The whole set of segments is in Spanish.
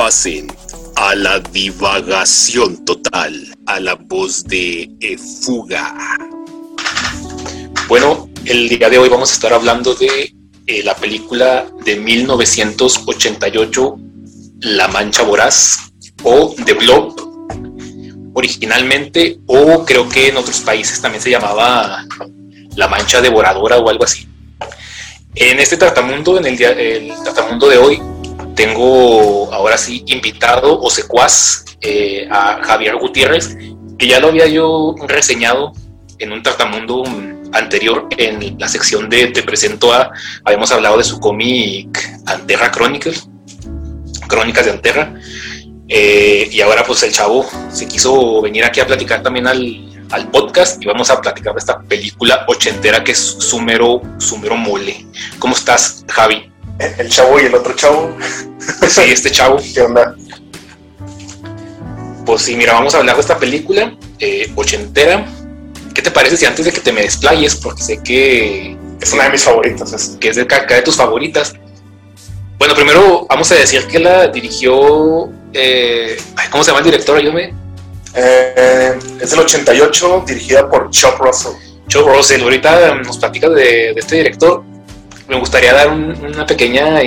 pasen a la divagación total, a la voz de Efuga. Bueno, el día de hoy vamos a estar hablando de la película de 1988, La Mancha Voraz, o The Blob, originalmente, o creo que en otros países también se llamaba La Mancha Devoradora o algo así. En este tratamundo, en el tratamundo de hoy, tengo ahora sí invitado o secuaz a Javier Gutiérrez, que ya lo había yo reseñado en un tratamundo anterior en la sección de Te presento a. Habíamos hablado de su cómic Anterra Chronicles, Crónicas de Anterra, y ahora pues el chavo se quiso venir aquí a platicar también al podcast, y vamos a platicar de esta película ochentera que es su mero mole. ¿Cómo estás, Javi? El chavo y el otro chavo. Sí, este chavo. ¿Qué onda? Pues sí, mira, vamos a hablar de esta película ochentera. ¿Qué te parece si antes de que te me desplayes, porque sé que es una de mis favoritas, que es de tus favoritas? Bueno, primero vamos a decir que la dirigió, ¿cómo se llama el director? Ayúdame. Es del 88, dirigida por Chuck Russell. Chuck Russell, ahorita nos platicas de este director. Me gustaría dar una pequeña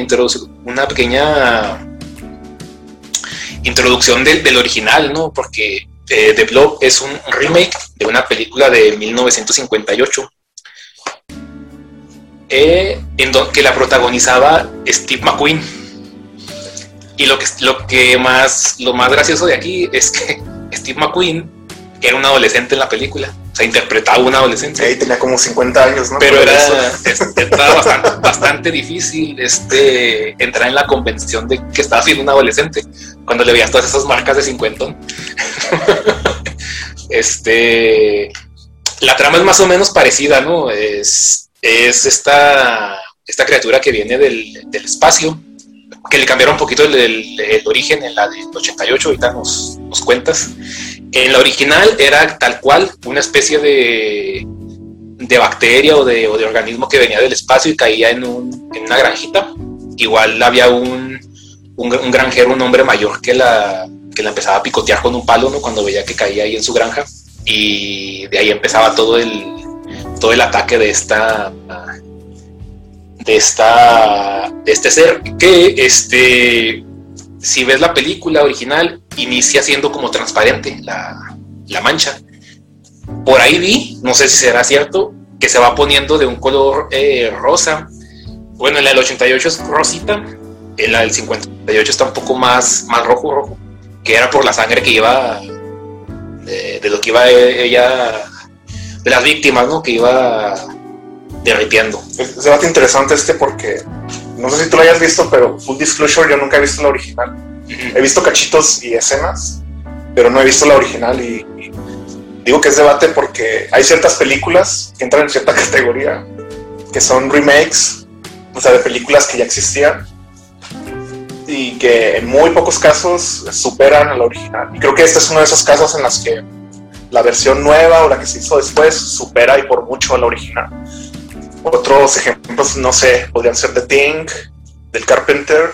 introducción del original, ¿no? Porque The Blob es un remake de una película de 1958 que la protagonizaba Steve McQueen. Y lo más gracioso de aquí es que Steve McQueen era un adolescente en la película. O sea, interpretaba a un adolescente. Ahí tenía como 50 años, ¿no? Pero era bastante difícil entrar en la convención de que estaba siendo un adolescente cuando le veías todas esas marcas de cincuentón. La trama es más o menos parecida, ¿no? Es esta criatura que viene del espacio, que le cambiaron un poquito el origen en la del 88, ahorita nos cuentas. En la original era tal cual una especie de bacteria o de organismo que venía del espacio y caía en una granjita. Igual había un granjero, un hombre mayor que la empezaba a picotear con un palo, ¿no? Cuando veía que caía ahí en su granja, y de ahí empezaba todo el ataque de este ser que si ves la película original, inicia siendo como transparente la mancha. Por ahí vi, no sé si será cierto, que se va poniendo de un color rosa. Bueno, en la del 88 es rosita, en la del 58 está un poco más rojo, que era por la sangre que iba de lo que iba ella, de las víctimas, ¿no? Que iba derritiendo. Es debate interesante porque no sé si tú lo hayas visto, pero full disclosure, yo nunca he visto la original. He visto cachitos y escenas, pero no he visto la original, y digo que es debate porque hay ciertas películas que entran en cierta categoría que son remakes, o sea, de películas que ya existían y que en muy pocos casos superan a la original. Y creo que este es uno de esos casos en los que la versión nueva o la que se hizo después supera y por mucho a la original. Otros ejemplos, no sé, podrían ser The Thing, del Carpenter,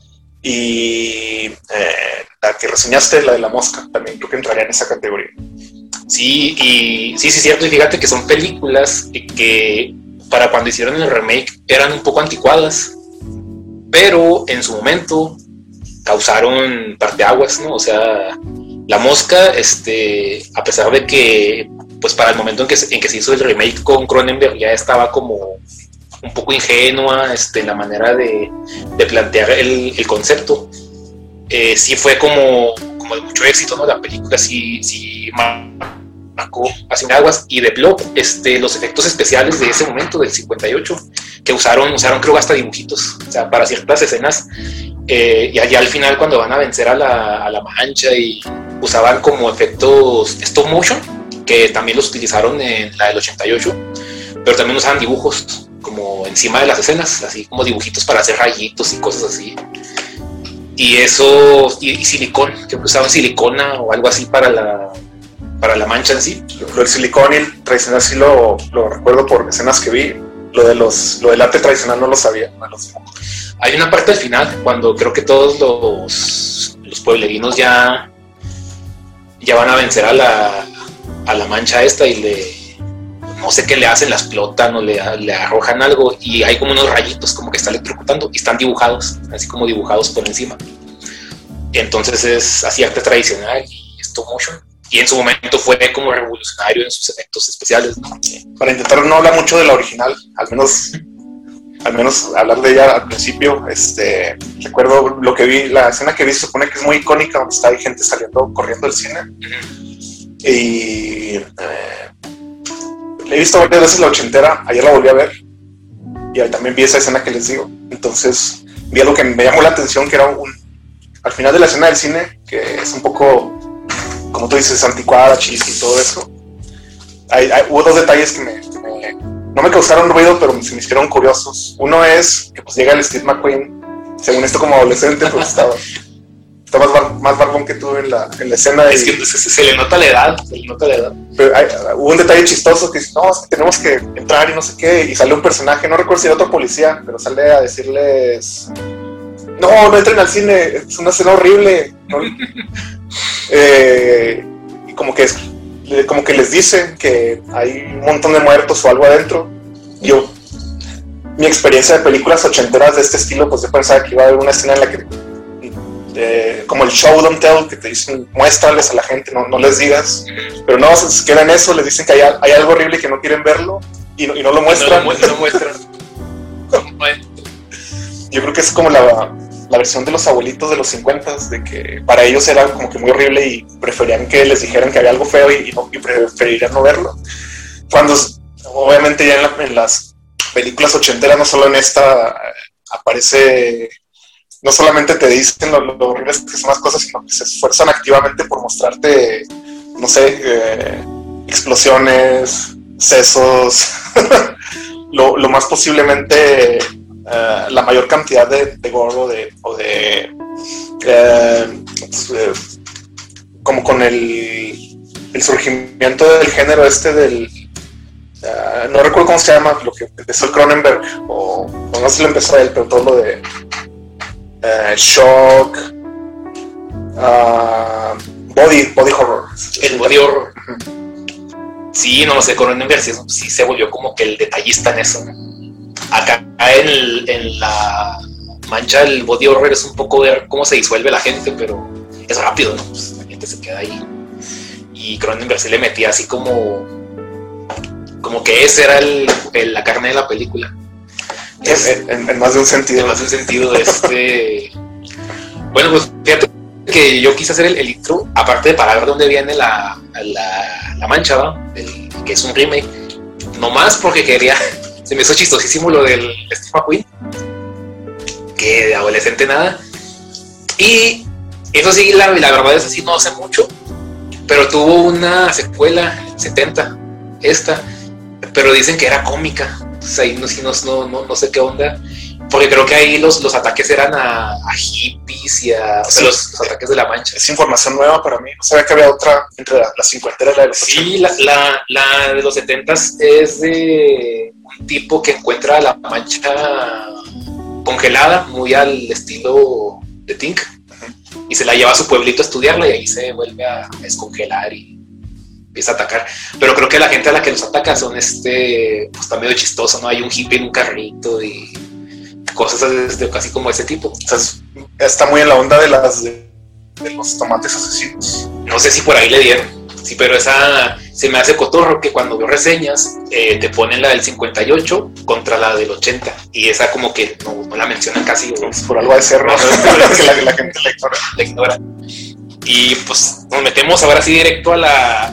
y la que reseñaste, la de La Mosca, también creo que entraría en esa categoría. Sí, cierto. Y fíjate que son películas que para cuando hicieron el remake eran un poco anticuadas, pero en su momento causaron parteaguas, ¿no? O sea, La Mosca, a pesar de que pues para el momento en que se hizo el remake con Cronenberg ya estaba como un poco ingenua la manera de plantear el concepto, sí fue como de mucho éxito, ¿no? La película sí marcó así aguas. Y The Blob, los efectos especiales de ese momento del 58 que usaron creo hasta dibujitos, o sea, para ciertas escenas, y allá al final cuando van a vencer a la mancha, y usaban como efectos stop motion, que también los utilizaron en la del 88, pero también usaban dibujos como encima de las escenas, así como dibujitos para hacer rayitos y cosas así. Y eso, y silicón, que usaban silicona o algo así para la mancha en sí. El silicón y el tradicional sí lo recuerdo por escenas que vi. Lo del arte tradicional no lo sabía. Hay una parte al final, cuando creo que todos los pueblerinos ya van a vencer a la mancha esta y no sé qué le hacen, la explotan o le arrojan algo y hay como unos rayitos como que está electrocutando y están dibujados, así como dibujados por encima. Y entonces es así arte tradicional y stop motion. Y en su momento fue como revolucionario en sus efectos especiales, ¿no? Para intentar no hablar mucho de la original, al menos hablar de ella al principio, recuerdo lo que vi, la escena que vi se supone que es muy icónica, donde está ahí gente saliendo, corriendo del cine. Y la he visto varias veces la ochentera, ayer la volví a ver, y ahí también vi esa escena que les digo. Entonces vi algo que me llamó la atención, que era al final de la escena del cine, que es un poco, como tú dices, anticuada, chiste y todo eso. Hubo dos detalles que no me causaron ruido, pero se me hicieron curiosos. Uno es que pues llega el Steve McQueen, según esto como adolescente, pues está más barbón que tú en la escena. Es que se le nota la edad, Pero hubo un detalle chistoso que dice, no, es que tenemos que entrar y no sé qué, y sale un personaje, no recuerdo si era otro policía, pero sale a decirles, no entren al cine, es una escena horrible, ¿no? Y como que les dicen que hay un montón de muertos o algo adentro. Mi experiencia de películas ochenteras de este estilo, pues yo pensaba que iba a haber una escena en la que como el show don't tell, que te dicen muéstrales a la gente, no les digas, pero no, se queda en eso, les dicen que hay algo horrible que no quieren verlo y no lo muestran. No muestran. Yo creo que es como la versión de los abuelitos de los 50s, de que para ellos era como que muy horrible y preferían que les dijeran que había algo feo y preferirían no verlo. Cuando obviamente ya en las películas ochenteras, no solo en esta, aparece, no solamente te dicen lo horribles que son las cosas, sino que se esfuerzan activamente por mostrarte, no sé, explosiones, sesos, lo más posiblemente la mayor cantidad de gore como con el surgimiento del género no recuerdo cómo se llama, lo que empezó el Cronenberg, o no sé si lo empezó él, pero todo lo de shock, body horror. El body horror. Sí, no lo sé, Cronenberg sí se volvió como que el detallista en eso, ¿no? Acá en la mancha el body horror es un poco ver cómo se disuelve la gente, pero es rápido, ¿no? Pues la gente se queda ahí. Y Cronenberg se le metía así como que ese era la carne de la película. En más de un sentido. En más de un sentido. Bueno, pues fíjate que yo quise hacer el intro, aparte de para ver dónde viene la mancha, ¿va? Que es un remake, nomás porque quería. Se me hizo chistosísimo lo del Steve McQueen, que de adolescente nada. Y eso sí, la verdad es así, no sé mucho, pero tuvo una secuela en 70, pero dicen que era cómica. Entonces ahí no sé qué onda, porque creo que ahí los ataques eran a hippies y o sea, los ataques de la mancha. Es información nueva para mí, no sabía que había otra entre la cincuentera y la de los 80. Sí, la de los 70s es de un tipo que encuentra la mancha congelada, muy al estilo de Tink, y se la lleva a su pueblito a estudiarla y ahí se vuelve a descongelar y empieza a atacar. Pero creo que la gente a la que los ataca son pues está medio chistoso, ¿no? Hay un hippie en un carrito y cosas casi como ese tipo. Entonces, está muy en la onda de los tomates asesinos. No sé si por ahí le dieron. Sí, pero esa se me hace cotorro que cuando veo reseñas te ponen la del 58 contra la del 80 y esa como que no la mencionan casi. Pues por algo de ser, ¿no? que la gente la ignora. Y pues nos metemos ahora sí directo a la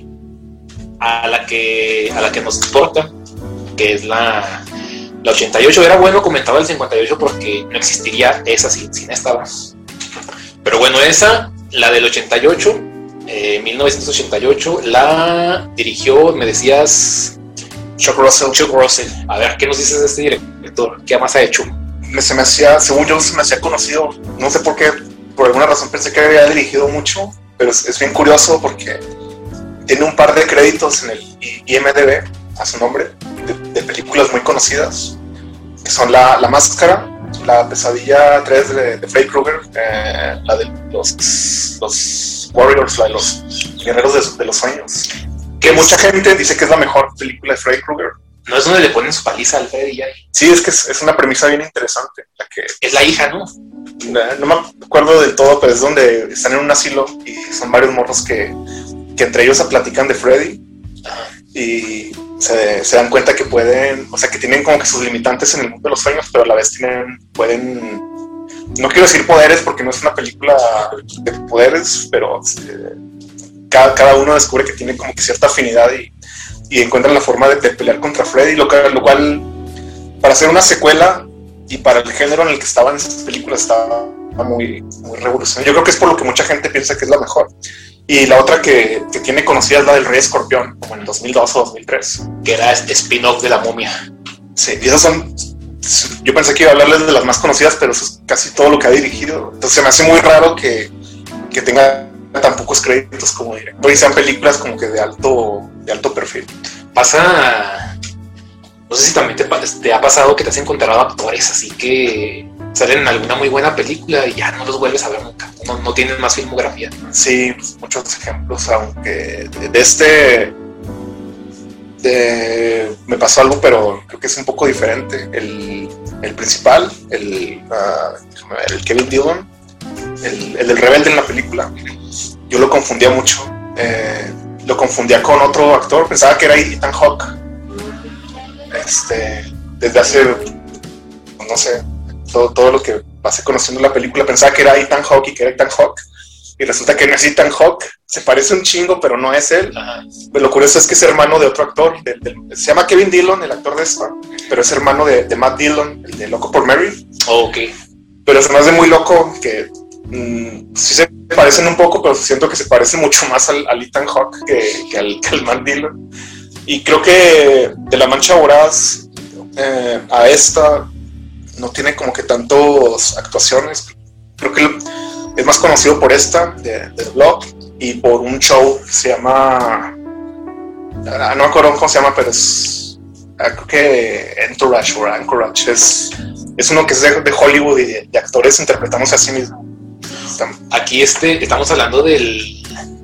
que nos importa, que es la 88. Era bueno, comentaba el 58 porque no existiría esa sin esta. Pero bueno, la del 88, 1988, la dirigió, me decías, Chuck Russell. A ver, ¿qué nos dices de este director? ¿Qué más ha hecho? Según yo, se me hacía conocido. No sé por qué, por alguna razón pensé que había dirigido mucho, pero es bien curioso porque tiene un par de créditos en el IMDb a su nombre de películas películas muy conocidas, que son La Máscara, La Pesadilla 3 de Freddy Krueger, la de los Warriors, la de los Guerreros de los Sueños, que mucha gente dice que es la mejor película de Freddy Krueger. ¿No es donde le ponen su paliza al Freddy ya? Sí, es que es una premisa bien interesante. La que es la hija, ¿no? No me acuerdo del todo, pero es donde están en un asilo y son varios morros que entre ellos se platican de Freddy. Ajá. Y se dan cuenta que pueden, o sea, que tienen como que sus limitantes en el mundo de los sueños, pero a la vez pueden, no quiero decir poderes porque no es una película de poderes, pero cada uno descubre que tiene como que cierta afinidad y encuentran la forma de pelear contra Freddy, lo cual para hacer una secuela y para el género en el que estaban esas películas estaba muy, muy revolucionario. Yo creo que es por lo que mucha gente piensa que es la mejor. Y la otra que tiene conocida es la del Rey Escorpión, como en 2002 o 2003. Que era spin-off de La Momia. Sí, y esas son... Yo pensé que iba a hablarles de las más conocidas, pero eso es casi todo lo que ha dirigido. Entonces se me hace muy raro que tenga tan pocos créditos como director y sean películas como que de alto perfil. Pasa... No sé si también te ha pasado que te has encontrado actores así que salen en alguna muy buena película y ya no los vuelves a ver nunca. No tienen más filmografía. Sí, pues muchos ejemplos, aunque me pasó algo, pero creo que es un poco diferente. El principal, el Kevin Dillon, el del rebelde en la película, yo lo confundía mucho. Lo confundía con otro actor, pensaba que era Ethan Hawke. Desde hace, no sé, todo lo que pasé conociendo la película, pensaba que era Ethan Hawke y que era Ethan Hawke, y resulta que no es Ethan Hawke, se parece un chingo, pero no es él. Pero lo curioso es que es hermano de otro actor, se llama Kevin Dillon, el actor de esto, pero es hermano de Matt Dillon, el de Loco por Mary. Oh, ok. Pero se me hace muy loco que sí se parecen un poco, pero siento que se parece mucho más al Ethan Hawke que al Matt Dillon. Y creo que de La Mancha Voraz a esta no tiene como que tantas actuaciones. Creo que es más conocido por esta de The Blob y por un show que se llama, no me acuerdo cómo se llama, pero es creo que Entourage o Anchorage. Es uno que es de Hollywood y de actores interpretándose a sí mismo. Aquí estamos hablando del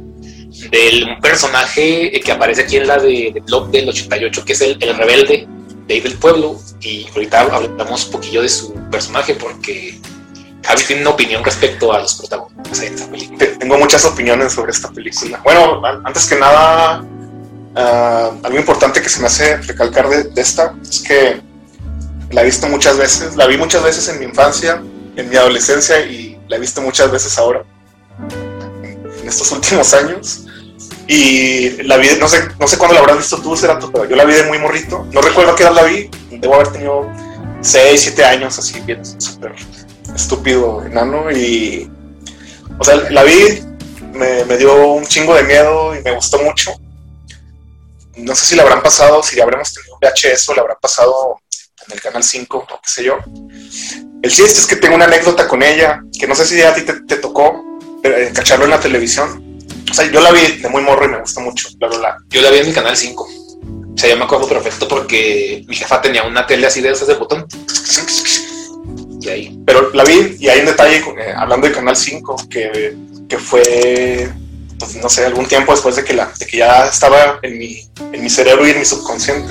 personaje que aparece aquí en la de Blob del 88, que es el rebelde de ahí del pueblo, y ahorita hablamos un poquillo de su personaje porque Javi tiene una opinión respecto a los protagonistas de esta película. Tengo muchas opiniones sobre esta película. Bueno, antes que nada, algo importante que se me hace recalcar de esta es que la he visto muchas veces, la vi muchas veces en mi infancia, en mi adolescencia, y la he visto muchas veces ahora, en estos últimos años. Y la vi, no sé cuándo la habrás visto tú, Cerato, pero yo la vi de muy morrito. No recuerdo a qué edad la vi, debo haber tenido 6, 7 años, así bien súper estúpido, enano. Y, o sea, la vi, me dio un chingo de miedo y me gustó mucho. No sé si la habrán pasado, si habremos tenido VHS o la habrán pasado en el Canal 5 o qué sé yo. El chiste es que tengo una anécdota con ella, que no sé si a ti te tocó cacharlo en la televisión. O sea, yo la vi de muy morro y me gustó mucho, bla, bla, bla. Yo la vi en mi Canal 5. O sea, yo me acuerdo perfecto porque mi jefa tenía una tele así de esas de botón. Y ahí. Pero la vi y hay un detalle, hablando de Canal 5, que fue, pues, no sé, algún tiempo después de que ya estaba en mi cerebro y en mi subconsciente.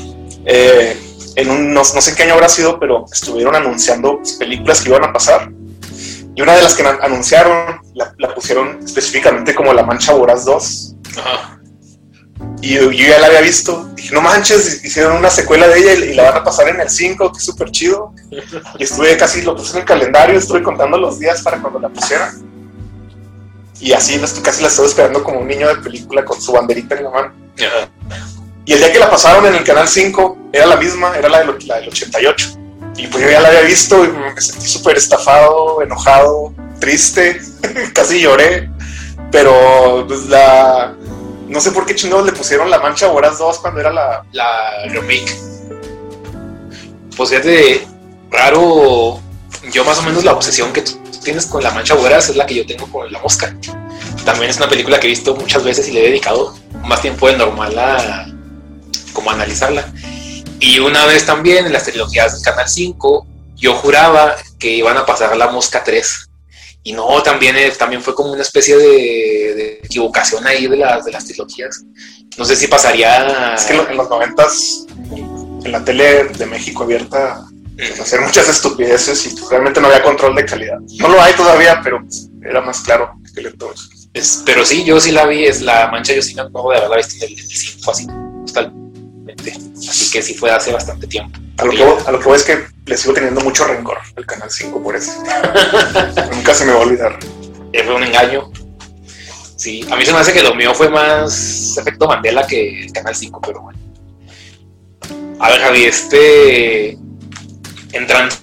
No sé en qué año habrá sido, pero estuvieron anunciando películas que iban a pasar. Y una de las que anunciaron la pusieron específicamente como La Mancha Voraz 2. Ajá. Y yo ya la había visto. Dije, no manches, hicieron una secuela de ella y la van a pasar en el 5, que es súper chido. Y lo puse en el calendario, estuve contando los días para cuando la pusieran. Y así casi la estuve esperando como un niño de película con su banderita en la mano. Ajá. Y el día que la pasaron en el Canal 5, era la misma, era la del 88. Y pues yo ya la había visto y me sentí súper estafado, enojado, triste, casi lloré, pero pues no sé por qué chingados le pusieron La Mancha Voraz 2 cuando era la remake. Pues fíjate, raro, yo más o menos la obsesión que tú tienes con La Mancha Voraz es la que yo tengo con La Mosca. También es una película que he visto muchas veces y le he dedicado más tiempo de normal como a analizarla. Y una vez también en las trilogías del Canal 5, yo juraba que iban a pasar La Mosca 3. Y no, también fue como una especie de equivocación ahí de las trilogías. No sé si pasaría... Es que en los 90s, en la tele de México abierta, hacían muchas estupideces y realmente no había control de calidad. No lo hay todavía, pero era más claro que entonces. Pero sí, yo sí la vi, es La Mancha, yo sí me acuerdo de haberla visto en el 5, así, totalmente. Así que sí fue hace bastante tiempo. A lo que voy es que le sigo teniendo mucho rencor al Canal 5 por eso. Nunca se me va a olvidar. Fue un engaño. Sí, a mí se me hace que lo mío fue más efecto Mandela que el Canal 5, pero bueno. A ver, Javi, entrando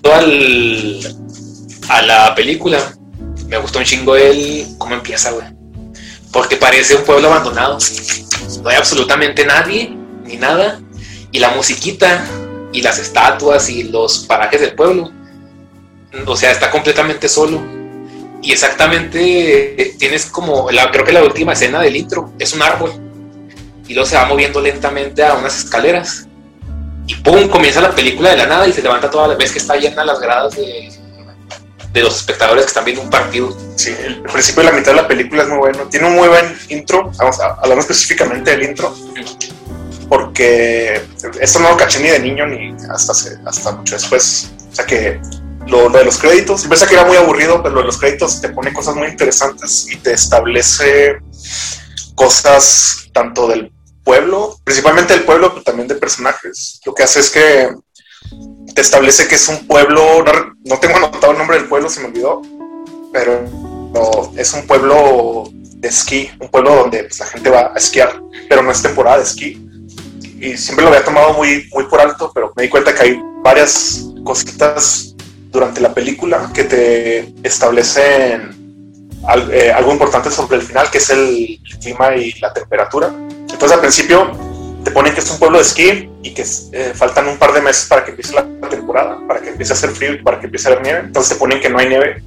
a la película, me gustó un chingo cómo empieza, güey. Porque parece un pueblo abandonado. No hay absolutamente nadie, ni nada. Y la musiquita, y las estatuas, y los parajes del pueblo. O sea, está completamente solo. Y exactamente tienes creo que la última escena del intro es un árbol. Y luego se va moviendo lentamente a unas escaleras. Y ¡pum! Comienza la película de la nada y se levanta toda la vez que está llena las gradas de los espectadores que están viendo un partido. Sí, el principio y la mitad de la película es muy bueno. Tiene un muy buen intro. Vamos a hablar específicamente del intro. Porque esto no lo caché ni de niño ni hasta mucho después. O sea que lo de los créditos, yo pensé que era muy aburrido, pero lo de los créditos te pone cosas muy interesantes y te establece cosas tanto del pueblo, principalmente del pueblo, pero también de personajes. Lo que hace es que te establece que es un pueblo, no tengo anotado el nombre del pueblo, se me olvidó, pero es un pueblo de esquí, un pueblo donde pues, la gente va a esquiar, pero no es temporada de esquí. Y siempre lo había tomado muy, muy por alto, pero me di cuenta que hay varias cositas durante la película que te establecen algo importante sobre el final, que es el clima y la temperatura. Entonces al principio te ponen que es un pueblo de esquí y que faltan un par de meses para que empiece la temporada, para que empiece a hacer frío y para que empiece a haber nieve. Entonces te ponen que no hay nieve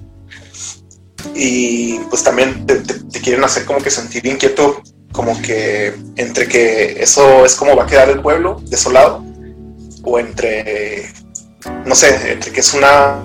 y pues también te quieren hacer como que sentir inquieto, como que entre que eso es como va a quedar el pueblo desolado o entre que es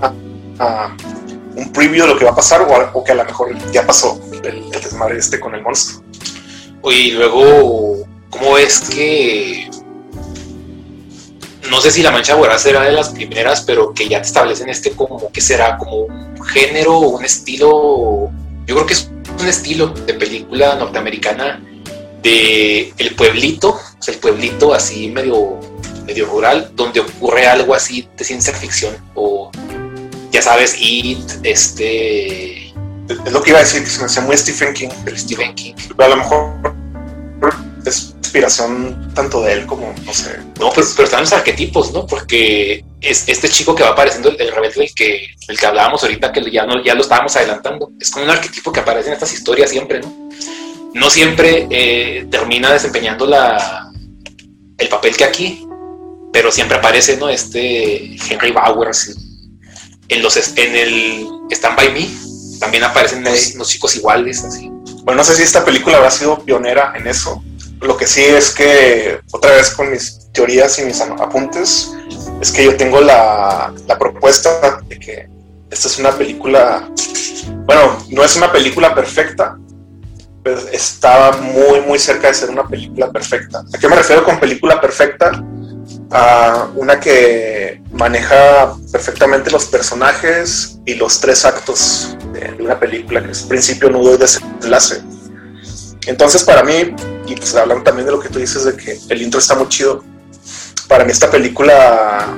un preview de lo que va a pasar o que a lo mejor ya pasó el desmadre con el monstruo. Oye, y luego, ¿cómo es que no sé si La Mancha Voraz será de las primeras, pero que ya te establecen como que será como un género o un estilo? Yo creo que es un estilo de película norteamericana de el pueblito, o sea, el pueblito así medio rural, donde ocurre algo así de ciencia ficción, o ya sabes, Es lo que iba a decir, que se me hacía muy Stephen King. El Stephen King. A lo mejor es inspiración tanto de él como, no sé. No, pero están los arquetipos, ¿no? Porque es este chico que va apareciendo, el rebelde del que hablábamos ahorita, que ya lo estábamos adelantando. Es como un arquetipo que aparece en estas historias siempre, ¿no? No siempre termina desempeñando el papel que aquí, pero siempre aparece, ¿no? Henry Bowers en el Stand By Me también aparecen unos chicos iguales, así. Bueno, no sé si esta película habrá sido pionera en eso. Lo que sí es que, otra vez con mis teorías y mis apuntes, es que yo tengo la propuesta de que esta es una película, bueno, no es una película perfecta, pero estaba muy, muy cerca de ser una película perfecta. ¿A qué me refiero con película perfecta? A una que maneja perfectamente los personajes y los 3 actos de una película, que es principio, nudo y desenlace. Entonces para mí, y pues hablando también de lo que tú dices de que el intro está muy chido, para mí esta película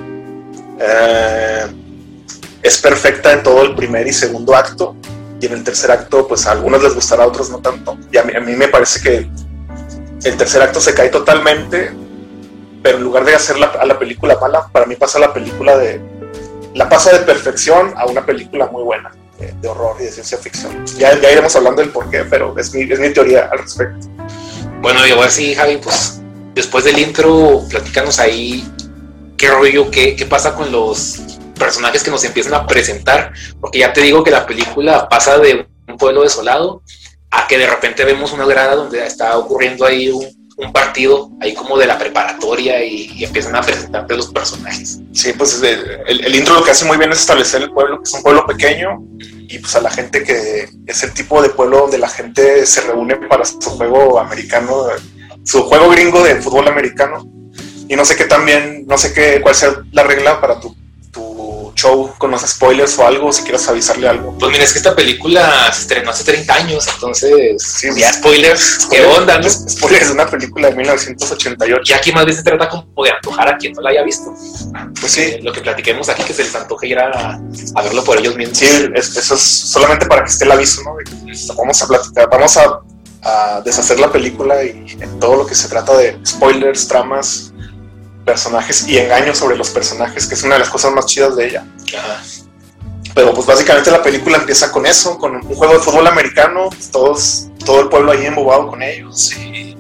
es perfecta en todo el primer y segundo acto, y en el tercer acto pues a algunos les gustará, a otros no tanto, y a mí me parece que el tercer acto se cae totalmente, pero en lugar de hacer a la película mala, para mí pasa pasa de perfección a una película muy buena, de horror y de ciencia ficción. Ya iremos hablando del porqué, pero es mi teoría al respecto. Bueno, y ahora sí, Javi, pues después del intro, platícanos ahí qué rollo, qué pasa con los personajes que nos empiezan a presentar, porque ya te digo que la película pasa de un pueblo desolado a que de repente vemos una grada donde está ocurriendo ahí un partido ahí como de la preparatoria y empiezan a presentarte los personajes. Sí, pues el intro lo que hace muy bien es establecer el pueblo, que es un pueblo pequeño, y pues a la gente que es el tipo de pueblo donde la gente se reúne para su juego americano, su juego gringo de fútbol americano. Y no sé cuál sea la regla para tu show con los spoilers o algo, si quieres avisarle algo. Pues mira, es que esta película se estrenó hace 30 años, entonces sí, ya spoilers, ¿qué onda, no? Spoilers de una película de 1988. Y aquí más bien se trata como de antojar a quien no la haya visto. Pues sí. Lo que platiquemos aquí, que se les antoje ir a verlo por ellos mismos. Sí, eso es solamente para que esté el aviso, ¿no? Vamos a platicar, vamos a deshacer la película y en todo lo que se trata de spoilers, tramas, personajes y engaños sobre los personajes, que es una de las cosas más chidas de ella. Ajá. Pero pues básicamente la película empieza con eso, con un juego de fútbol americano, todo el pueblo ahí embobado con ellos, y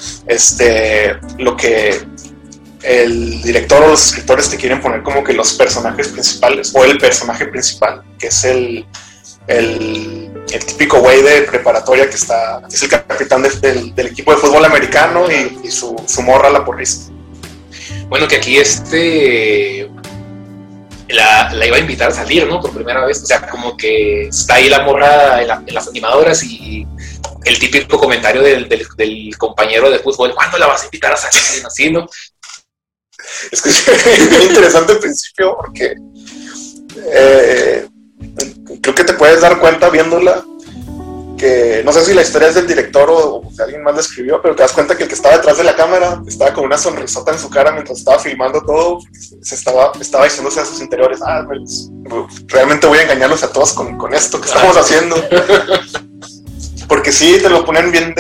lo que el director o los escritores te quieren poner como que los personajes principales, o el personaje principal, que es el típico güey de preparatoria que es el capitán del equipo de fútbol americano, y su morra, la porrista. Bueno, que aquí la iba a invitar a salir, ¿no? Por primera vez, o sea, como que está ahí la morra en las animadoras, y el típico comentario del compañero de fútbol: ¿cuándo la vas a invitar a salir? Así, ¿no? Es que es bien interesante al principio, porque creo que te puedes dar cuenta viéndola, que no sé si la historia es del director o si alguien más la escribió, pero te das cuenta que el que estaba detrás de la cámara estaba con una sonrisota en su cara mientras estaba filmando todo, estaba diciéndose a sus interiores: pues, realmente voy a engañarlos a todos con esto que estamos haciendo. Porque sí, te lo ponen bien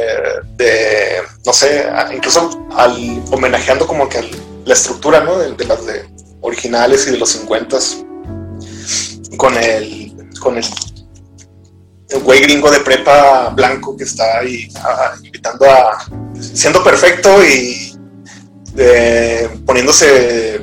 no sé, incluso homenajeando como que la estructura, ¿no? De las originales y de los 50s, con el güey gringo de prepa blanco que está ahí invitando siendo perfecto y poniéndose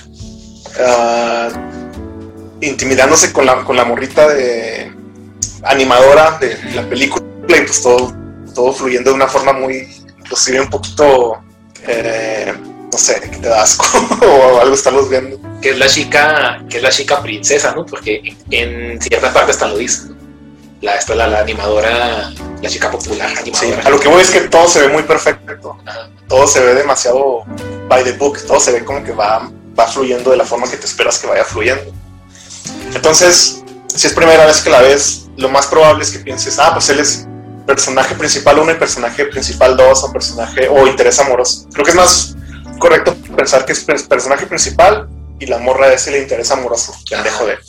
intimidándose con la morrita de animadora de la película, y pues todo fluyendo de una forma muy, inclusive un poquito no sé, que te da asco o algo estamos viendo. Que es la chica princesa, ¿no? Porque en cierta parte hasta lo dice, ¿no? La animadora, la chica popular animadora. Sí, a lo que voy es que todo se ve muy perfecto. Ajá. Todo se ve demasiado by the book, todo se ve como que va fluyendo de la forma que te esperas que vaya fluyendo. Entonces, si es primera vez que la ves, lo más probable es que pienses: pues él es personaje principal 1 y personaje principal 2, o interés amoroso. Creo que es más correcto pensar que es personaje principal y la morra es el interés amoroso, pendejo de él.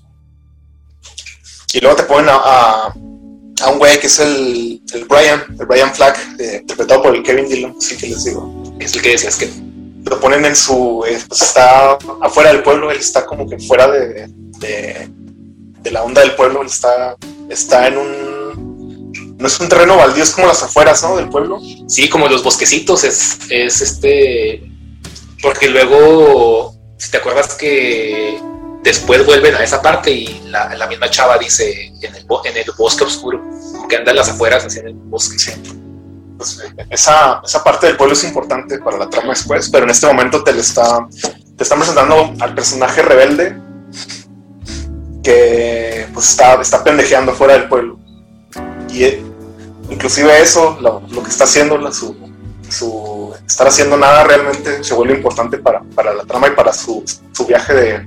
Y luego te ponen a un güey que es el Brian Flack, interpretado por el Kevin Dillon, así que les digo. Es el que decías que lo ponen en pues está afuera del pueblo, él está como que fuera de la onda del pueblo, él está en no es un terreno baldío, es como las afueras, ¿no? Del pueblo. Sí, como los bosquecitos, es porque luego, si te acuerdas que después vuelven a esa parte y la misma chava dice en el bosque oscuro, que anda en las afueras, así en el bosque. Sí. Pues esa parte del pueblo es importante para la trama después, pero en este momento te están presentando al personaje rebelde que pues está pendejeando fuera del pueblo, y inclusive eso, lo que está haciendo, su estar haciendo nada realmente se vuelve importante para la trama y para su viaje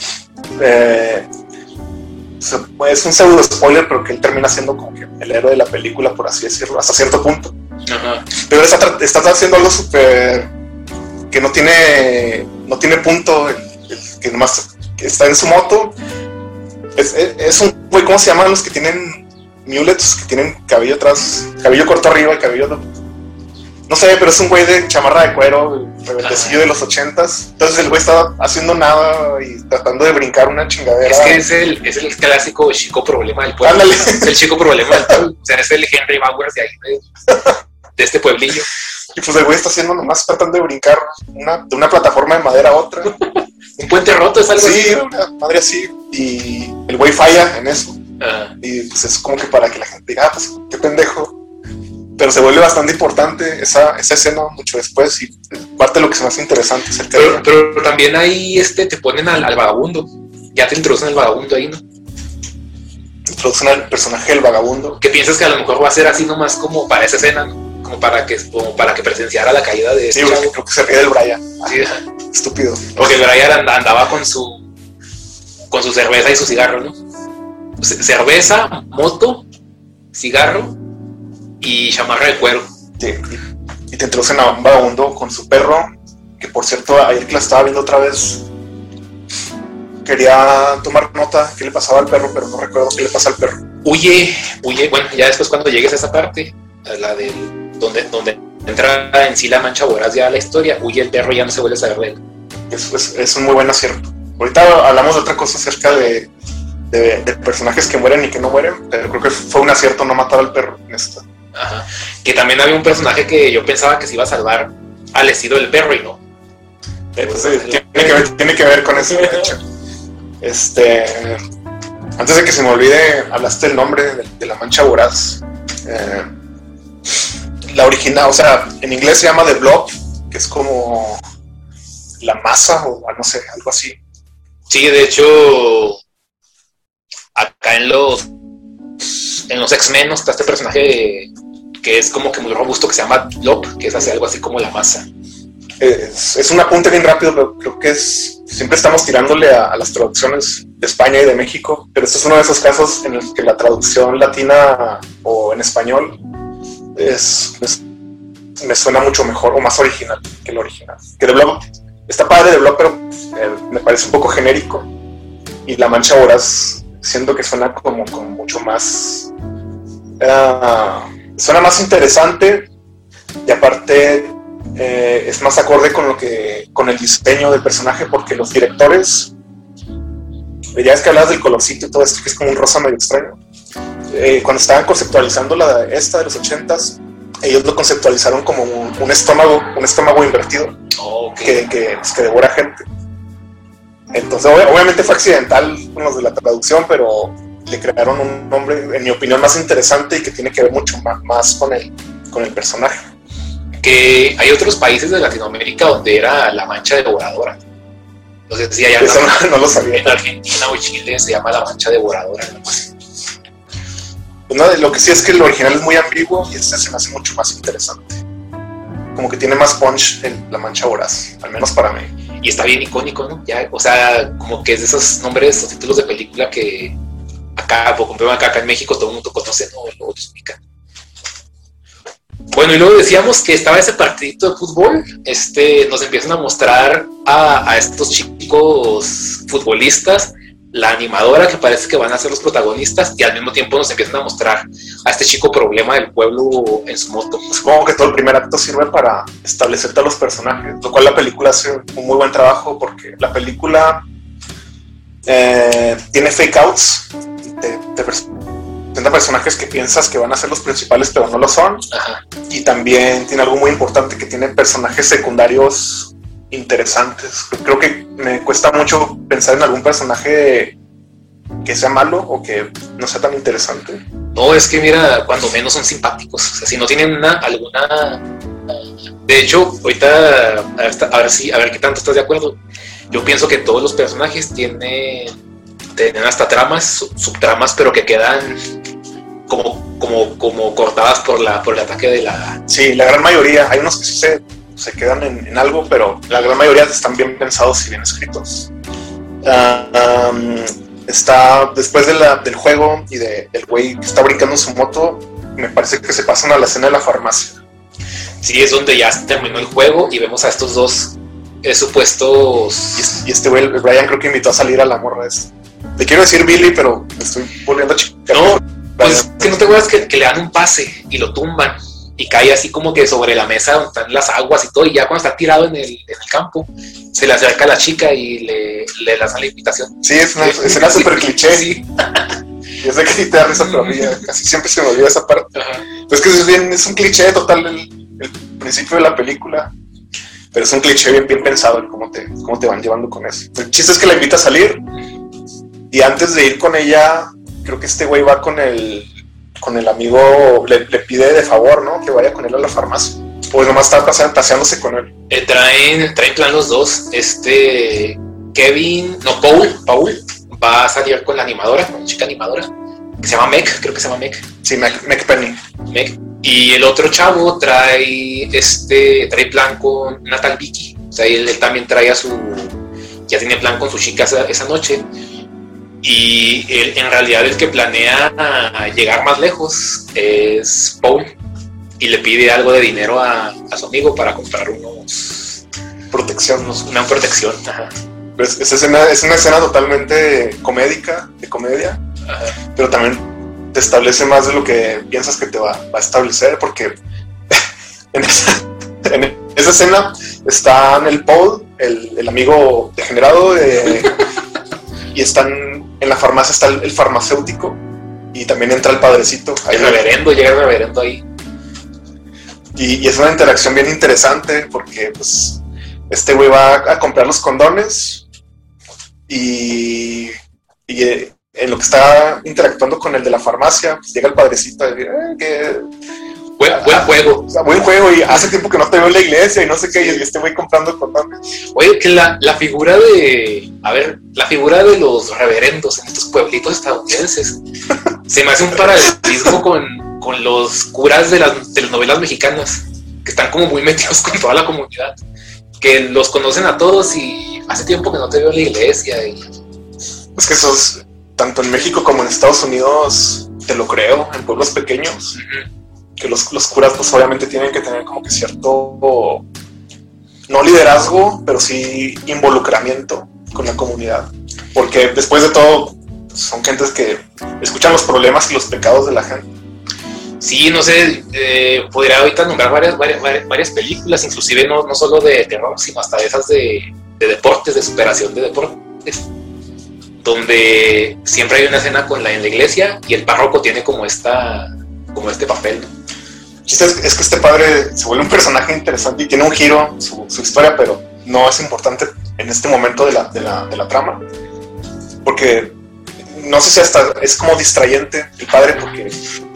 es un pseudo spoiler, pero que él termina siendo como que el héroe de la película, por así decirlo, hasta cierto punto. Ajá. Pero está haciendo algo súper que no tiene punto, que nomás está en su moto. Es un güey, ¿cómo se llaman los que tienen mulets, que tienen cabello corto arriba y cabello, no sé, pero es un güey de chamarra de cuero, rebeldecillo de los 80s. Entonces el güey está haciendo nada y tratando de brincar una chingadera. Es que es el clásico chico problema del pueblo. Ándale. Es el chico problema del pueblo. O sea, es el Henry Bowers de ahí, de este pueblillo. Y pues el güey está haciendo nomás tratando de brincar de una plataforma de madera a otra. Un puente roto es algo así. Sí, una madre así. Y el güey falla en eso. Ajá. Y pues es como que para que la gente diga: pues qué pendejo. pero se vuelve bastante importante esa escena mucho después, y parte de lo que se me hace interesante acerca de... Pero también ahí te ponen al vagabundo, ya te introducen al vagabundo ahí, ¿no? Introducen al personaje del vagabundo. Que piensas que a lo mejor va a ser así nomás como para esa escena, ¿no? Como para que presenciara la caída de sí, porque creo que se ríe del Brian. Sí. Estúpido. Porque el Brian andaba con su cerveza y su cigarro, ¿no? Cerveza, moto, cigarro y chamarra de cuero. Sí. Y te introducen a un vagabundo con su perro, que por cierto, ayer que la estaba viendo otra vez, quería tomar nota qué le pasaba al perro, pero no recuerdo qué le pasa al perro. Huye, bueno, ya después cuando llegues a esa parte, a la del donde entra en sí la mancha voraz ya la historia, huye el perro y ya no se vuelve a saber de él. Es un muy buen acierto. Ahorita hablamos de otra cosa acerca de personajes que mueren y que no mueren, pero creo que fue un acierto no matar al perro en esta. Ajá. Que también había un personaje que yo pensaba que se iba a salvar al estilo del perro y no. Entonces, tiene que ver con eso, de hecho. Antes de que se me olvide, hablaste del nombre de la mancha voraz. La original, o sea, en inglés se llama The Blob, que es como la masa o no sé, algo así. Sí, de hecho, acá en los X-Men está este personaje que es como que muy robusto, que se llama Blob, que es algo así como la masa. Es un apunte bien rápido, pero creo que siempre estamos tirándole a las traducciones de España y de México, pero este es uno de esos casos en el que la traducción latina o en español me suena mucho mejor o más original que el original. Que The Blob está padre, The Blob, pero me parece un poco genérico, y la mancha voraz siento que suena como mucho más suena más interesante, y aparte es más acorde con el diseño del personaje, porque los directores, ya es que hablas del colorcito y todo esto, que es como un rosa medio extraño, cuando estaban conceptualizando esta de los 80s, ellos lo conceptualizaron como un estómago invertido, okay, que devora gente. Entonces obviamente fue accidental con los de la traducción, pero le crearon un nombre, en mi opinión, más interesante y que tiene que ver mucho más con el personaje. Que hay otros países de Latinoamérica donde era la mancha devoradora. No sé si allá eso no lo sabía. En Argentina o Chile se llama la mancha devoradora. Pues no, lo que sí es que el original es muy ambiguo y este se me hace mucho más interesante. Como que tiene más punch en la mancha voraz, al menos para mí. Y está bien icónico, ¿no? Ya, o sea, como que es de esos nombres o títulos de película que acá en México todo el mundo conoce, ¿no? Luego los ubica. Bueno, y luego decíamos que estaba ese partidito de fútbol. Nos empiezan a mostrar a estos chicos futbolistas, la animadora, que parece que van a ser los protagonistas, y al mismo tiempo nos empiezan a mostrar a este chico problema del pueblo en su moto. Supongo que todo el primer acto sirve para establecerte a los personajes, lo cual la película hace un muy buen trabajo, porque la película tiene fake outs, te presenta personajes que piensas que van a ser los principales, pero no lo son. Ajá. Y también tiene algo muy importante, que tiene personajes secundarios interesantes. Creo que me cuesta mucho pensar en algún personaje que sea malo o que no sea tan interesante. No, es que mira, cuando menos son simpáticos. O sea, si no tienen alguna... De hecho, ahorita, a ver qué tanto estás de acuerdo. Yo pienso que todos los personajes tienen hasta tramas, subtramas, pero que quedan como cortadas por el ataque de la... Sí, la gran mayoría. Hay unos que sí se quedan en algo, pero la gran mayoría están bien pensados y bien escritos. Está después del juego y del güey que está brincando en su moto, me parece que se pasan a la escena de la farmacia. Sí, es donde ya terminó el juego y vemos a estos dos supuestos... Y este güey, el Brian, creo que invitó a salir a la morra esta. Le quiero decir Billy, pero me estoy volviendo a chicar. No, pues es que no te acuerdas que le dan un pase y lo tumban y cae así como que sobre la mesa donde están las aguas y todo, y ya cuando está tirado en el campo se le acerca a la chica y le lanzan la invitación. Sí, es una escena súper cliché. Sí. Yo sé que sí te da risa, pero a mí casi siempre se me olvida esa parte. Pues que es un cliché total el principio de la película, pero es un cliché bien pensado en cómo te van llevando con eso. El chiste es que la invita a salir, y antes de ir con ella, creo que este güey va con el con el amigo, le pide de favor, ¿no? Que vaya con él a la farmacia. Pues nomás está paseándose con él. Traen plan los dos. Paul va a salir con la animadora, con la chica animadora, que se llama Meg, creo que se llama Meg. Sí, Meg Penny. Meg. Y el otro chavo trae plan con Natal Vicky. O sea, él también trae ya tiene plan con su chica esa noche. Y en realidad el que planea llegar más lejos es Paul. Y le pide algo de dinero a su amigo para comprar una protección. Ajá. Pues es una escena totalmente comédica, de comedia, ajá, pero también te establece más de lo que piensas que te va a establecer, porque en esa escena están el Paul, el amigo degenerado, y están en la farmacia, está el farmacéutico, y también entra el padrecito. Llega el reverendo ahí. Y es una interacción bien interesante, porque pues este güey va a comprar los condones y en lo que está interactuando con el de la farmacia, pues llega el padrecito y dice, buen juego. O sea, buen juego, y hace tiempo que no te veo en la iglesia y no sé qué, y este güey comprando condones. Oye, que la figura de los reverendos en estos pueblitos estadounidenses se me hace un paralelismo con los curas de las novelas mexicanas, que están como muy metidos con toda la comunidad, que los conocen a todos y hace tiempo que no te veo en la iglesia. Es que eso es, tanto en México como en Estados Unidos, te lo creo, en pueblos pequeños, uh-huh, que los curas pues obviamente tienen que tener como que cierto, no liderazgo, pero sí involucramiento con la comunidad, porque después de todo son gentes que escuchan los problemas y los pecados de la gente. Sí, no sé, podría ahorita nombrar varias películas, inclusive no solo de terror, sino hasta esas de deportes, de superación de deportes, donde siempre hay una escena en la iglesia y el párroco tiene como este papel, ¿no? Es que este padre se vuelve un personaje interesante y tiene un giro su historia, pero no es importante en este momento de la trama, porque no sé si hasta es como distrayente el padre, porque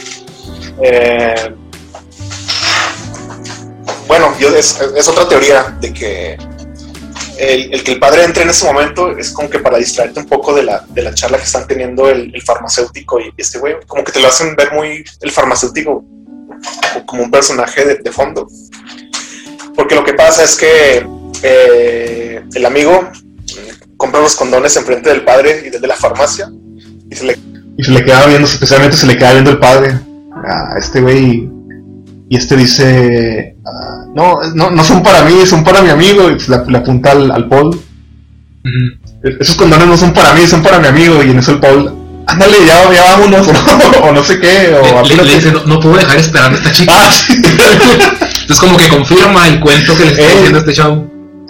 bueno, es otra teoría de que el que el padre entre en ese momento es como que para distraerte un poco de la charla que están teniendo el farmacéutico y este güey, como que te lo hacen ver muy el farmacéutico como un personaje de fondo, porque lo que pasa es que el amigo compra los condones enfrente del padre y desde la farmacia y se le queda viendo, especialmente se le queda viendo el padre a este güey, y este dice, no son para mí, son para mi amigo, y le apunta al Paul. Uh-huh. Esos condones no son para mí, son para mi amigo, y en eso el Paul, ándale, ya vámonos, o no sé qué, o le dice, no puedo dejar esperando a esta chica. Sí. Entonces como que confirma el cuento que le está diciendo este chavo.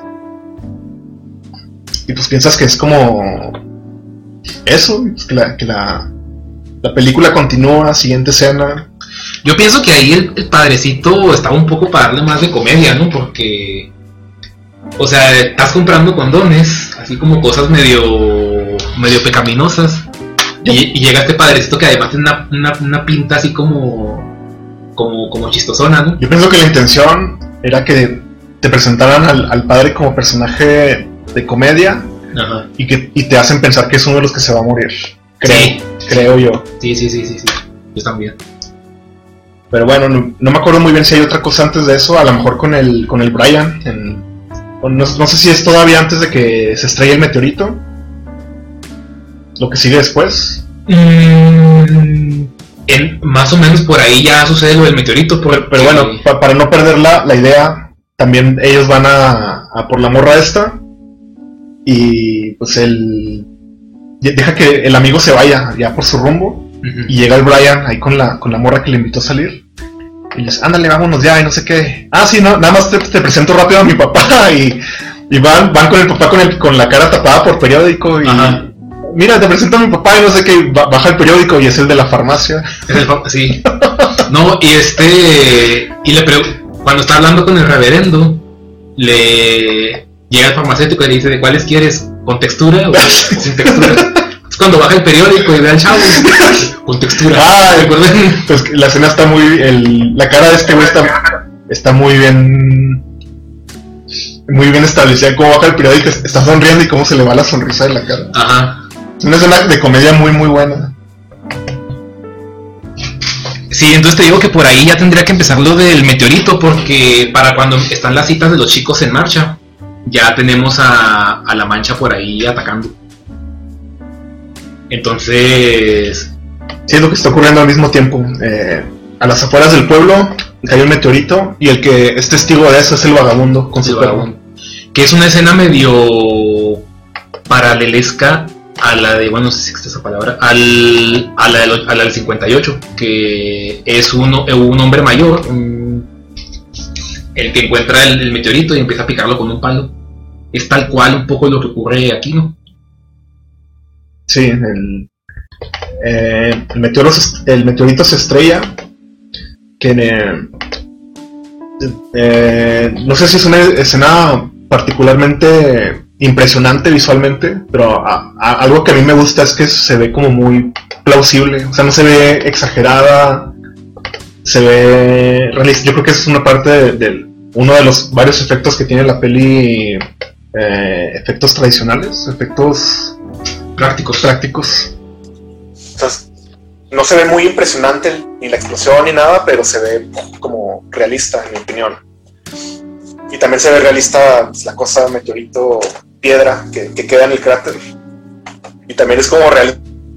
Y pues piensas que es como eso, que la película continúa, siguiente escena. Yo pienso que ahí el padrecito estaba un poco para darle más de comedia, ¿no? Porque, o sea, estás comprando condones, así como cosas medio pecaminosas, y llega este padrecito que además tiene una pinta así como chistosona, ¿no? Yo pienso que la intención era que te presentaran al padre como personaje de comedia. Ajá. Y te hacen pensar que es uno de los que se va a morir. Creo yo. Sí. Yo también. Pero bueno, no me acuerdo muy bien si hay otra cosa antes de eso. A lo mejor con el Brian. No sé si es todavía antes de que se estrelle el meteorito. Lo que sigue después. Más o menos por ahí ya sucede lo del meteorito. Pero bueno, para no perder la idea, también ellos van a por la morra esta. Y pues él deja que el amigo se vaya ya por su rumbo. Uh-huh. Y llega el Brian ahí con la morra que le invitó a salir. Y les, ándale, vámonos ya, y no sé qué. Sí, no, nada más te presento rápido a mi papá. Y van con el papá con la cara tapada por periódico. Y ajá, mira, te presento a mi papá y no sé qué. Baja el periódico y es el de la farmacia. Sí. No, y cuando está hablando con el reverendo, le llega el farmacéutico y le dice, ¿de cuáles quieres? ¿Con textura o sin textura? cuando baja el periódico y ve al chavo con textura. ¿Recuerden? Pues la escena está la cara de este güey está muy bien establecida. Cómo baja el periódico, está sonriendo y cómo se le va la sonrisa de la cara. Ajá. Es una escena de comedia muy muy buena. Sí, entonces te digo que por ahí ya tendría que empezar lo del meteorito, porque para cuando están las citas de los chicos en marcha, ya tenemos a la Mancha por ahí atacando. Entonces... Sí, es lo que está ocurriendo al mismo tiempo. A las afueras del pueblo hay un meteorito y el que es testigo de eso es el vagabundo con su perro. Que es una escena medio paralelesca a la de, bueno, no sé si existe esa palabra, a la del 58, que es un hombre mayor, el que encuentra el meteorito y empieza a picarlo con un palo. Es tal cual un poco lo que ocurre aquí, ¿no? Sí, el meteorito se estrella, que no sé si es una escena particularmente impresionante visualmente, pero algo que a mí me gusta es que se ve como muy plausible, o sea, no se ve exagerada, se ve realista. Yo creo que es una parte de uno de los varios efectos que tiene la peli, efectos tradicionales, efectos prácticos. O sea, no se ve muy impresionante ni la explosión ni nada, pero se ve como realista, en mi opinión. Y también se ve realista, pues, la cosa meteorito piedra que queda en el cráter. Y también es como realista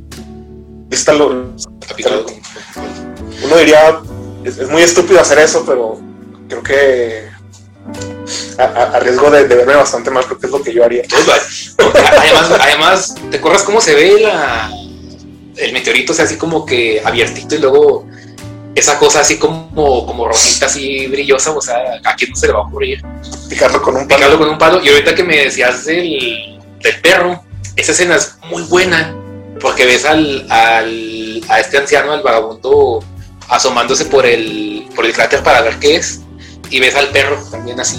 uno diría, es muy estúpido hacer eso, pero creo que a riesgo de verme bastante mal, creo que es lo que yo haría. Además, ¿te acuerdas cómo se ve el meteorito? O sea, así como que abiertito y luego esa cosa así como rosita, así brillosa. O sea, ¿a quién no se le va a ocurrir picarlo con un palo? Y ahorita que me decías del perro, esa escena es muy buena, porque ves a este anciano, al vagabundo, asomándose por el cráter para ver qué es, y ves al perro también así,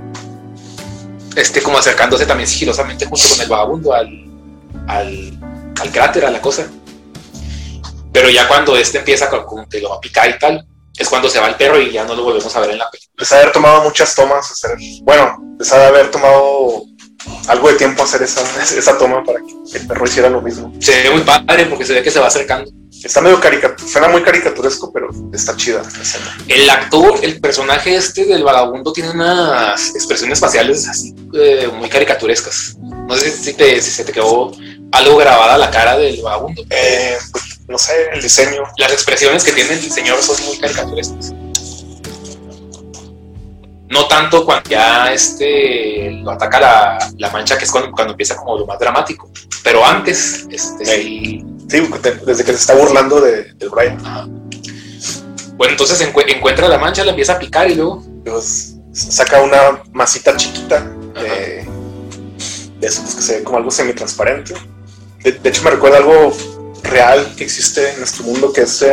como acercándose también sigilosamente junto con el vagabundo al cráter, a la cosa. Pero ya cuando empieza con que lo va a picar y tal, es cuando se va el perro y ya no lo volvemos a ver en la película. Les ha de haber tomado muchas tomas les ha de haber tomado algo de tiempo hacer esa toma para que el perro hiciera lo mismo. Se ve muy padre porque se ve que se va acercando. Está medio suena muy caricaturesco, pero está chida la escena. El personaje del vagabundo tiene unas expresiones faciales así muy caricaturescas. No sé si se te quedó algo grabada la cara del vagabundo. Pues, no sé, el diseño. Las expresiones que tiene el señor son muy caricaturescas. No tanto cuando ya lo ataca la Mancha, que es cuando empieza como lo más dramático. Pero antes, sí. Sí, desde que se está burlando del Brian. Ajá. Bueno, entonces encuentra la Mancha, la empieza a picar y luego saca una masita chiquita de eso, pues, que se ve como algo semitransparente. De hecho, me recuerda algo real que existe en nuestro mundo, que es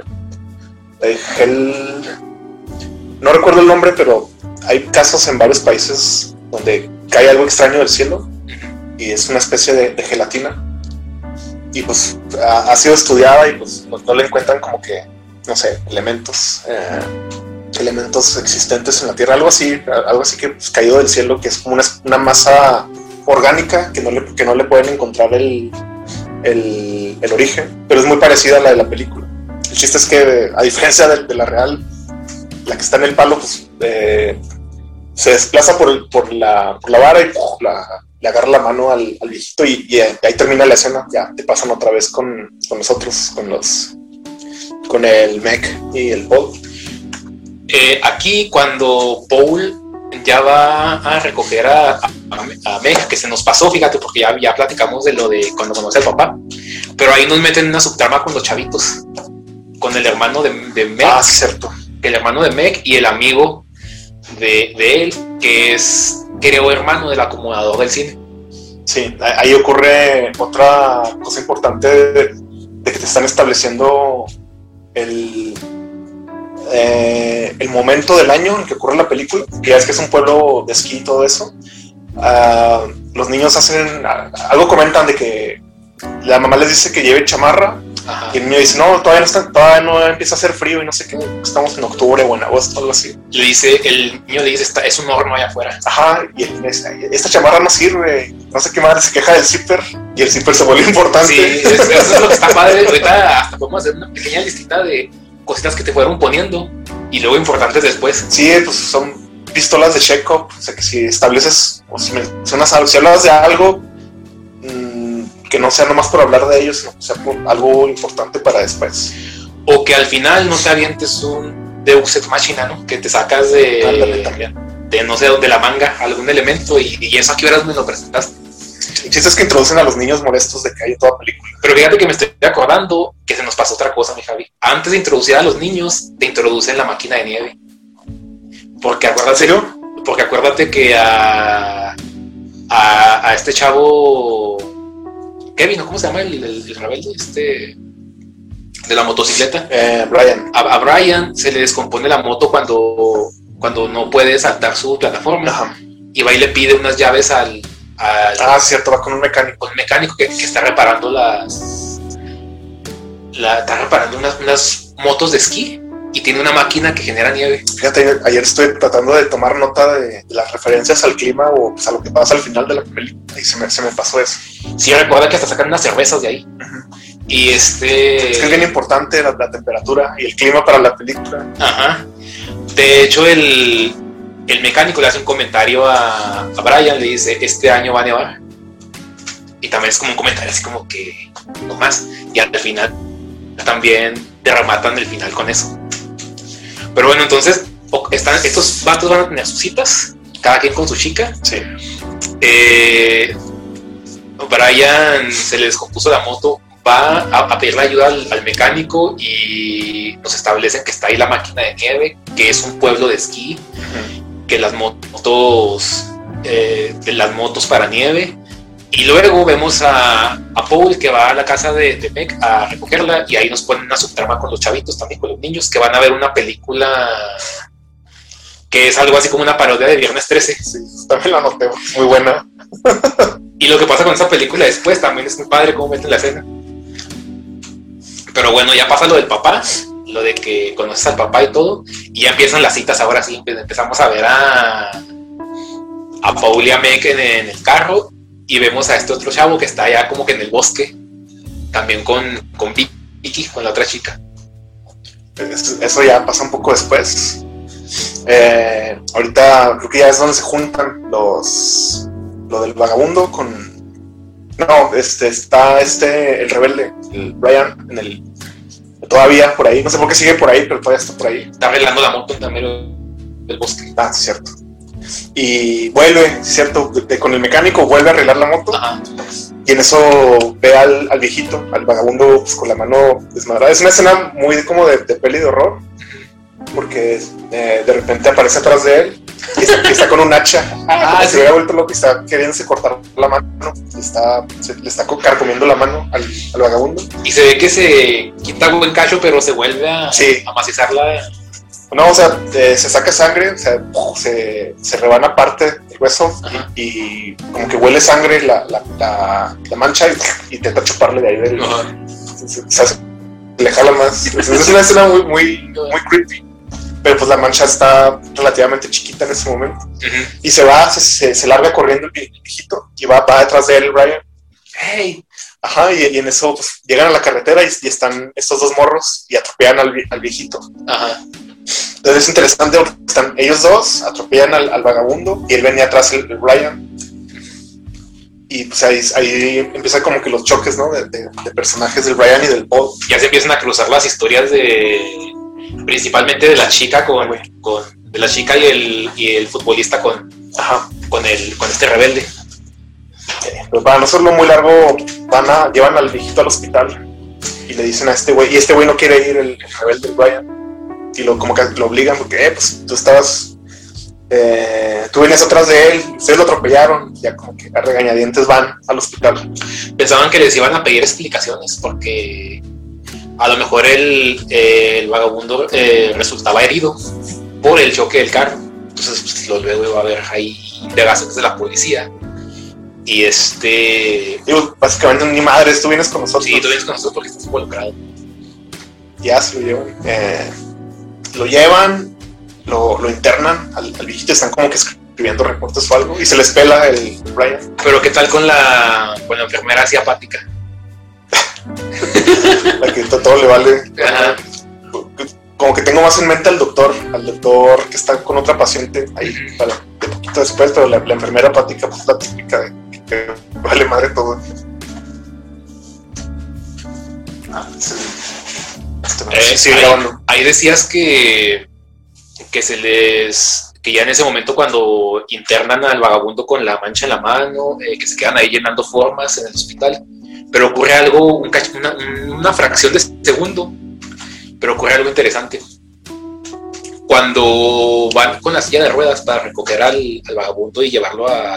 gel. No recuerdo el nombre, pero hay casos en varios países donde cae algo extraño del cielo y es una especie de gelatina. Y pues ha sido estudiada y pues no le encuentran como que, no sé, elementos existentes en la Tierra, algo así que pues, caído del cielo, que es como una masa orgánica que no le pueden encontrar el origen, pero es muy parecida a la de la película. El chiste es que, a diferencia de la real, la que está en el palo, pues se desplaza por la vara y le agarra la mano al viejito y ahí termina la escena. Ya te pasan otra vez con nosotros, con el Meg y el Paul. Aquí cuando Paul ya va a recoger a Meg, que se nos pasó, fíjate, porque ya platicamos de lo de cuando conoce al papá, pero ahí nos meten en una subtrama con los chavitos, con el hermano de Meg. Ah, sí, cierto. El hermano de Meg y el amigo de él, que es, creo, hermano del acomodador del cine. Sí, ahí ocurre otra cosa importante de que te están estableciendo el momento del año en que ocurre la película, que ya es que es un pueblo de esquí y todo eso. Los niños hacen algo, comentan de que la mamá les dice que lleven chamarra. Ajá. Y el niño dice, no, todavía no empieza a hacer frío y no sé qué, estamos en octubre o en agosto, algo así. El niño le dice, es un horno allá afuera. Ajá, y él dice, esta chamarra no sirve, no sé qué madre, se queja del zipper, y el zipper se vuelve importante. Sí, eso es lo que está padre. Ahorita hasta podemos hacer una pequeña listita de cositas que te fueron poniendo y luego importantes después. Sí, pues son pistolas de Chekhov, o sea que si estableces, o si mencionas algo, si hablas de algo, que no sea nomás por hablar de ellos, sino que sea por algo importante para después. O que al final no te avientes un Deus Ex Machina, ¿no? Que te sacas de no sé, de la manga algún elemento y eso a qué horas me lo presentaste. El chiste es que introducen a los niños molestos de que hay en toda película. Pero fíjate que me estoy acordando que se nos pasó otra cosa, mi Javi. Antes de introducir a los niños, te introducen la máquina de nieve. Porque acuérdate que a este chavo Kevin, ¿cómo se llama el rebelde? De la motocicleta. Brian. A Brian se le descompone la moto cuando no puede saltar su plataforma. Ajá. Y va y le pide unas llaves al cierto, va con un mecánico. Con un mecánico que está reparando está reparando unas motos de esquí y tiene una máquina que genera nieve. Fíjate, ayer estoy tratando de tomar nota de las referencias al clima o pues, a lo que pasa al final de la película y se me pasó eso. Sí, recuerda que hasta sacan unas cervezas de ahí. Uh-huh. Y Es que es bien importante la temperatura y el clima para la película. Ajá. De hecho, el mecánico le hace un comentario a Brian, le dice, este año va a nevar. Y también es como un comentario así como que no más. Y al final también te rematan el final con eso. Pero bueno, entonces estos vatos van a tener sus citas, cada quien con su chica. Sí. Brian se le descompuso la moto, va a pedirle ayuda al mecánico y nos establecen que está ahí la máquina de nieve, que es un pueblo de esquí, que las motos para nieve. Y luego vemos a Paul que va a la casa de Meg a recogerla y ahí nos ponen una subtrama con los chavitos también, con los niños que van a ver una película que es algo así como una parodia de Viernes 13. Sí, también la anoté, muy buena. Y lo que pasa con esa película después también es muy padre cómo meten la escena. Pero bueno, ya pasa lo del papá, lo de que conoces al papá y todo, y ya empiezan las citas. Ahora sí, empezamos a ver a Paul y a Meg en el carro. Y vemos a este otro chavo que está allá como que en el bosque, también con Vicky, con la otra chica. Eso ya pasa un poco después. Ahorita creo que ya es donde se juntan lo del vagabundo con... No, está el rebelde, el Brian, todavía por ahí. No sé por qué sigue por ahí, pero todavía está por ahí. Está arreglando la moto en medio del bosque. Ah, cierto. Y vuelve, ¿cierto? Con el mecánico vuelve a arreglar la moto. Ajá. Y en eso ve al viejito, al vagabundo, pues, con la mano desmadrada. Es una escena muy como de peli de horror, porque de repente aparece atrás de él y está con un hacha. Sí. Se hubiera vuelto loco y está queriéndose cortar la mano. Le está carcomiendo la mano al vagabundo. Y se ve que se quita buen cacho, pero se vuelve a macizarla. No, o sea, se saca sangre, o sea, se rebana parte del hueso y como que huele sangre la mancha y intenta chuparle de ahí del... Se le jala más. Es una escena muy, muy, muy creepy. Pero pues la mancha está relativamente chiquita en ese momento. Y se larga corriendo el viejito y va detrás de él el Brian. ¡Hey! Ajá, y en eso pues, llegan a la carretera y están estos dos morros y atropellan al viejito. Ajá. Entonces es interesante porque están ellos dos, atropellan al vagabundo y él venía atrás el Brian. Y pues ahí empiezan como que los choques, ¿no? De personajes del Brian y del Paul. Ya se empiezan a cruzar las historias principalmente de la chica de la chica y el futbolista con este rebelde. Pero para no hacerlo muy largo, llevan al viejito al hospital y le dicen a este güey, y este güey no quiere ir, el rebelde del Brian. Y como que lo obligan porque pues tú venías atrás de él, ustedes lo atropellaron, ya como que a regañadientes van al hospital. Pensaban que les iban a pedir explicaciones porque a lo mejor el vagabundo resultaba herido por el choque del carro. Entonces pues, luego iba a haber ahí indagaciones de la policía. Y Digo, básicamente ni madre, tú vienes con nosotros. Sí, tú vienes con nosotros porque estás involucrado. Ya se lo llevan. Lo llevan, lo internan al viejito, están como que escribiendo reportes o algo, y se les pela el Brian. Pero ¿qué tal con la enfermera así apática? La que todo le vale. Ajá. Como que tengo más en mente al doctor que está con otra paciente ahí de poquito después, pero la enfermera apática, pues la típica de que vale madre todo. Sí, ahí decías que ya en ese momento cuando internan al vagabundo con la mancha en la mano, que se quedan ahí llenando formas en el hospital, pero ocurre algo, una fracción de segundo, pero ocurre algo interesante. Cuando van con la silla de ruedas para recoger al vagabundo y llevarlo a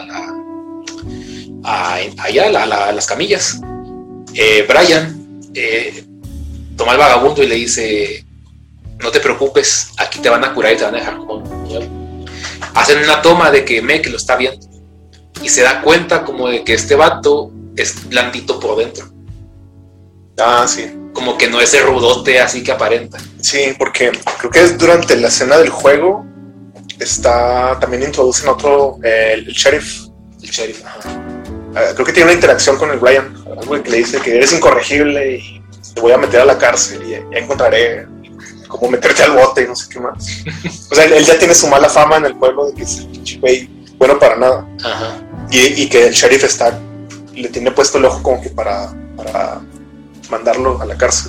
las camillas, Brian toma al vagabundo y le dice: no te preocupes, aquí te van a curar y te van a dejar como nuevo. Hacen una toma de que Meg lo está viendo y se da cuenta como de que este vato es blandito por dentro. Ah, sí. Como que no es el rudote así que aparenta. Sí, porque creo que es durante la escena del juego también introducen otro, el sheriff. El sheriff, ajá. Creo que tiene una interacción con el Brian, algo que le dice que eres incorregible y te voy a meter a la cárcel y ya encontraré cómo meterte al bote y no sé qué más. O sea, él ya tiene su mala fama en el pueblo de que es el güey bueno para nada. Ajá. Y que el sheriff le tiene puesto el ojo como que para mandarlo a la cárcel.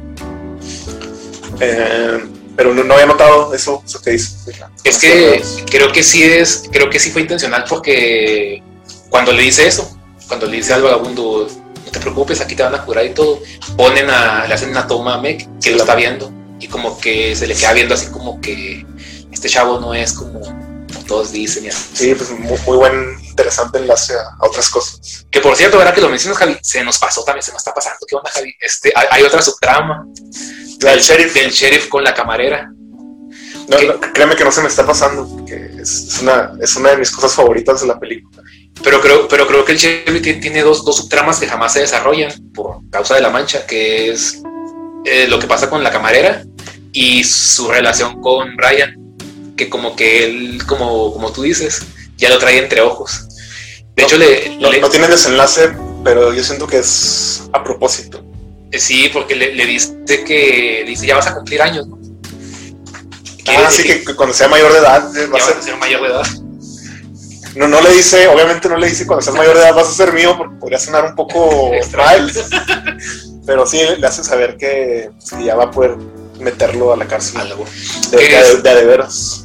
Pero no había notado eso que dice. Es que creo que sí fue intencional, porque cuando le dice eso, cuando le dice al vagabundo: no te preocupes, aquí te van a curar y todo, le hacen una toma a Meg que lo está viendo y como que se le queda viendo así como que este chavo no es como todos dicen. Sí, pues muy buen, interesante enlace a otras cosas. Que por cierto, ahora que lo mencionas, Javi, se nos pasó también, se nos está pasando. ¿Qué onda, Javi? Hay otra subtrama del sheriff con la camarera. No, créeme que no se me está pasando, porque es una de mis cosas favoritas de la película. Pero creo que el sheriff tiene dos subtramas que jamás se desarrollan por causa de la mancha, que es lo que pasa con la camarera y su relación con Brian, que como que él, como tú dices, ya lo trae entre ojos. De hecho, no tiene desenlace, pero yo siento que es a propósito. Sí, porque le dice ya vas a cumplir años, ¿no? Sí, que cuando sea mayor de edad vas a ser mayor de edad. No le dice, obviamente no le dice cuando seas mayor de edad vas a ser mío, porque podría sonar un poco mal, pero sí le hace saber que ya va a poder meterlo a la cárcel de veras.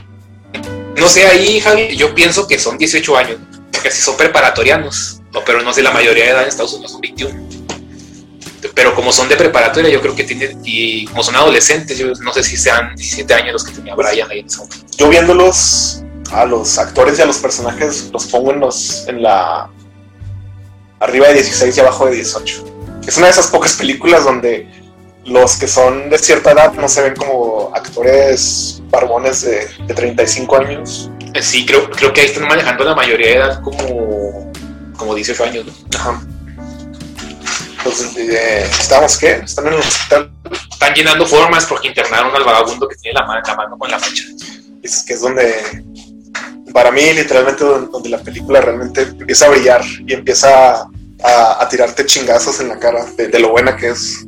No sé, ahí, Javi, yo pienso que son 18 años, porque si son preparatorianos, pero no sé, la mayoría de edad en Estados Unidos son 21. Pero como son de preparatoria, yo creo que tienen, y como son adolescentes, yo no sé si sean 17 años los que tenía Brian ahí en ese momento. Yo viéndolos, a los actores y a los personajes, los pongo en la arriba de 16 y abajo de 18. Es una de esas pocas películas donde los que son de cierta edad no se ven como actores barbones de 35 años. Sí, creo que ahí están manejando la mayoría de edad como 18 años, ¿no? Ajá. Entonces, están en el hospital. Están llenando formas porque internaron al vagabundo que tiene la mano con la mancha. Es que es donde, para mí, literalmente, donde la película realmente empieza a brillar y empieza a tirarte chingazos en la cara de lo buena que es.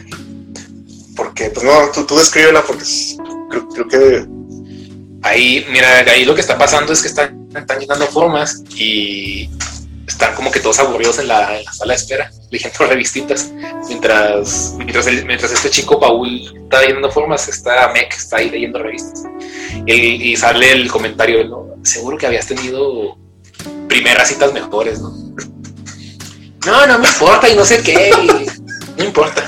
Porque, pues no, tú descríbela, porque creo que ahí, mira, ahí lo que está pasando es que están llenando formas y están como que todos aburridos en la sala de espera, leyendo revistitas, mientras este chico Paul está llenando formas, Meg está ahí leyendo revistas y sale el comentario, ¿no? Seguro que habías tenido primeras citas mejores, ¿no? No me importa y no sé qué. No importa.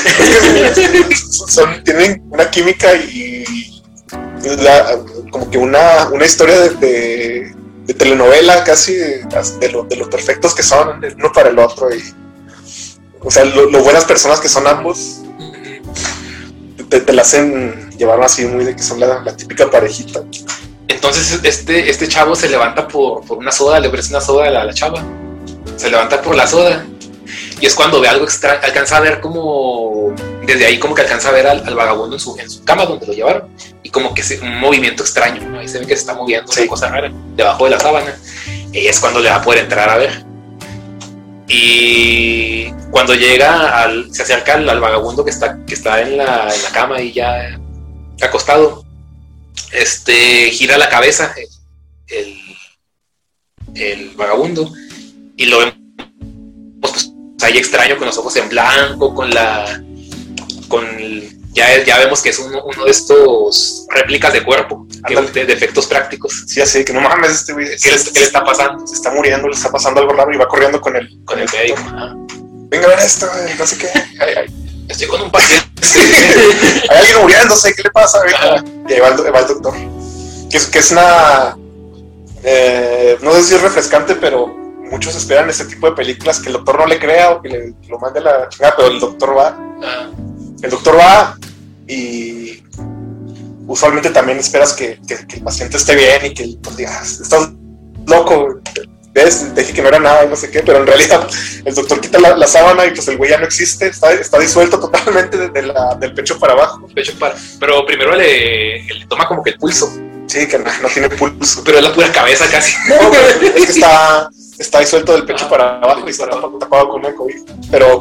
Tienen una química y como que una historia de telenovela casi, de lo perfectos que son uno para el otro, y o sea, lo buenas personas que son ambos, te la hacen llevar así muy de que son la típica parejita. Entonces este chavo se levanta por una soda, le ofrece una soda a la chava. Se levanta por la soda. Y es cuando ve algo extraño, alcanza a ver como, desde ahí como que alcanza a ver al vagabundo en su cama donde lo llevaron. Y como que un movimiento extraño, ¿no? Ahí se ve que se está moviendo una cosa rara debajo de la sábana. Y es cuando le va a poder entrar a ver. Y cuando llega, se acerca al vagabundo que está en la cama y ya acostado, gira la cabeza el vagabundo y lo vemos pues ahí extraño, con los ojos en blanco, ya vemos que es uno de estos réplicas de cuerpo, de efectos prácticos. Sí, así que no mames, este güey. ¿Qué le está pasando? Se está muriendo, le está pasando algo raro y va corriendo con el médico. Venga a ver esto, no sé qué. Estoy con un paciente. Hay alguien muriéndose, ¿qué le pasa? Y ahí va el doctor. Que es una... no sé si es refrescante, pero muchos esperan este tipo de películas que el doctor no le crea o que lo mande a la chingada, pero el doctor va. El doctor va y usualmente también esperas que el paciente esté bien y que el doctor diga, estás loco, ves, te dije que no era nada y no sé qué, pero en realidad el doctor quita la sábana y pues el güey ya no existe, está disuelto totalmente del pecho para abajo. Pero primero le toma como que el pulso. Sí, que no tiene pulso. Pero es la pura cabeza casi. No, pero es que está disuelto del pecho para abajo y está tapado con una cobija. Pero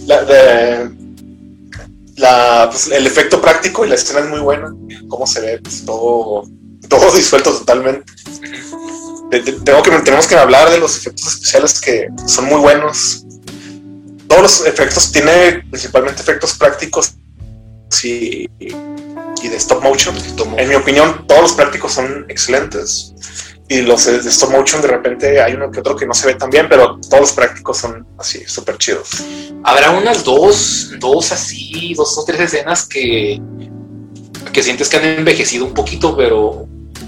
pues, el efecto práctico y la escena es muy buena. Cómo se ve, pues, todo disuelto totalmente. Tenemos que hablar de los efectos especiales que son muy buenos. Todos los efectos, tiene principalmente efectos prácticos y de stop motion. En mi opinión, todos los prácticos son excelentes. Y los de stop motion, de repente hay uno que otro que no se ve tan bien, pero todos los prácticos son así, súper chidos. Habrá unas dos o tres escenas que sientes que han envejecido un poquito, pero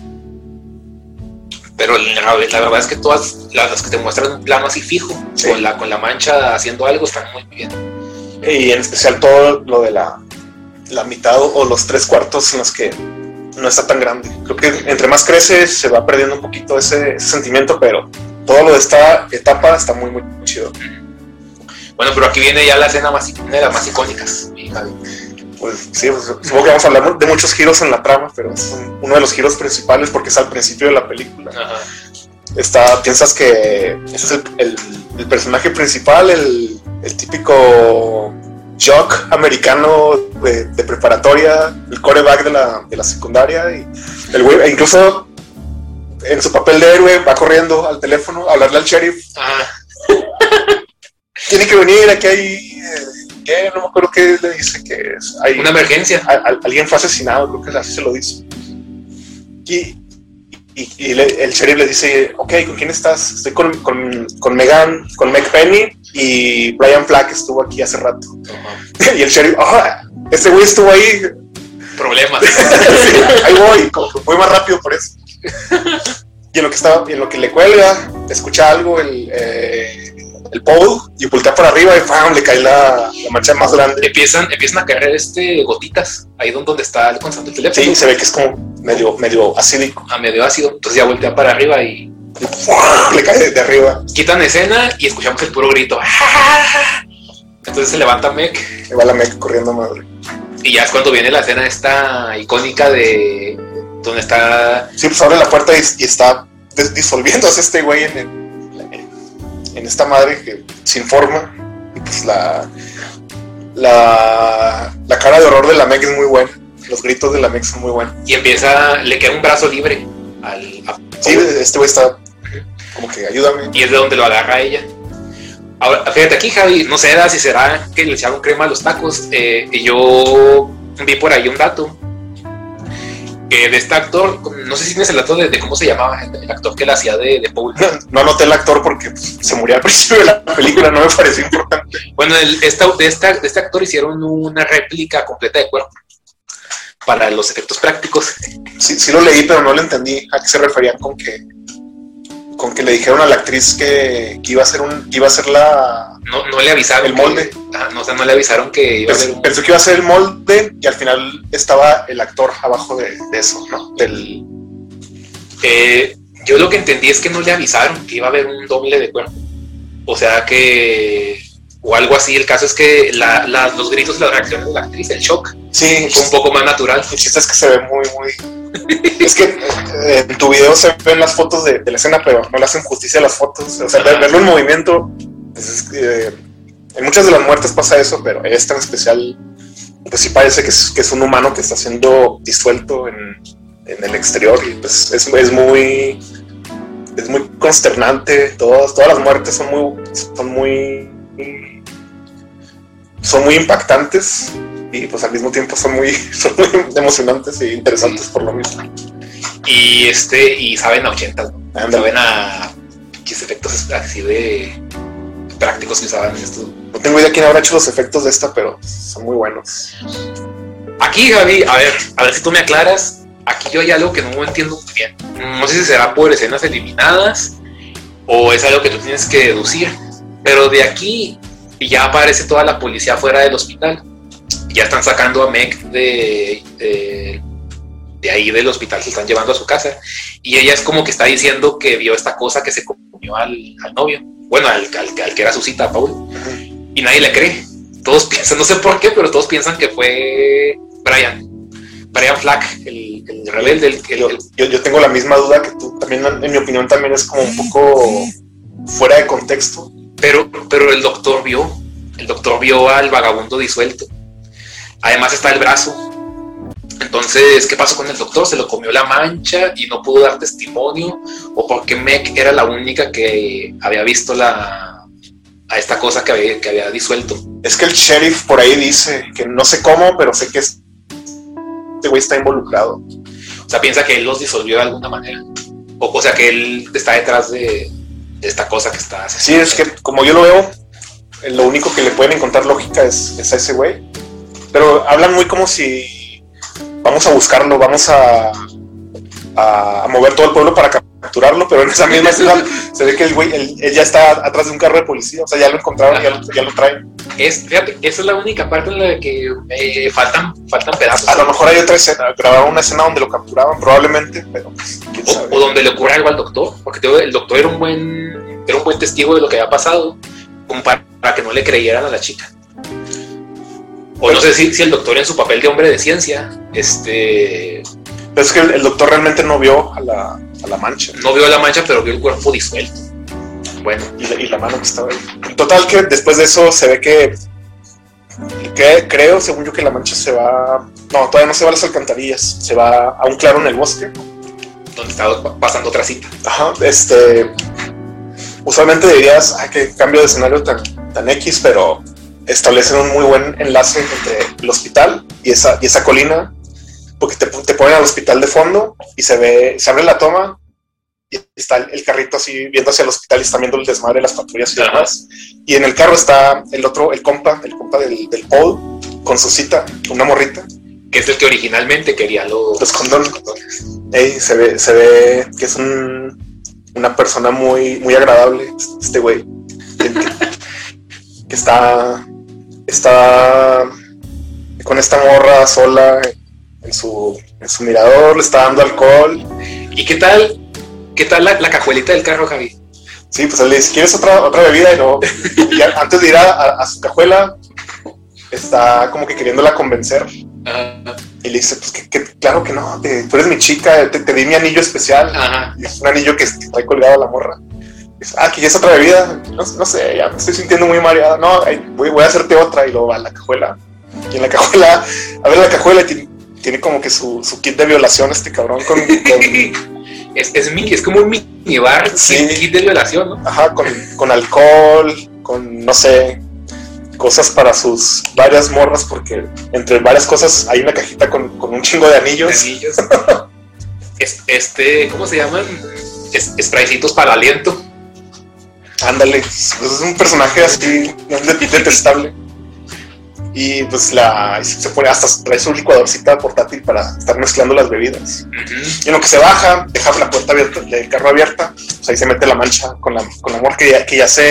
la verdad es que todas las que te muestran un plano así fijo, sí, con la mancha haciendo algo, están muy bien. Y en especial todo lo de la mitad o los 3/4 en los que no está tan grande. Creo que entre más crece se va perdiendo un poquito ese sentimiento, pero todo lo de esta etapa está muy, muy chido. Bueno, pero aquí viene ya la escena una de las más icónicas. Pues sí, supongo que vamos a hablar de muchos giros en la trama, pero es uno de los giros principales porque es al principio de la película. Ajá. Piensas que ese es el personaje principal, el típico jock americano de preparatoria, el quarterback de la secundaria, y el güey incluso en su papel de héroe va corriendo al teléfono a hablarle al sheriff. Tiene que venir, aquí hay no me acuerdo qué le dice, que hay una emergencia, alguien fue asesinado, creo que así se lo dice, y el sheriff le dice, ok, ¿con quién estás? Estoy con Meg Penny y Brian Flack estuvo aquí hace rato. Uh-huh. Y el sheriff, ese güey estuvo ahí. Problemas. Sí, ahí voy más rápido por eso. Y en lo que le cuelga, escucha algo el pole y voltea por arriba y ¡pam! Le cae la mancha más grande. Empiezan a caer gotitas ahí donde está el constante teléfono. Sí, se ve que es como medio acídico. Medio ácido. Entonces ya voltea para arriba y le cae de arriba. Quitan escena y escuchamos el puro grito. Entonces se levanta Meg. Y va la Meg corriendo, madre. Y ya es cuando viene la escena esta icónica de donde está... Sí, pues abre la puerta y está disolviéndose este güey en esta madre que sin forma. Y pues la cara de horror de la Meg es muy buena. Los gritos de la Meg son muy buenos. Y le queda un brazo libre sí, este güey está como que ayúdame. Y es de donde lo agarra ella. Ahora, fíjate aquí, Javi, no sé si será que le echaron crema a los tacos. Y yo vi por ahí un dato de este actor. No sé si tienes el dato de cómo se llamaba el actor que la hacía de Paul. No anoté el actor porque se murió al principio de la película, no me pareció importante. Bueno, de este actor hicieron una réplica completa de cuerpo para los efectos prácticos. Sí lo leí, pero no lo entendí a qué se referían con que le dijeron a la actriz que iba a ser la... No le avisaron. El molde. No le avisaron que iba a ser Pensó que iba a ser el molde y al final estaba el actor abajo de eso, ¿no? Yo lo que entendí es que no le avisaron que iba a haber un doble de cuerpo. O sea que... O algo así. El caso es que los gritos y las reacciones de la actriz, el shock, Sí, fue un poco más natural. el chiste es que se ve muy... Es que en tu video se ven las fotos de la escena, pero no le hacen justicia a las fotos. O sea, verlo en movimiento, pues en muchas de las muertes pasa eso, pero esta en especial, pues sí parece que es un humano que está siendo disuelto en el exterior, y pues es muy consternante. Todas las muertes son muy impactantes, y pues al mismo tiempo son muy emocionantes e interesantes por lo mismo. Y saben a 80, ¿no? Saben a efectos así de prácticos que usaban en esto. No tengo idea quién habrá hecho los efectos de esta, pero son muy buenos. Aquí, Gaby, a ver si tú me aclaras. Aquí yo hay algo que no entiendo muy bien. No sé si será por escenas eliminadas o es algo que tú tienes que deducir. Pero de aquí ya aparece toda la policía fuera del hospital. Ya están sacando a Meg de ahí del hospital, se están llevando a su casa. Y ella es como que está diciendo que vio esta cosa que se comió al novio. Bueno, al que era su cita, Paul. Y nadie le cree. Todos piensan, no sé por qué, pero todos piensan que fue Brian Flack, el rebelde. Yo tengo la misma duda que tú. También, en mi opinión, también es como un poco fuera de contexto. Pero el doctor vio al vagabundo disuelto. Además está el brazo. Entonces, ¿qué pasó con el doctor? ¿Se lo comió la mancha y no pudo dar testimonio? ¿O porque Meg era la única que había visto a esta cosa que había disuelto? Es que el sheriff por ahí dice que no sé cómo, pero sé que este güey está involucrado. O sea, piensa que él los disolvió de alguna manera. O sea, que él está detrás de esta cosa que está haciendo. Sí, es que como yo lo veo, lo único que le pueden encontrar lógica es a ese güey. Pero hablan muy como si vamos a buscarlo, vamos a mover todo el pueblo para capturarlo, pero en esa misma escena se ve que el güey, él ya está atrás de un carro de policía. O sea, ya lo encontraron, ya lo traen. Fíjate, esa es la única parte en la que faltan pedazos. A lo mejor hay otra escena, grabaron una escena donde lo capturaban, probablemente, pero pues, quién sabe. O donde le ocurre algo al doctor, porque el doctor era un buen testigo de lo que había pasado, como para que no le creyeran a la chica. O pero, no sé si el doctor en su papel de hombre de ciencia, Pero es que el doctor realmente no vio a la mancha. No vio a la mancha, pero vio el cuerpo disuelto. Bueno. Y la mano que estaba ahí. En total, que después de eso se ve que creo, según yo, que la mancha se va... No, todavía no se va a las alcantarillas. Se va a un claro en el bosque. Donde estaba pasando otra cita. Ajá, usualmente dirías, qué cambio de escenario tan X, pero establecen un muy buen enlace entre el hospital y esa colina, porque te ponen al hospital de fondo y se abre la toma y está el carrito así viendo hacia el hospital y están viendo el desmadre de las patrullas y demás. Y en el carro está el compa del Paul con su cita, una morrita. Que es el que originalmente quería los condones. Se ve que es una persona muy, muy agradable, este güey. Que está con esta morra sola en su mirador, le está dando alcohol. ¿Y qué tal la cajuelita del carro, Javi? Sí, pues le dice, ¿quieres otra bebida? Y luego, antes de ir a su cajuela, está como que queriéndola convencer. Y le dice, pues que claro que no, tú eres mi chica, te di mi anillo especial. Y es un anillo que trae colgado a la morra. Y dice, que ya es otra bebida. No sé, ya me estoy sintiendo muy mareada. No, voy a hacerte otra. Y luego va a la cajuela. Y en la cajuela, la cajuela tiene como que su kit de violación, este cabrón con es como un minibar, sí. Kit de violación, ¿no? Ajá, con alcohol, con no sé, cosas para sus varias morras, porque entre varias cosas hay una cajita con un chingo de anillos. ¿Cómo se llaman? Spraycitos para aliento. Ándale, pues es un personaje así detestable. Y pues se pone, hasta trae su licuadorcita portátil para estar mezclando las bebidas. Y en lo que se baja, deja la puerta abierta, del carro abierta, pues ahí se mete la mancha con la amor que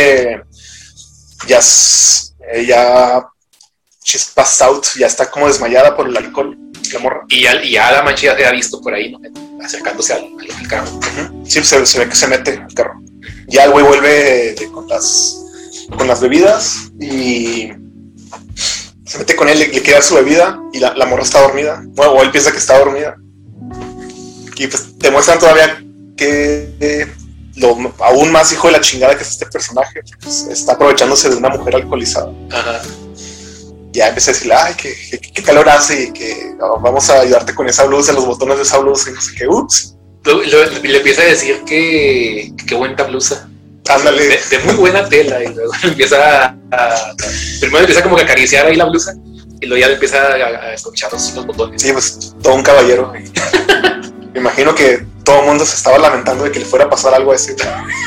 she's passed out, ya está como desmayada por el alcohol, la morra. Y ya la mancha ya se ha visto por ahí, ¿no? acercándose al carro. Sí, se ve que se mete al carro. Ya el güey vuelve con las bebidas y se mete con él, le quiere dar su bebida y la morra está dormida. Bueno, o él piensa que está dormida. Y pues te muestran todavía que lo aún más hijo de la chingada que es este personaje, pues, está aprovechándose de una mujer alcoholizada. Ajá. Ya empecé a decirle, ay, qué calor hace y que vamos a ayudarte con esa blusa, los botones de esa blusa y no sé qué, ups. Le empieza a decir que qué buena blusa. Ándale. De muy buena tela, y luego empieza primero empieza como que a acariciar ahí la blusa y luego ya le empieza a escuchar los botones. Sí, pues todo un caballero. Me imagino que todo el mundo se estaba lamentando de que le fuera a pasar algo a ese.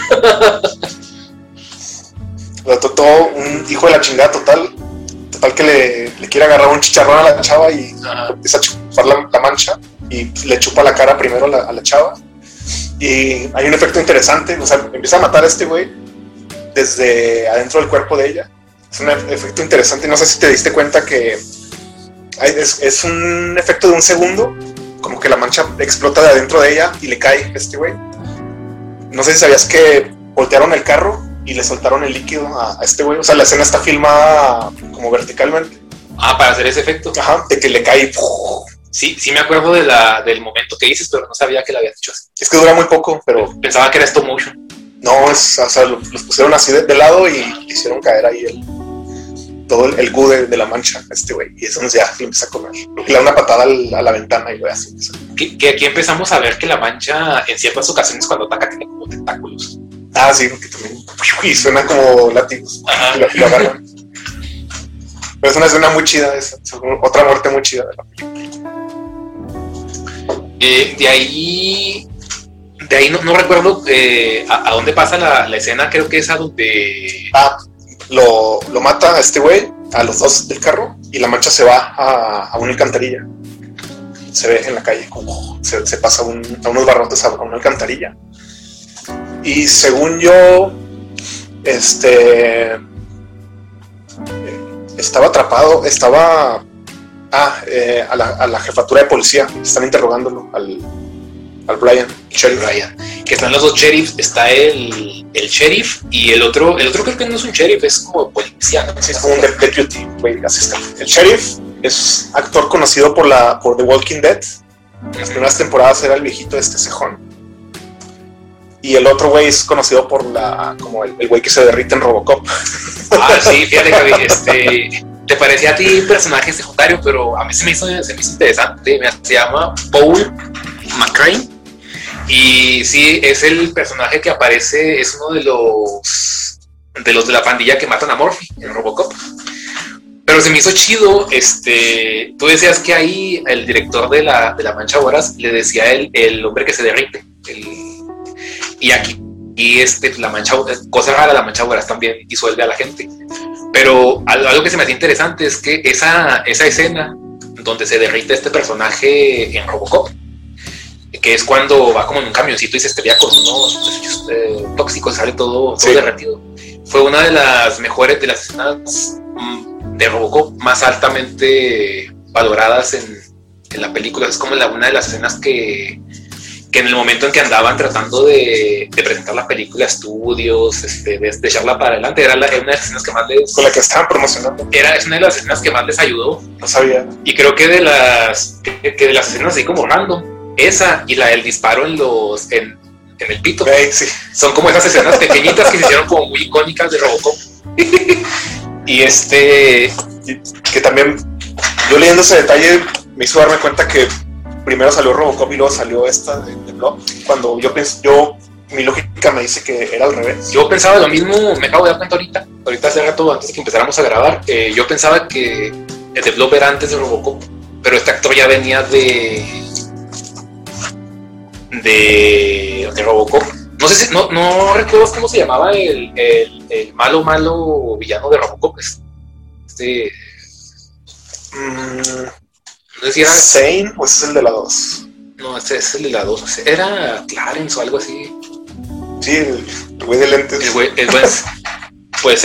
Todo un hijo de la chingada total que le quiere agarrar un chicharrón a la chava y empieza a chupar la mancha y le chupa la cara primero a la chava. Y hay un efecto interesante, o sea, empieza a matar a este güey desde adentro del cuerpo de ella. Es un efecto interesante, no sé si te diste cuenta que es un efecto de un segundo, como que la mancha explota de adentro de ella y le cae a este güey. No sé si sabías que voltearon el carro y le soltaron el líquido a este güey, o sea, la escena está filmada como verticalmente. Para hacer ese efecto. Ajá, de que le cae. Sí me acuerdo del momento que dices, pero no sabía que lo habías hecho así. Es que dura muy poco, pero... Pensaba que era stop motion. No, o sea, los pusieron así de lado y le hicieron caer ahí todo el goo de la mancha a este güey. Y eso ya le empieza a comer. Le da una patada a la ventana y lo así. Que aquí empezamos a ver que la mancha en ciertas ocasiones cuando ataca tiene como tentáculos. Sí, porque también... Y suena como látigos. Y lo agarran. Pero es una escena muy chida esa. Otra muerte muy chida de la película. De ahí no recuerdo a dónde pasa la escena, creo que es a donde... Lo mata a este güey, a los dos del carro, y la mancha se va a una alcantarilla. Se ve en la calle como se pasa a unos barrotes a una alcantarilla. Y según yo, estaba atrapado, a la jefatura de policía, están interrogándolo al Brian, Brian, que están los dos sheriffs, está el sheriff y el otro creo que no es un sheriff, es como policía, ¿no? Sí, es como un deputy, güey, así está. El sheriff es actor conocido por The Walking Dead. En las primeras temporadas era el viejito cejón. Y el otro güey es conocido por como el güey que se derrite en Robocop. Sí, fíjate, Javi, te parecía a ti personaje secundario, pero a mí se me hizo interesante. Se llama Paul McCrane. Y sí, es el personaje que aparece, es uno de los de la pandilla que matan a Murphy en Robocop. Pero se me hizo chido, tú decías que ahí el director de la Mancha Voraz le decía el hombre que se derrite. Y aquí la mancha, cosa rara, la Mancha Voraz también disuelve a la gente. Pero algo que se me hacía interesante es que esa escena donde se derrite este personaje en Robocop, que es cuando va como en un camioncito y se estrella con unos desechos tóxicos, sale todo derretido. Fue una de las mejores, de las escenas de Robocop más altamente valoradas en la película. Es como una de las escenas que en el momento en que andaban tratando de presentar la película a estudios, de echarla para adelante, era una de las escenas que más les... Con la que estaban promocionando. Es una de las escenas que más les ayudó. No sabía. Y creo que de las escenas así como random, esa y la del disparo en el pito. Sí. Son como esas escenas pequeñitas que se hicieron como muy icónicas de Robocop. Y que también, yo leyendo ese detalle, me hizo darme cuenta que primero salió Robocop y luego salió esta de Blob. Cuando mi lógica me dice que era al revés. Yo pensaba lo mismo, me acabo de dar cuenta ahorita hace rato, antes de que empezáramos a grabar, yo pensaba que el de Blob era antes de Robocop, pero este actor ya venía de Robocop. No sé si, no recuerdo cómo se llamaba el malo villano de Robocop. No sé si era Zane o ese es el de la 2. No, este es el de la 2. Era Clarence o algo así. Sí, el güey de lentes. El güey, pues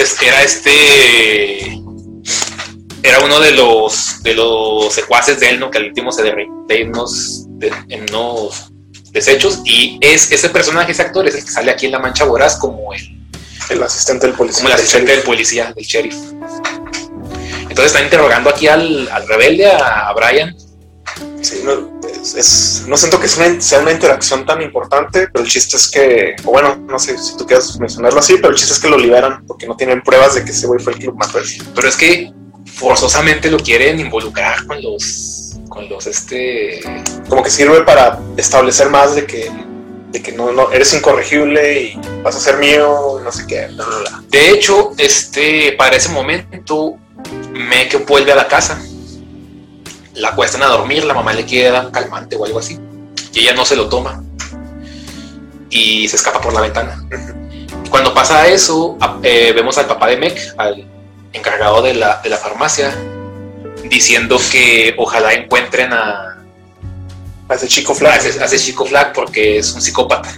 era uno de los secuaces de él, ¿no? Que al último se derrite en unos desechos, y es ese personaje, ese actor, es el que sale aquí en La Mancha Voraz como el asistente del policía. Como el asistente del policía, del sheriff. Entonces están interrogando aquí al rebelde, a Brian. Sí, no siento que sea una interacción tan importante, pero el chiste es que, o bueno, no sé si tú quieres mencionarlo así, pero el chiste es que lo liberan porque no tienen pruebas de que ese güey fue el que lo mató. Pero es que forzosamente lo quieren involucrar con los como que sirve para establecer más de que no eres incorregible y vas a ser mío, no sé qué, bla, bla, bla. De hecho, para ese momento Meg vuelve a la casa, la acuestan a dormir, la mamá le quiere dar un calmante o algo así, y ella no se lo toma y se escapa por la ventana. Cuando pasa eso, vemos al papá de Meg, al encargado de la farmacia, diciendo que ojalá encuentren a ese chico Flag. A ese chico Flag porque es un psicópata.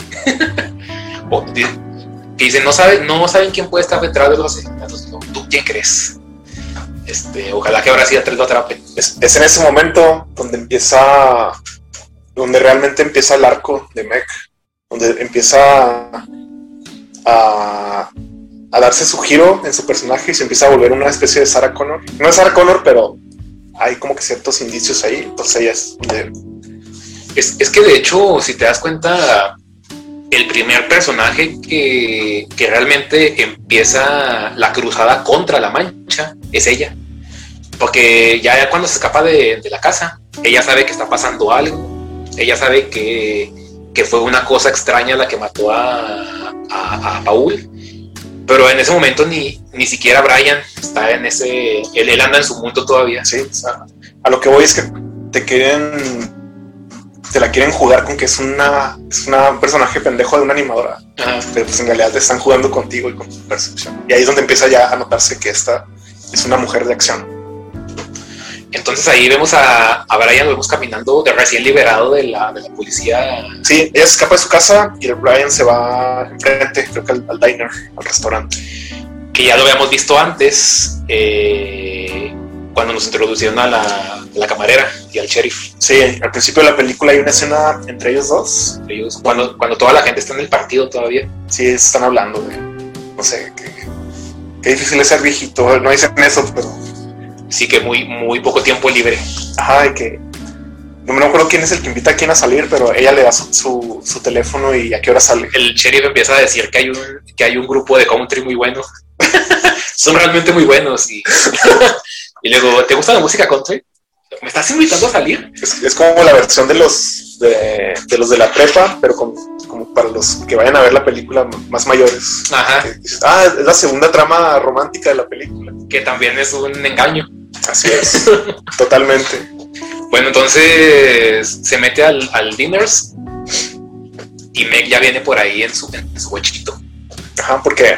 Que dicen, no saben quién puede estar detrás de los asesinatos. ¿Tú quién crees? Ojalá que ahora sí lo atrapen. Es en ese momento donde realmente empieza el arco de Meg, donde empieza a darse su giro en su personaje y se empieza a volver una especie de Sarah Connor. No es Sarah Connor, pero hay como que ciertos indicios ahí. Entonces ella es donde... Es que de hecho, si te das cuenta, el primer personaje que realmente empieza la cruzada contra la Mancha es ella. Porque ya cuando se escapa de la casa, ella sabe que está pasando algo. Ella sabe que fue una cosa extraña la que mató a Paul. Pero en ese momento ni siquiera Brian está en ese... Él anda en su mundo todavía. Sí, o sea, a lo que voy es que te la quieren jugar con que es un personaje pendejo de una animadora. Ajá. Pero pues en realidad te están jugando contigo y con tu percepción. Y ahí es donde empieza ya a notarse que esta es una mujer de acción. Entonces ahí vemos a Brian, lo vemos caminando de recién liberado de la policía. Sí, ella se escapa de su casa y el Brian se va enfrente, creo que al diner, al restaurante. Que ya lo habíamos visto antes, cuando nos introducieron a la camarera y al sheriff. Sí, al principio de la película hay una escena entre ellos dos. Cuando toda la gente está en el partido todavía. Sí, están hablando de, no sé, qué difícil es ser viejito. No dicen eso, pero... Sí, que muy poco tiempo libre. Ajá, y que... No me acuerdo quién es el que invita a quién a salir, pero ella le da su teléfono y a qué hora sale. El sheriff empieza a decir que hay un grupo de country muy bueno. Son realmente muy buenos. Y luego, ¿te gusta la música country? ¿Me estás invitando a salir? Es como la versión de los de la prepa, pero como para los que vayan a ver la película más mayores. Ajá. Dices, es la segunda trama romántica de la película. Que también es un engaño. Así es, totalmente. Bueno, entonces se mete al Dinners y Meg ya viene por ahí en su huechito. Ajá, porque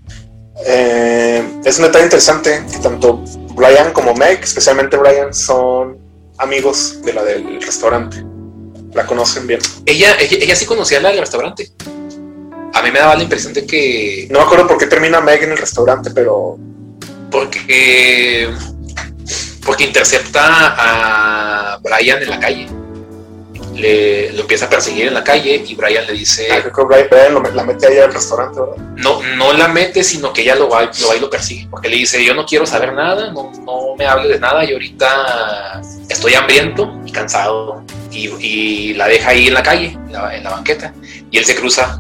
es un detalle interesante que tanto Brian como Meg, especialmente Brian, son amigos de la del restaurante. La conocen bien. Ella sí conocía la del restaurante. A mí me daba la impresión de que... No me acuerdo por qué termina Meg en el restaurante, pero... Porque intercepta a Brian en la calle. Lo empieza a perseguir en la calle y Brian le dice... creo que Brian la mete ahí al restaurante, ¿verdad? No la mete, sino que ella lo va y lo persigue. Porque le dice, yo no quiero saber nada, no me hable de nada, yo ahorita estoy hambriento y cansado. Y la deja ahí en la calle, en la banqueta. Y él se cruza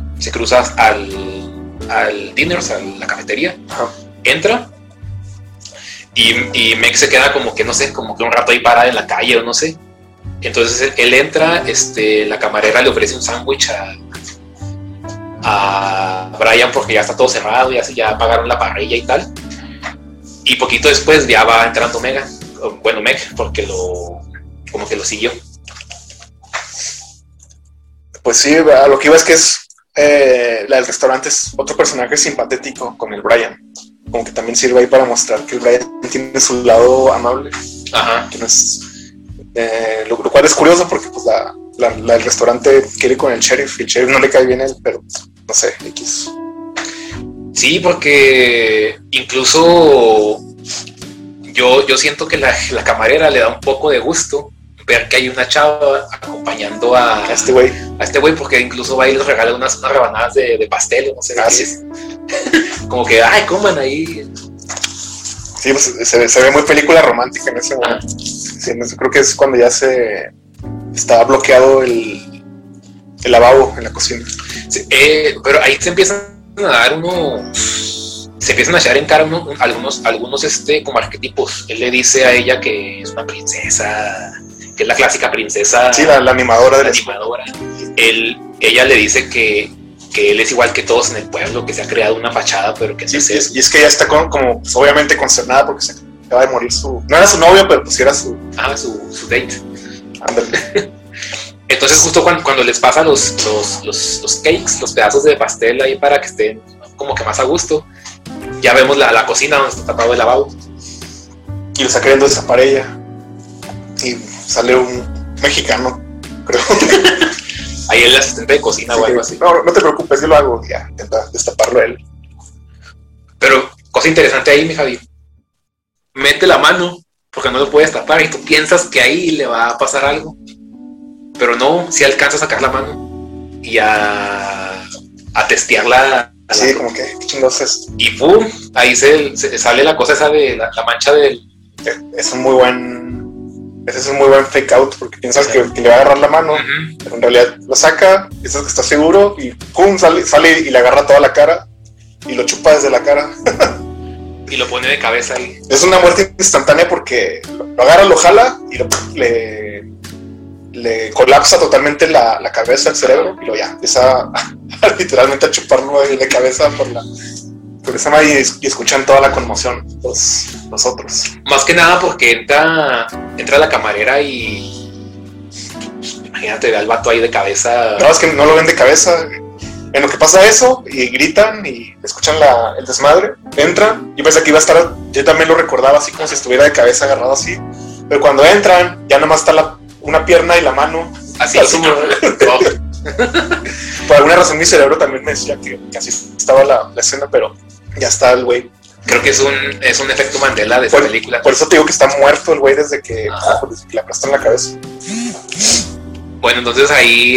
al Dinners, a la cafetería. Ajá. Entra y Meg se queda como que, no sé, como que un rato ahí parada en la calle o no sé. Entonces él entra, la camarera le ofrece un sándwich a Brian porque ya está todo cerrado, ya apagaron la parrilla y tal. Y poquito después ya va entrando Meg, porque como que lo siguió. Pues sí, a lo que iba es que la del restaurante es otro personaje simpatético con el Brian. Como que también sirve ahí para mostrar que el Brian tiene su lado amable. Ajá. Que no es, lo cual es curioso porque pues la del restaurante quiere ir con el sheriff y el sheriff no le cae bien a él, pero no sé, X. Sí, porque incluso yo siento que la camarera le da un poco de gusto ver que hay una chava acompañando a este güey. A este güey, porque incluso va y les regala unas rebanadas de pastel, no sé qué es. Como que, ay, coman ahí. Sí, pues se ve muy película romántica en ese momento. Sí, creo que es cuando ya está bloqueado el lavabo en la cocina. Sí, pero ahí se empiezan a dar se empiezan a echar en cara algunos como arquetipos. Él le dice a ella que es una princesa, que es la clásica princesa. Sí, la animadora de la animadora. Ella le dice que él es igual que todos en el pueblo, que se ha creado una fachada, pero que no es eso. Y es que ella está como pues, obviamente concernada porque se acaba de morir no era su novio, pero pues era su date. Ándale. Entonces justo cuando les pasa los cakes, los pedazos de pastel ahí para que estén como que más a gusto, ya vemos la cocina donde está tapado el lavabo. Y lo está queriendo desaparecer ella. Y sale un mexicano, creo. Ahí el asistente de cocina o algo así. No te preocupes, yo lo hago. Ya, intenta destaparlo él. Pero, cosa interesante ahí, mi Javi. Mete la mano, porque no lo puedes tapar, y tú piensas que ahí le va a pasar algo. Pero no, si alcanza a sacar la mano y a testearla. Sí, como que, ¿qué chingados es esto? Y ¡pum! Ahí se sale la cosa esa de la mancha del... Es un muy buen fake out, porque piensas que le va a agarrar la mano, pero en realidad lo saca, piensas que está seguro y ¡pum! Sale y le agarra toda la cara y lo chupa desde la cara. Y lo pone de cabeza ahí. Es una muerte instantánea porque lo agarra, lo jala y le colapsa totalmente la cabeza, el cerebro, y lo ya empieza literalmente a chuparlo de cabeza por esa madre y escuchan toda la conmoción los otros. Más que nada porque entra la camarera y imagínate, ve al vato ahí de cabeza. No, es que no lo ven de cabeza. En lo que pasa eso, y gritan y escuchan el desmadre, entran. Yo pensé que iba a estar, yo también lo recordaba así como si estuviera de cabeza agarrado así. Pero cuando entran, ya nomás está una pierna y la mano. Así Por alguna razón mi cerebro también me decía que así estaba la escena, pero ya está el güey. Creo que es un efecto Mandela de esa película. Por eso te digo que está muerto el güey desde que le aplastan la cabeza. Bueno, entonces ahí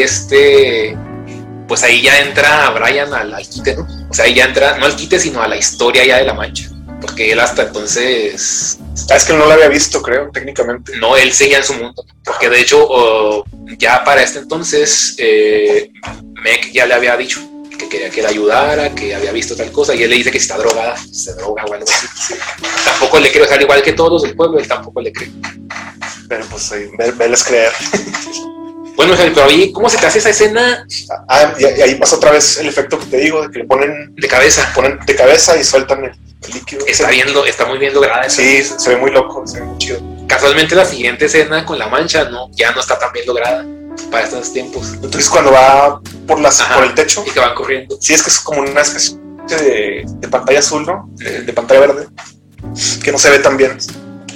pues ahí ya entra Brian al quite, ¿no? O sea, ahí ya entra, no al quite, sino a la historia ya de la mancha. Porque él hasta entonces... Es que él no la había visto, creo, técnicamente. No, él seguía en su mundo. Porque de hecho, ya para este entonces, Meg ya le había dicho que quería que le ayudara, que había visto tal cosa, y él le dice que si está drogada, se droga o algo así. Sí. Tampoco le creo, o sea, al igual que todos los del pueblo, él tampoco le cree. Pero pues verles creer. Bueno, pero ahí, ¿cómo se te hace esa escena? Y ahí pasa otra vez el efecto que te digo, de que le ponen de cabeza. Ponen de cabeza y sueltan el líquido. Está muy bien lograda. Sí, se ve muy loco, se ve muy chido. Casualmente la siguiente escena con la mancha ya no está tan bien lograda para estos tiempos. Entonces cuando va por el techo y que van corriendo. Sí, es que es como una especie de pantalla azul, ¿no? De pantalla verde, que no se ve tan bien.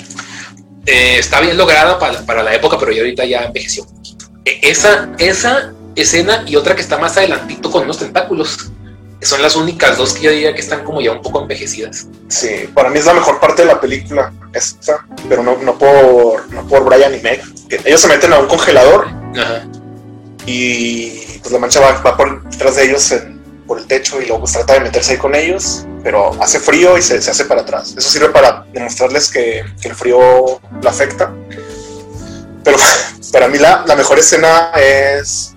Está bien lograda para la época, pero ya ahorita ya envejeció. Esa escena y otra que está más adelantito con unos tentáculos son las únicas dos que yo diría que están como ya un poco envejecidas. Sí, para mí es la mejor parte de la película esta, pero no por Brian y Meg. Ellos se meten a un congelador. Ajá. Y pues la mancha va por detrás de ellos por el techo y luego pues trata de meterse ahí con ellos, pero hace frío y se hace para atrás. Eso sirve para demostrarles que el frío lo afecta. Pero para mí la mejor escena es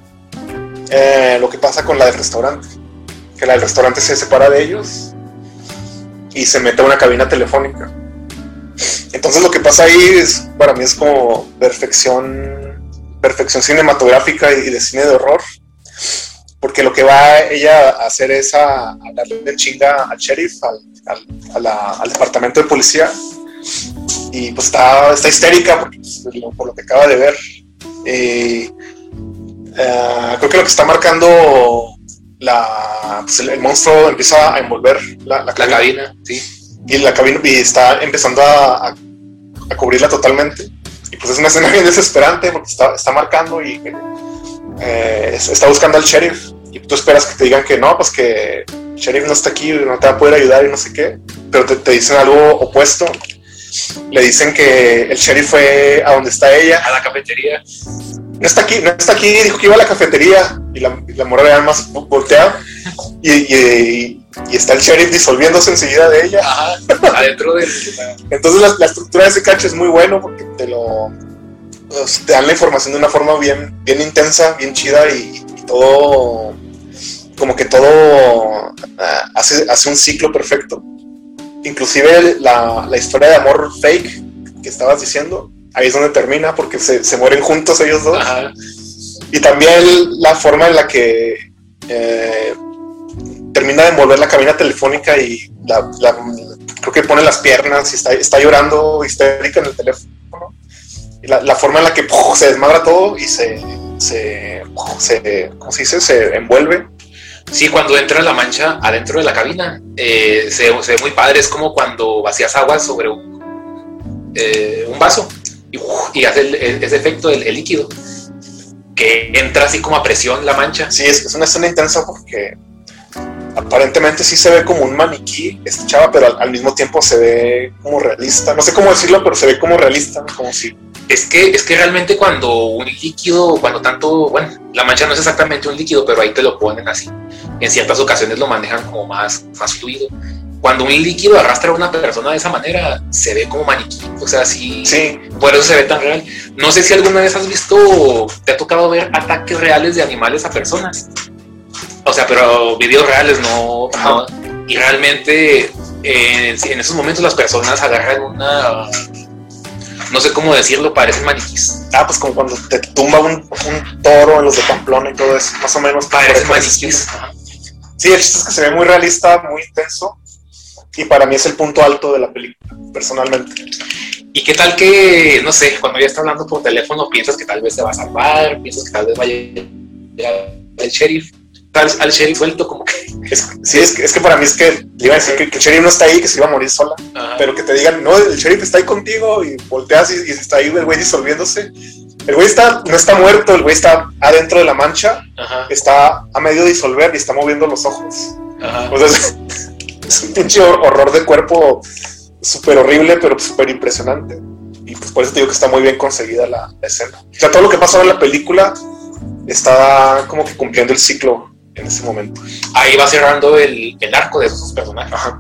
lo que pasa con la del restaurante. Que la del restaurante se separa de ellos y se mete a una cabina telefónica. Entonces lo que pasa ahí para mí es como perfección cinematográfica y de cine de horror. Porque lo que va ella a hacer es a darle chinga al sheriff, al departamento de policía. Y pues está histérica por lo que acaba de ver. Creo que lo que está marcando pues el monstruo empieza a envolver la cabina, sí. Y la cabina y está empezando a cubrirla totalmente. Y pues es una escena bien desesperante porque está marcando y está buscando al sheriff. Y tú esperas que te digan que no, pues que el sheriff no está aquí, no te va a poder ayudar y no sé qué. Pero te dicen algo opuesto. le dicen que el sheriff fue a donde está ella. A la cafetería. No está aquí, dijo que iba a la cafetería. Y la morra ya más voltea. Y está el sheriff disolviéndose enseguida de ella. Ajá, adentro de... Entonces la estructura de ese cacho es muy bueno porque te dan la información de una forma bien intensa, bien chida y todo, como que todo hace un ciclo perfecto. Inclusive la historia de amor fake que estabas diciendo, ahí es donde termina porque se mueren juntos ellos dos. Ajá. Y también la forma en la que termina de envolver la cabina telefónica y creo que pone las piernas y está llorando histérica en el teléfono. Y la forma en la que se desmadra todo y ¿cómo se dice? Se envuelve. Sí, cuando entra la mancha adentro de la cabina, se ve muy padre. Es como cuando vacías agua sobre un vaso y hace ese efecto del líquido, que entra así como a presión la mancha. Sí, es una escena intensa porque aparentemente sí se ve como un maniquí esta chava, pero al mismo tiempo se ve como realista. No sé cómo decirlo, pero se ve como realista, como si... Es que realmente cuando un líquido, la mancha no es exactamente un líquido, pero ahí te lo ponen así. En ciertas ocasiones lo manejan como más fluido. Cuando un líquido arrastra a una persona de esa manera, se ve como maniquí. O sea, sí. Por eso se ve tan real. No sé si alguna vez has visto, te ha tocado ver ataques reales de animales a personas. O sea, pero videos reales, no. Y realmente en esos momentos las personas agarran una... No sé cómo decirlo, parecen maniquís. Pues como cuando te tumba un toro en los de Pamplona y todo eso, más o menos. Parecen maniquís. Sí, el chiste es que se ve muy realista, muy intenso. Y para mí es el punto alto de la película, personalmente. ¿Y qué tal que, no sé, cuando ya está hablando por teléfono, piensas que tal vez te va a salvar, piensas que tal vez vaya a llegar el sheriff? Al sheriff suelto, como que... Es que para mí es que le iba a decir que el sheriff no está ahí, que se iba a morir sola. Ajá. Pero que te digan, no, el sheriff está ahí contigo, y volteas y está ahí el güey disolviéndose. El güey no está muerto, el güey está adentro de la mancha. Ajá. Está a medio de disolver y está moviendo los ojos. Ajá. O sea, es un pinche horror de cuerpo súper horrible, pero súper impresionante. Y pues por eso te digo que está muy bien conseguida la escena. O sea, todo lo que pasa en la película está como que cumpliendo el ciclo en ese momento. Ahí va cerrando el arco de esos personajes. Ajá.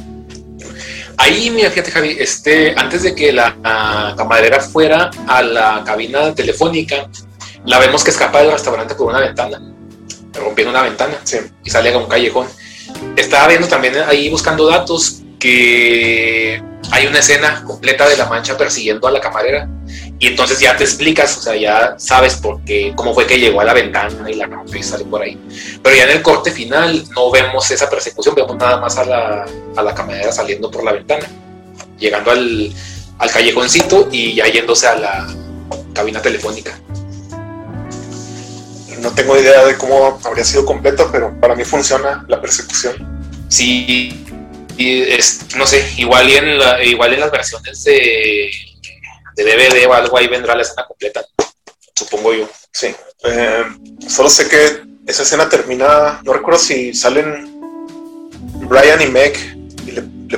Ahí, mira, fíjate, Javi, antes de que la camarera fuera a la cabina telefónica, la vemos que escapa del restaurante por una ventana, rompiendo una ventana, sí, y sale a un callejón. Estaba viendo también ahí, buscando datos, que hay una escena completa de la mancha persiguiendo a la camarera, y entonces ya te explicas, o sea, ya sabes cómo fue que llegó a la ventana y la rompió y sale por ahí. Pero ya en el corte final no vemos esa persecución, vemos nada más a la camarera saliendo por la ventana, llegando al callejoncito y ya yéndose a la cabina telefónica. No tengo idea de cómo habría sido completo, pero para mí funciona la persecución. Sí, y no sé, igual en las versiones de DVD o algo, ahí vendrá la escena completa, supongo yo. Sí, solo sé que esa escena termina, no recuerdo si salen Brian y Meg y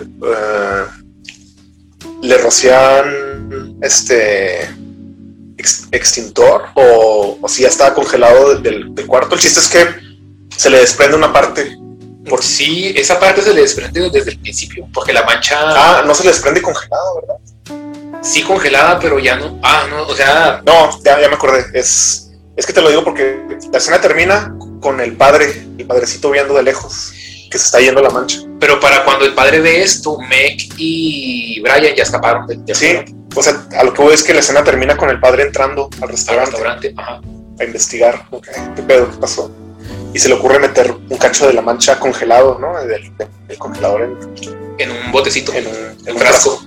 le rocian extintor o si ya estaba congelado del cuarto. El chiste es que se le desprende una parte. Sí, esa parte se le desprende desde el principio, porque la mancha... no se le desprende congelado, ¿verdad? Sí, congelada, pero ya no. No, o sea... No, ya me acordé. Es que te lo digo porque la escena termina con el padrecito viendo de lejos que se está yendo la mancha. Pero para cuando el padre ve esto, Meg y Brian ya escaparon del sí, o sea, a lo que voy es que la escena termina con el padre entrando al restaurante. Ajá. A investigar, ¿qué pedo? ¿Qué pasó? Y se le ocurre meter un cacho de la mancha congelado, ¿no? Del congelador en un botecito, en un frasco.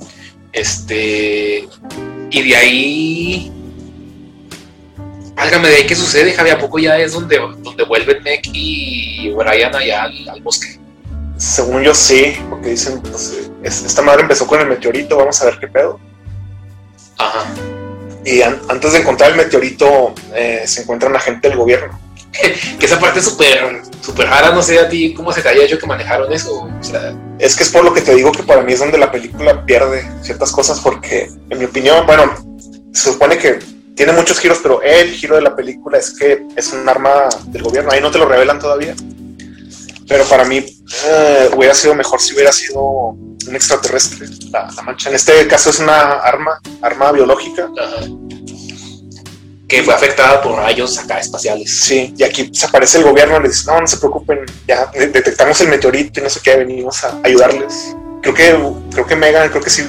Y de ahí... Válgame, de ahí, ¿qué sucede, Javi? ¿A poco ya es donde vuelven Meg y Brian allá al bosque? Según yo sí, porque dicen, pues, esta madre empezó con el meteorito, vamos a ver qué pedo. Ajá. Y antes de encontrar el meteorito, se encuentran agentes del gobierno. Que esa parte es súper súper rara, no sé a ti cómo se te haya hecho que manejaron eso, o sea... Es que es por lo que te digo que para mí es donde la película pierde ciertas cosas, porque en mi opinión, bueno, se supone que tiene muchos giros, pero el giro de la película es que es un arma del gobierno, ahí no te lo revelan todavía, pero para mí hubiera sido mejor si hubiera sido un extraterrestre, la mancha. En este caso es una arma biológica. Ajá. Que fue afectada por rayos acá espaciales. Sí, y aquí se aparece el gobierno y le dice, no se preocupen, ya detectamos el meteorito y no sé qué, venimos a ayudarles. Creo que Megan, creo que sí,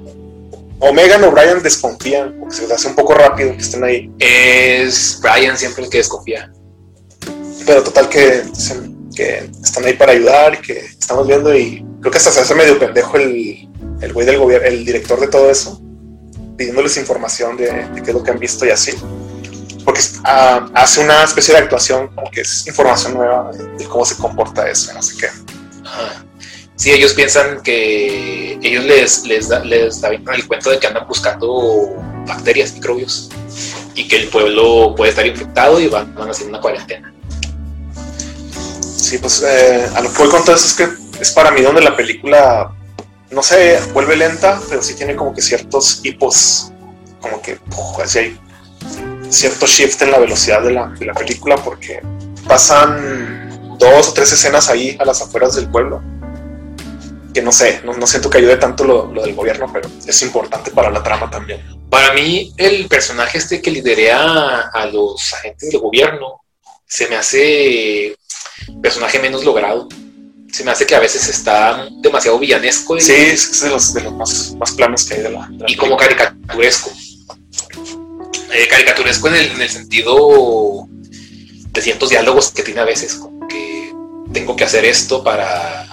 o Megan o Brian desconfían, porque se les hace un poco rápido que estén ahí. Es Brian siempre el que desconfía. Pero total que dicen que están ahí para ayudar y que estamos viendo, y creo que hasta se hace medio pendejo el güey del gobierno, el director de todo eso, pidiéndoles información de qué es lo que han visto y así. Porque hace una especie de actuación como que es información nueva de cómo se comporta eso, no sé qué. Ajá. Sí, ellos piensan que ellos les avientan el cuento de que andan buscando bacterias, microbios, y que el pueblo puede estar infectado y van a hacer una cuarentena. Sí, pues a lo que voy con todo eso es que es para mí donde la película, no sé, vuelve lenta, pero sí tiene como que ciertos hipos, como que así hay cierto shift en la velocidad de la película, porque pasan 2 o 3 escenas ahí a las afueras del pueblo, que no sé, no siento que ayude tanto lo del gobierno, pero es importante para la trama también. Para mí, el personaje que liderea a los agentes del gobierno se me hace personaje menos logrado. Se me hace que a veces está demasiado villanesco. Sí, es de los más planos que hay de la y como caricaturesco. Caricaturesco en el sentido de ciertos diálogos que tiene a veces, como que tengo que hacer esto para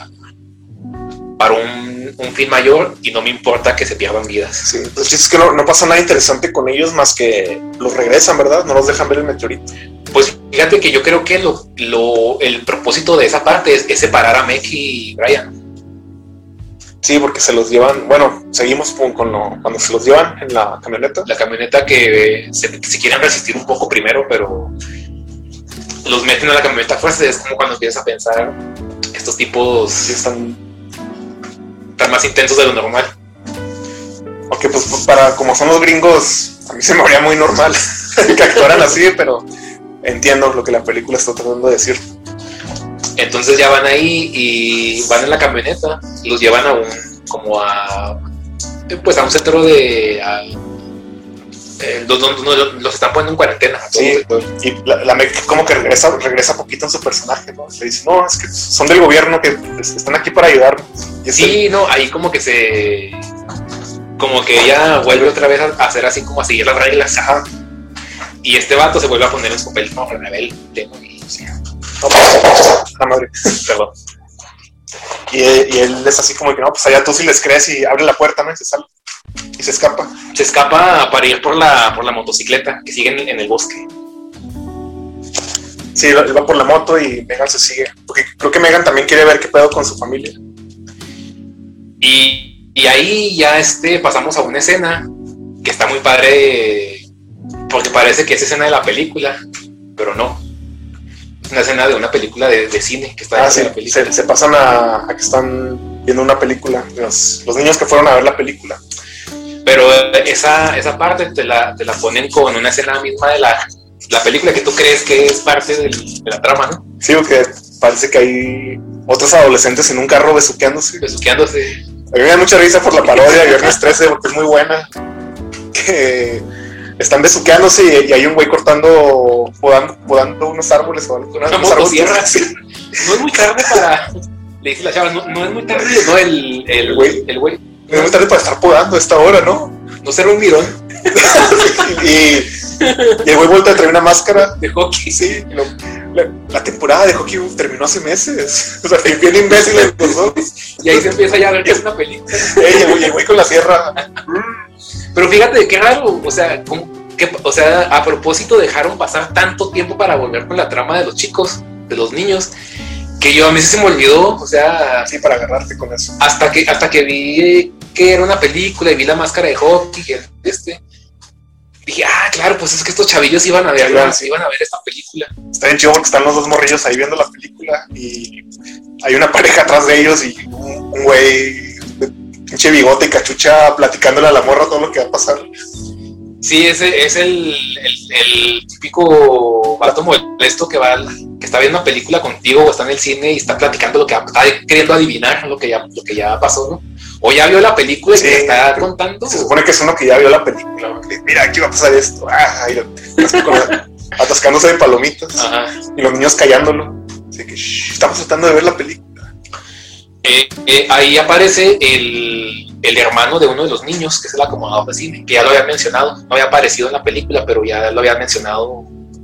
un fin mayor y no me importa que se pierdan vidas. Sí, pues es que no pasa nada interesante con ellos más que los regresan, ¿verdad? No los dejan ver el meteorito. Pues fíjate que yo creo que el propósito de esa parte es separar a Meg y Brian. Sí, porque se los llevan, bueno, seguimos cuando se los llevan en la camioneta. La camioneta que se quieren resistir un poco primero, pero los meten a la camioneta a fuerza. Es como cuando empiezas a pensar, estos tipos sí están más intensos de lo normal. Porque pues como son los gringos, a mí se me haría muy normal que actuaran así, pero entiendo lo que la película está tratando de decir. Entonces ya van ahí y van en la camioneta y los llevan a un centro de los están poniendo en cuarentena. Sí, y la Meg como que regresa poquito en su personaje, ¿no? Le dice, no, es que son del gobierno que están aquí para ayudarnos. Sí, no, ahí como que ella vuelve otra vez a hacer así como a seguir las reglas. Ajá. Y este vato se vuelve a poner en su papel como rebelde, ¿no? Y, sí. No, pues, la madre. Perdón. Y él es así como que, no, pues allá tú sí les crees y abre la puerta, ¿no? Y se sale. Y se escapa. Se escapa para ir por la motocicleta que sigue en el bosque. Sí, él va por la moto y Megan se sigue. Porque creo que Megan también quiere ver qué pedo con su familia. Y ahí ya pasamos a una escena que está muy padre, porque parece que es escena de la película, pero no. Es una escena de una película de cine que está sí, en la película. Se pasan a que están viendo una película, los niños que fueron a ver la película. Pero esa parte te la ponen con una escena misma de la película que tú crees que es parte de la trama, ¿no? Sí, porque parece que hay otros adolescentes en un carro besuqueándose. A mí me da mucha risa por la parodia de Viernes 13 porque es muy buena. Que están besuqueándose y hay un güey podando unos árboles o una motosierra. No es muy tarde para... Le dice la chava, no es muy tarde, no el güey. No es muy tarde para estar podando a esta hora, ¿no? No ser un mirón. y el güey vuelve a traer una máscara de hockey. Sí, la temporada de hockey terminó hace meses. O sea, bien imbéciles los dos. Y ahí se empieza ya a ver que es una película. Y el güey con la sierra. Pero fíjate, qué raro. O sea, a propósito dejaron pasar tanto tiempo para volver con la trama de los chicos, de los niños, que a mí se me olvidó. O sea, sí, para agarrarte con eso. Hasta que vi que era una película y vi la máscara de hockey, dije, claro, pues es que estos chavillos iban a ver esta película. Está bien chido porque están los dos morrillos ahí viendo la película y hay una pareja atrás de ellos y un güey de pinche bigote y cachucha platicándole a la morra todo lo que va a pasar. Sí, ese es el típico vato molesto que está viendo una película contigo o está en el cine y está platicando está queriendo adivinar lo que ya pasó, ¿no? O ya vio la película y te está contando. Se supone que es uno que ya vio la película. Mira, aquí va a pasar esto. Atascándose de palomitas. Ajá. Y los niños callándolo. Así que estamos tratando de ver la película. Ahí aparece el hermano de uno de los niños, que es el acomodador de cine, que ya lo había mencionado. No había aparecido en la película, pero ya lo había mencionado,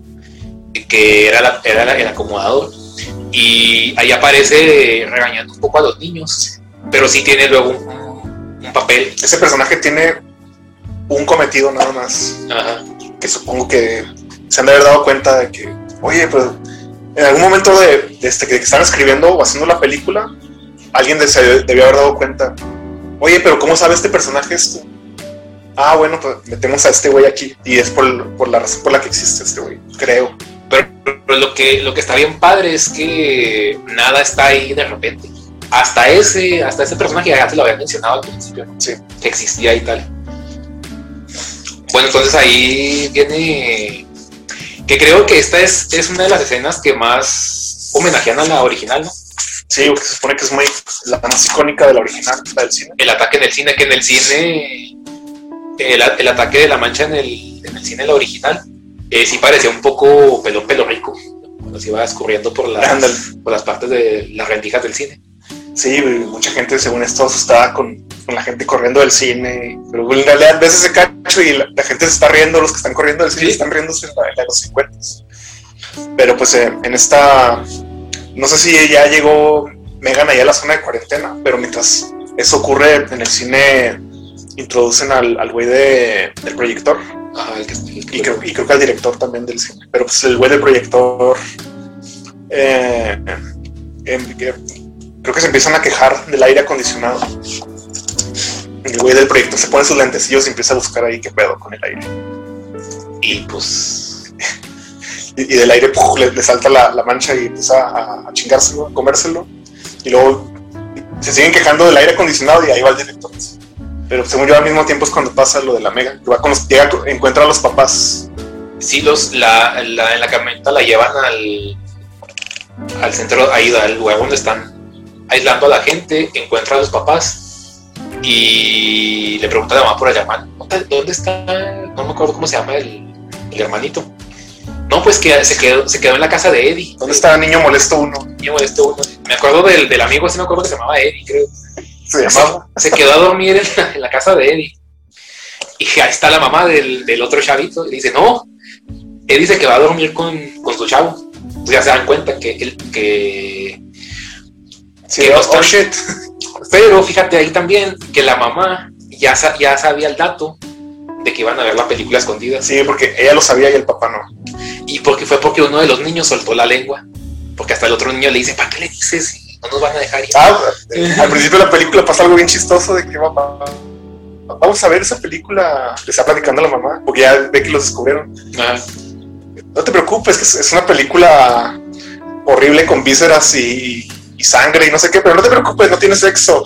que era el acomodador. Y ahí aparece regañando un poco a los niños. Pero sí tiene luego un papel. Ese personaje tiene un cometido nada más. Ajá. Que supongo que se han de haber dado cuenta de que, oye, pues en algún momento de que están escribiendo o haciendo la película, alguien se debió haber dado cuenta. Oye, pero ¿cómo sabe este personaje esto? Bueno, pues metemos a este güey aquí. Y es por la razón por la que existe este güey, creo. Pero lo que está bien padre es que nada está ahí de repente. Hasta ese personaje ya te lo había mencionado al principio, ¿no? Sí. Que existía y tal. Bueno, entonces ahí viene que creo que esta es una de las escenas que más homenajean a la original, ¿no? Sí, porque se supone que es la más icónica de la original, la del cine. El ataque en el cine, que en el cine el ataque de la mancha en el cine, la original, sí parecía un poco pelo rico, cuando se iba escurriendo por las partes de las rendijas del cine. Sí, mucha gente según esto asustada con la gente corriendo del cine, pero en realidad ves ese cacho y la gente se está riendo, los que están corriendo del cine están riéndose en los 50. Pero pues en esta, no sé si ya llegó Megan allá a la zona de cuarentena, pero mientras eso ocurre en el cine introducen al güey del proyector. Y creo que al director también del cine, pero pues el güey del proyector creo que se empiezan a quejar del aire acondicionado. El güey del proyector se pone sus lentecillos y empieza a buscar ahí qué pedo con el aire. Y pues... y del aire le salta la mancha y empieza a chingárselo, a comérselo. Y luego se siguen quejando del aire acondicionado y ahí va el director. Pero según yo al mismo tiempo es cuando pasa lo de la Mega. Encuentra a los papás. Sí, en la camioneta la llevan al centro, ahí al lugar donde están aislando a la gente, encuentra a los papás y le pregunta a la mamá por la llamada, ¿dónde está? No me acuerdo cómo se llama el hermanito. No, pues que se quedó en la casa de Eddie. ¿Dónde está Niño Molesto 1? Niño Molesto 1. Me acuerdo del amigo, sí me acuerdo que se llamaba Eddie, creo. Se quedó a dormir en la casa de Eddie. Y ahí está la mamá del otro chavito. Y dice, no, Eddie se quedó a dormir con su chavo. Pues ya se dan cuenta que sí, no shit. Pero fíjate ahí también que la mamá ya sabía el dato de que iban a ver la película escondida. Sí, porque ella lo sabía y el papá no. Y porque uno de los niños soltó la lengua. Porque hasta el otro niño le dice, ¿para qué le dices? No nos van a dejar ir. Al principio de la película pasa algo bien chistoso de que vamos a ver esa película. Le está platicando a la mamá, porque ya ve que los descubrieron. No te preocupes, que es una película horrible con vísceras y sangre y no sé qué, pero no te preocupes, no tiene sexo.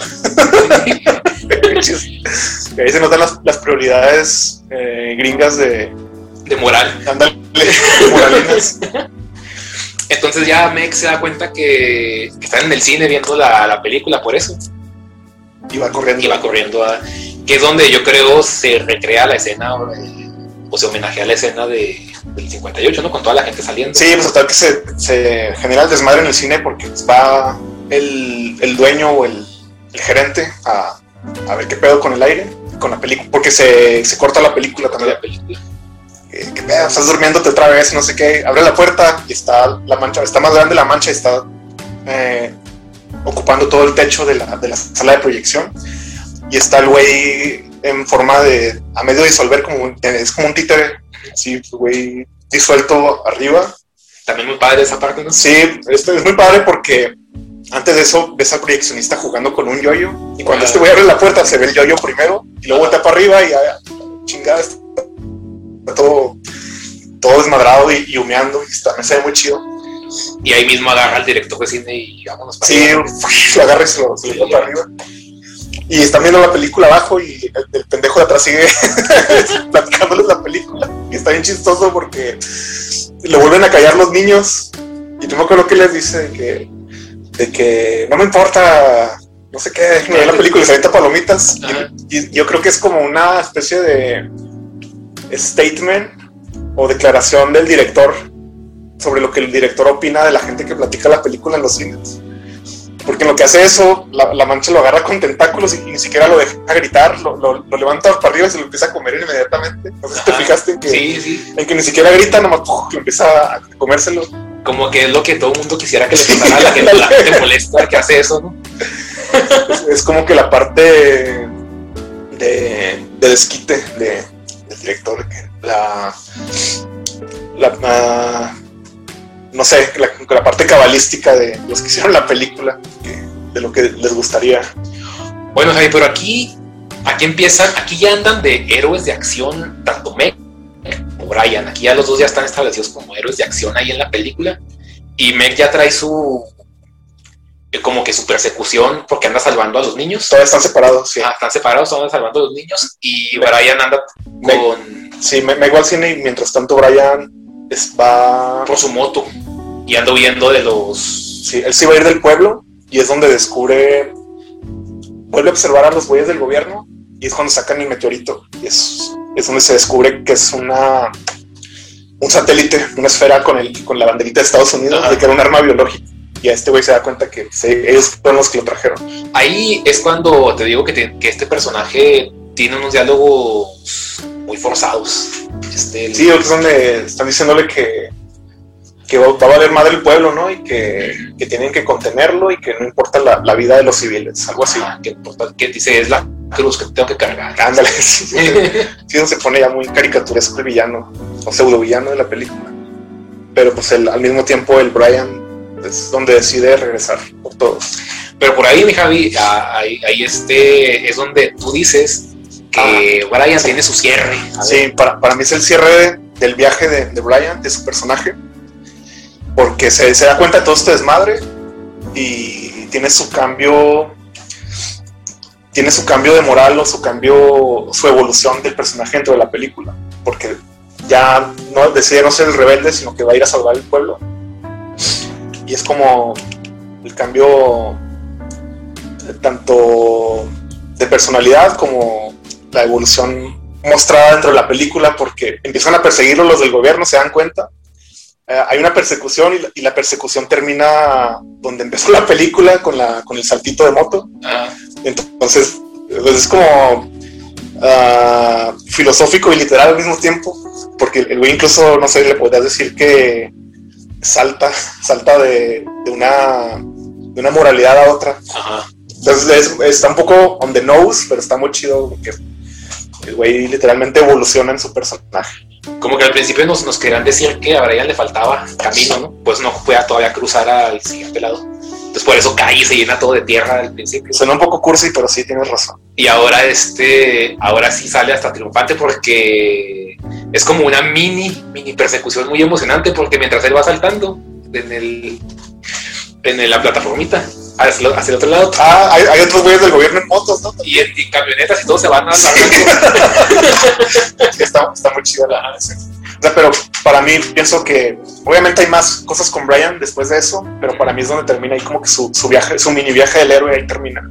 Y ahí se notan las prioridades gringas de moral. Ándale, moralinas. Entonces ya Meg se da cuenta que están en el cine viendo la película por eso. Y va corriendo. Que es donde yo creo se recrea la escena o se homenajea a la escena del 58, ¿no? Con toda la gente saliendo. Sí, pues hasta que se genera el desmadre en el cine porque va el dueño o el gerente a ver qué pedo con el aire, con la película, porque se corta la película también. ¿Qué pedo? Estás durmiéndote otra vez, no sé qué. Abre la puerta y está la mancha, está más grande la mancha y está ocupando todo el techo de la sala de proyección. Y está el güey en forma a medio disolver, es como un títere, así, güey, disuelto arriba. También muy padre esa parte, ¿no? Sí, esto es muy padre porque antes de eso ves al proyeccionista jugando con un yoyo y cuando este güey abre la puerta se ve el yoyo primero y luego voltea para arriba y chingada, está todo desmadrado y humeando, y me se ve muy chido. Y ahí mismo agarra al director de cine y vámonos para arriba. Sí, lo agarra y se lo lleva para arriba. Y están viendo la película abajo y el pendejo de atrás sigue platicándoles la película. Y está bien chistoso porque le vuelven a callar los niños. Y no me acuerdo qué les dice de que no me importa, no sé qué, me ve la película y se avienta palomitas. Y yo creo que es como una especie de statement o declaración del director sobre lo que el director opina de la gente que platica la película en los cines. Porque en lo que hace eso, la mancha lo agarra con tentáculos y ni siquiera lo deja gritar, lo levanta para arriba y se lo empieza a comer inmediatamente. No sé si te fijaste en que, en que ni siquiera grita, nomás que empieza a comérselo. Como que es lo que todo el mudo quisiera que le pasara a la gente molesta que hace eso, ¿no? Es como que la parte de desquite del director, que no sé, la parte cabalística de los que hicieron la película, de lo que les gustaría. Bueno, Javi, pero aquí empiezan, aquí ya andan de héroes de acción, tanto Meg como Brian. Aquí ya los dos ya están establecidos como héroes de acción ahí en la película. Y Meg ya trae como que su persecución porque anda salvando a los niños. Todavía están separados, sí. Están separados, andan salvando a los niños. Y Brian anda con... Sí, Meg va al cine y mientras tanto Brian va por su moto y anda huyendo de los... Sí, él se iba a ir del pueblo y es donde vuelve a observar a los güeyes del gobierno y es cuando sacan el meteorito y es donde se descubre que es un satélite, una esfera con la banderita de Estados Unidos, de que era un arma biológica. Y a este güey se da cuenta que ellos fueron los que lo trajeron. Ahí es cuando te digo que este personaje tiene unos diálogos muy forzados. Sí, es donde están diciéndole que va a valer madre el pueblo, ¿no? Y que tienen que contenerlo y que no importa la vida de los civiles, algo así. Que dice, es la cruz que tengo que cargar. Ándale, sí, se pone ya muy caricaturesco el villano, o pseudo villano de la película. Pero pues al mismo tiempo el Brian es donde decide regresar por todos. Pero por ahí, mi Javi, ahí es donde tú dices que Brian tiene su cierre. Sí, para mí es el cierre del viaje de Brian, de su personaje, porque se da cuenta de todo este desmadre y tiene su cambio de moral o su evolución del personaje dentro de la película, porque ya no decide no ser el rebelde, sino que va a ir a salvar el pueblo. Y es como el cambio tanto de personalidad como la evolución mostrada dentro de la película, porque empiezan a perseguirlo los del gobierno, se dan cuenta. Hay una persecución y la persecución termina donde empezó la película con el saltito de moto. Entonces es como filosófico y literal al mismo tiempo, porque el güey incluso, no sé, le podrías decir que salta de una moralidad a otra. Entonces está un poco on the nose, pero está muy chido porque el güey literalmente evoluciona en su personaje. Como que al principio nos querían decir que a Brian le faltaba camino, ¿no? Pues no podía todavía cruzar al siguiente lado. Entonces por eso cae y se llena todo de tierra al principio. Suena un poco cursi, pero sí tienes razón. Y ahora sí sale hasta triunfante porque es como una mini persecución muy emocionante, porque mientras él va saltando en la plataformita hacia el otro lado. Hay otros güeyes del gobierno en motos, ¿no? Y en camionetas y todos se van a sí, está muy chida la escena. O sea, pero para mí pienso que obviamente hay más cosas con Brian después de eso, pero para mí es donde termina ahí como que su viaje, su mini viaje del héroe ahí termina.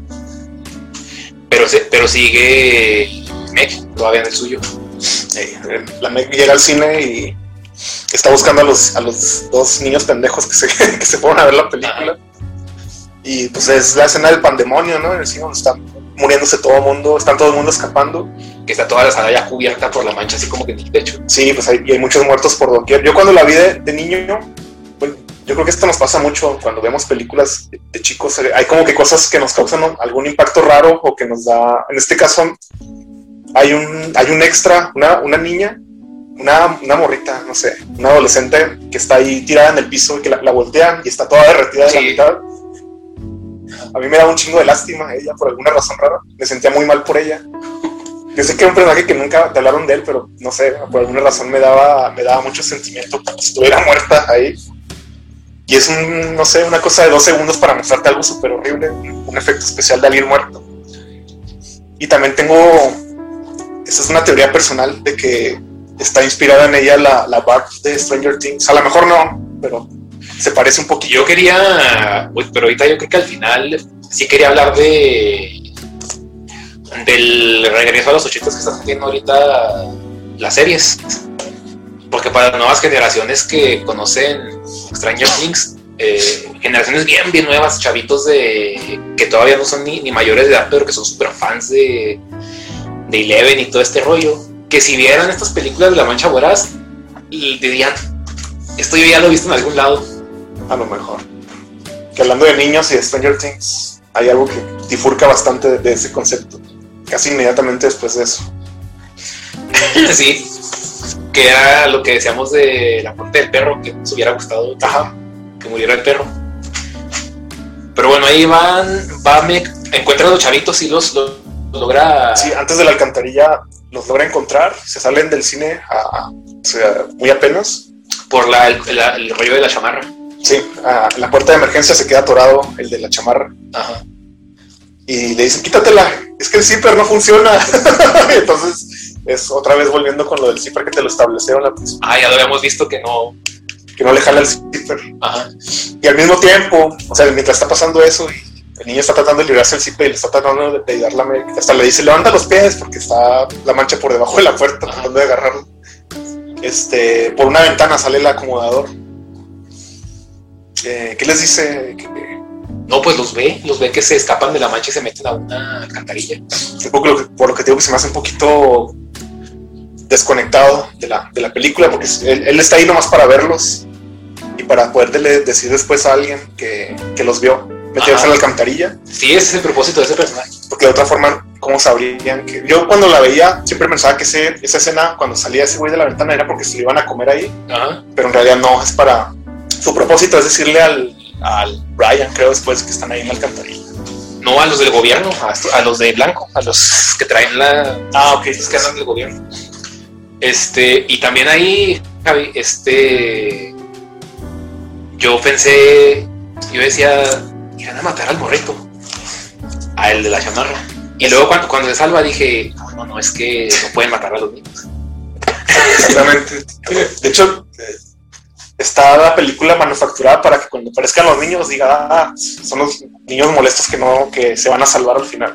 Pero sigue Meg todavía en el suyo. La Meg llega al cine y está buscando a los dos niños pendejos que se fueron a ver la película. Y pues es la escena del pandemonio, ¿no? En el cine donde está muriéndose todo el mundo, están todo el mundo escapando. Que está toda la sala ya cubierta por la mancha, así como que en el techo. Sí, pues hay muchos muertos por doquier. Yo cuando la vi de niño, pues, yo creo que esto nos pasa mucho cuando vemos películas de chicos. Hay como que cosas que nos causan algún impacto raro o que nos da... En este caso, hay un extra, una niña, una morrita, no sé, una adolescente que está ahí tirada en el piso y que la voltean y está toda derretida de la mitad. A mí me da un chingo de lástima ella por alguna razón rara. Me sentía muy mal por ella. Yo sé que era un personaje que nunca te hablaron de él, pero no sé, por alguna razón me daba mucho sentimiento como si estuviera muerta ahí. Y es no sé, una cosa de 2 segundos para mostrarte algo súper horrible, un efecto especial de alguien muerto. Y también esa es una teoría personal de que está inspirada en ella la Barb de Stranger Things. A lo mejor no, pero se parece un poquito. Yo quería, pero ahorita yo creo que al final sí quería hablar del regreso a los 80s que están haciendo ahorita las series. Porque para las nuevas generaciones que conocen Stranger Things, generaciones bien nuevas, chavitos que todavía no son ni mayores de edad, pero que son súper fans de Eleven y todo este rollo, que si vieran estas películas de La Mancha Voraz, dirían, esto yo ya lo he visto en algún lado. A lo mejor. Que hablando de niños y de Stranger Things, hay algo que bifurca bastante de ese concepto, casi inmediatamente después de eso. Sí, que era lo que decíamos de la muerte del perro, que nos hubiera gustado que muriera el perro. Pero bueno, ahí encuentra a los chavitos y los logra... Sí, antes de la alcantarilla los logra encontrar, se salen del cine o sea, muy apenas. Por el rollo de la chamarra. Sí, la puerta de emergencia se queda atorado, el de la chamarra. Ajá. Y le dicen, quítatela, es que el zipper no funciona. Entonces es otra vez volviendo con lo del zipper que te lo establecieron al principio. Ya lo habíamos visto que no le jala el zipper. Ajá. Y al mismo tiempo, o sea, mientras está pasando eso y el niño está tratando de librarse el zipper y le está tratando de ayudarla, hasta le dice, levanta los pies porque está la mancha por debajo de la puerta, tratando de agarrarlo. Por una ventana sale el acomodador. ¿Qué les dice? No, pues los ve que se escapan de la mancha y se meten a una alcantarilla. Un poco por lo que te digo que se me hace un poquito desconectado de la película, porque él está ahí nomás para verlos y para poderle decir después a alguien que los vio meterse en la alcantarilla. Sí, ese es el propósito de ese personaje. Porque de otra forma, ¿cómo sabrían que...? Yo cuando la veía siempre pensaba que esa escena, cuando salía ese güey de la ventana, era porque se lo iban a comer ahí. Ajá. Pero en realidad no, es para... Su propósito es decirle al Brian, creo, después que están ahí en la alcantarilla. No, a los del gobierno, a los de blanco, a los que traen la... ok. Es que andan del gobierno. Y también ahí, Javi, yo decía, iban a matar al morrito, a el de la chamarra. Y luego cuando se salva dije, no, es que no pueden matar a los niños. Exactamente. De hecho, está la película manufacturada para que cuando aparezcan los niños diga, son los niños molestos que se van a salvar al final.